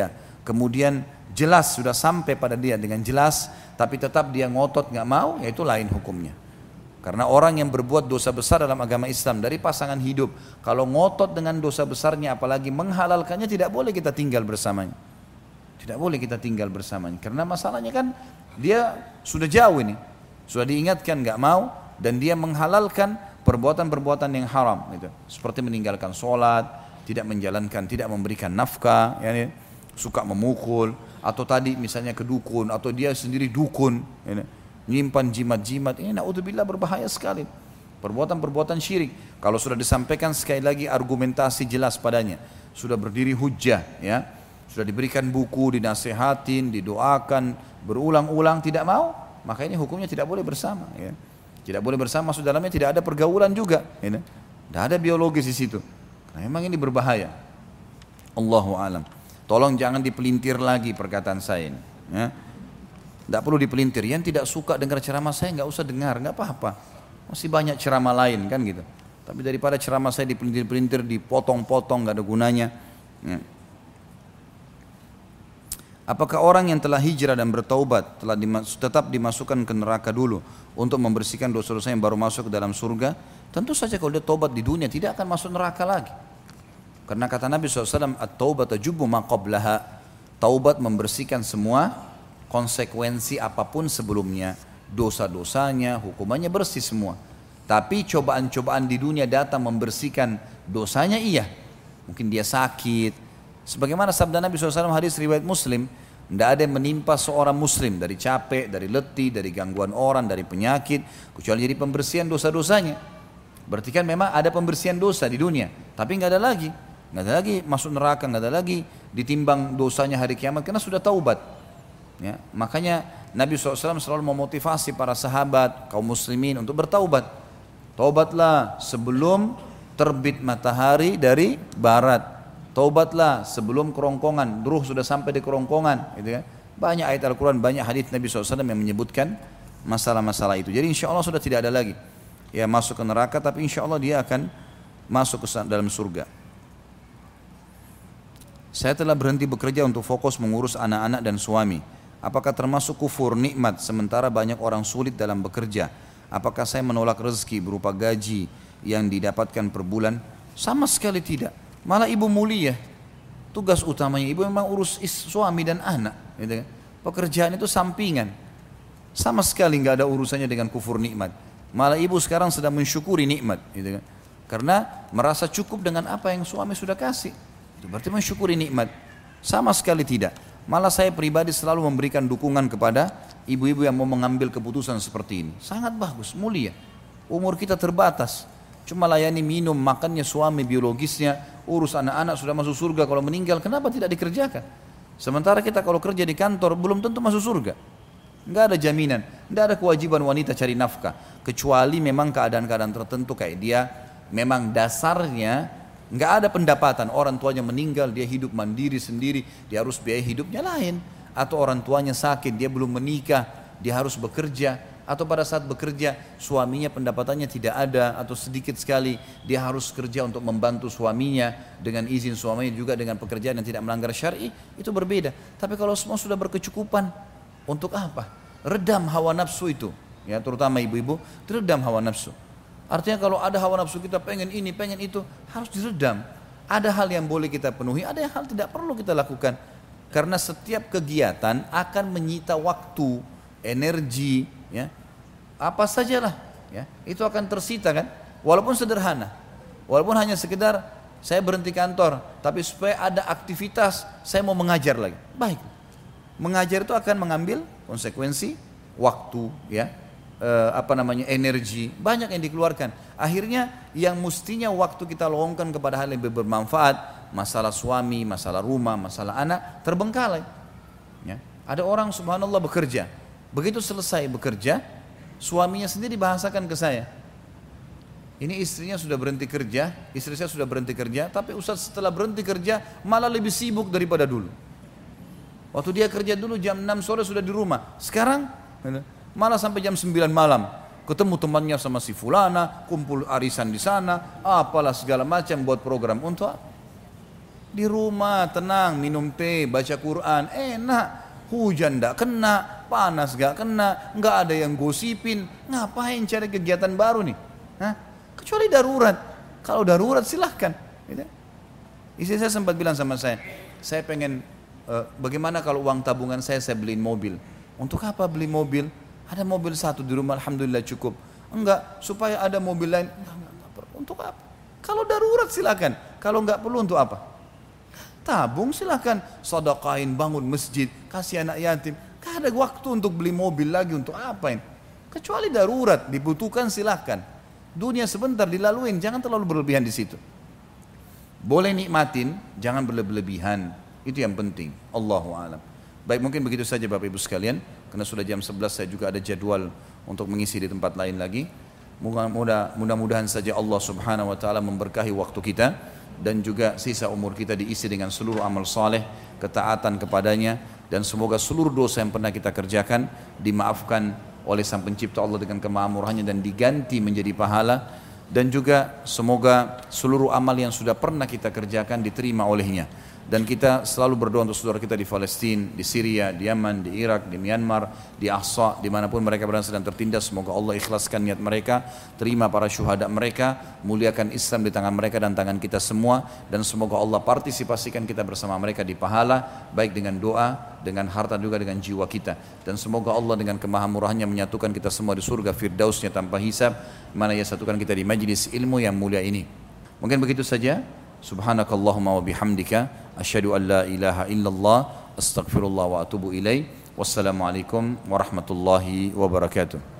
kemudian jelas sudah sampai pada dia dengan jelas, tapi tetap dia ngotot nggak mau, ya itu lain hukumnya. Karena orang yang berbuat dosa besar dalam agama Islam dari pasangan hidup, kalau ngotot dengan dosa besarnya apalagi menghalalkannya, tidak boleh kita tinggal bersamanya. Tidak boleh kita tinggal bersamanya. Karena masalahnya kan dia sudah jauh ini, sudah diingatkan nggak mau, dan dia menghalalkan perbuatan-perbuatan yang haram gitu. Seperti meninggalkan sholat, tidak menjalankan, tidak memberikan nafkah, ya, suka memukul, atau tadi misalnya ke dukun, atau dia sendiri dukun, ya, nyimpan jimat-jimat. Ini na'udzubillah berbahaya sekali. Perbuatan-perbuatan syirik. Kalau sudah disampaikan sekali lagi argumentasi jelas padanya, sudah berdiri hujjah, ya, sudah diberikan buku, dinasehatin, didoakan, berulang-ulang tidak mau, maka ini hukumnya tidak boleh bersama, ya. Tidak boleh bersama, maksud dalamnya tidak ada pergaulan juga, ya. Tidak ada biologis di situ. Nah, memang ini berbahaya. Allahu alam. Tolong jangan dipelintir lagi perkataan saya ini, ya. Tidak perlu dipelintir. Yang tidak suka dengar ceramah saya nggak usah dengar, nggak apa-apa. Masih banyak ceramah lain kan gitu. Tapi daripada ceramah saya dipelintir-pelintir, dipotong-potong, nggak ada gunanya. Ya. Apakah orang yang telah hijrah dan bertaubat telah dimas- tetap dimasukkan ke neraka dulu untuk membersihkan dosa-dosa yang baru masuk ke dalam surga? Tentu saja kalau dia taubat di dunia tidak akan masuk neraka lagi. Karena kata Nabi shallallahu alaihi wasallam, at-taubat tajubu ma qablaha. Taubat membersihkan semua konsekuensi apapun sebelumnya. Dosa-dosanya, hukumannya bersih semua. Tapi cobaan-cobaan di dunia datang membersihkan dosanya, iya. Mungkin dia sakit. Sebagaimana sabda Nabi shallallahu alaihi wasallam hadis riwayat Muslim, tidak ada yang menimpa seorang muslim dari capek, dari letih, dari gangguan orang, dari penyakit, kecuali jadi pembersihan dosa-dosanya. Berarti kan memang ada pembersihan dosa di dunia, tapi nggak ada lagi, nggak ada lagi masuk neraka, nggak ada lagi ditimbang dosanya hari kiamat karena sudah taubat. Ya, makanya Nabi shallallahu alaihi wasallam selalu memotivasi para sahabat, kaum muslimin untuk bertaubat. Taubatlah sebelum terbit matahari dari barat. Taubatlah sebelum kerongkongan, ruh sudah sampai di kerongkongan, gitu kan. Banyak ayat Al-Quran, banyak hadis Nabi shallallahu alaihi wasallam yang menyebutkan masalah-masalah itu. Jadi insya Allah sudah tidak ada lagi ya masuk ke neraka, tapi insya Allah dia akan masuk ke dalam surga. Saya telah berhenti bekerja untuk fokus mengurus anak-anak dan suami. Apakah termasuk kufur nikmat sementara banyak orang sulit dalam bekerja? Apakah saya menolak rezeki berupa gaji yang didapatkan per bulan? Sama sekali tidak. Malah ibu mulia, tugas utamanya ibu memang urus is, suami dan anak, gitu kan? Pekerjaan itu sampingan, sama sekali nggak ada urusannya dengan kufur nikmat. Malah ibu sekarang sedang mensyukuri nikmat, gitu kan? Karena merasa cukup dengan apa yang suami sudah kasih, itu berarti mensyukuri nikmat. Sama sekali tidak. Malah saya pribadi selalu memberikan dukungan kepada ibu-ibu yang mau mengambil keputusan seperti ini. Sangat bagus, mulia. Umur kita terbatas. Cuma layani minum, makannya suami biologisnya, urus anak-anak sudah masuk surga, kalau meninggal kenapa tidak dikerjakan? Sementara kita kalau kerja di kantor belum tentu masuk surga. Enggak ada jaminan, enggak ada kewajiban wanita cari nafkah, kecuali memang keadaan-keadaan tertentu kayak dia memang dasarnya enggak ada pendapatan, orang tuanya meninggal, dia hidup mandiri sendiri, dia harus biaya hidupnya lain, atau orang tuanya sakit, dia belum menikah, dia harus bekerja. Atau pada saat bekerja suaminya pendapatannya tidak ada atau sedikit sekali, dia harus kerja untuk membantu suaminya dengan izin suaminya juga dengan pekerjaan yang tidak melanggar syar'i, itu berbeda. Tapi kalau semua sudah berkecukupan, untuk apa? Redam hawa nafsu itu, ya terutama ibu-ibu, redam hawa nafsu. Artinya kalau ada hawa nafsu kita pengen ini, pengen itu, harus diredam. Ada hal yang boleh kita penuhi, ada yang hal tidak perlu kita lakukan. Karena setiap kegiatan akan menyita waktu, energi, ya apa sajalah, ya itu akan tersita kan, walaupun sederhana, walaupun hanya sekedar saya berhenti kantor, tapi supaya ada aktivitas, saya mau mengajar lagi, baik, mengajar itu akan mengambil konsekuensi waktu, ya e, apa namanya energi, banyak yang dikeluarkan, akhirnya yang mestinya waktu kita luangkan kepada hal yang lebih bermanfaat, masalah suami, masalah rumah, masalah anak, terbengkalai, ya ada orang subhanallah bekerja. Begitu selesai bekerja, suaminya sendiri bahasakan ke saya, ini istrinya sudah berhenti kerja, istri saya sudah berhenti kerja, tapi Ustaz setelah berhenti kerja malah lebih sibuk daripada dulu. Waktu dia kerja dulu jam enam sore sudah di rumah, sekarang malah sampai jam sembilan malam, ketemu temannya sama si fulana, kumpul arisan di sana, apalah segala macam buat program untuk Di rumah tenang, minum teh, baca Quran, enak. Hujan ndak kena, panas gak kena, nggak ada yang gosipin. Ngapain cari kegiatan baru nih? Hah? Kecuali darurat. Kalau darurat silahkan. Gitu. Istri saya sempat bilang sama saya, saya pengen uh, bagaimana kalau uang tabungan saya saya beliin mobil. Untuk apa beli mobil? Ada mobil satu di rumah, alhamdulillah cukup. Enggak, supaya ada mobil lain. Enggak, enggak, enggak perlu. Untuk apa? Kalau darurat silakan. Kalau enggak perlu untuk apa? Tabung silakan. Sedekahin, bangun masjid, kasih anak yatim. Gak ada waktu untuk beli mobil lagi, untuk apa ini? Kecuali darurat, dibutuhkan silakan. Dunia sebentar dilaluin, jangan terlalu berlebihan di situ. Boleh nikmatin, jangan berlebihan. Itu yang penting. Allahu a'lam. Baik, mungkin begitu saja Bapak Ibu sekalian. Karena sudah jam sebelas, saya juga ada jadwal untuk mengisi di tempat lain lagi. Mudah-mudahan saja Allah subhanahu wa ta'ala memberkahi waktu kita. Dan juga sisa umur kita diisi dengan seluruh amal saleh, ketaatan kepadanya. Dan semoga seluruh dosa yang pernah kita kerjakan dimaafkan oleh Sang Pencipta Allah dengan kemahamurahannya dan diganti menjadi pahala. Dan juga semoga seluruh amal yang sudah pernah kita kerjakan diterima olehnya. Dan kita selalu berdoa untuk saudara kita di Palestina, di Syria, di Yaman, di Irak, di Myanmar, di Ahsa, dimanapun mereka berada sedang tertindas. Semoga Allah ikhlaskan niat mereka, terima para syuhada mereka, muliakan Islam di tangan mereka dan tangan kita semua. Dan semoga Allah partisipasikan kita bersama mereka di pahala, baik dengan doa, dengan harta juga dengan jiwa kita. Dan semoga Allah dengan kemahamurahannya menyatukan kita semua di surga firdausnya tanpa hisab, mana ia satukan kita di majlis ilmu yang mulia ini. Mungkin begitu saja. Subhanakallahumma wa bihamdika asyhadu an la ilaha illallah astaghfirullah wa atubu ilaih. Wassalamualaikum warahmatullahi wabarakatuh.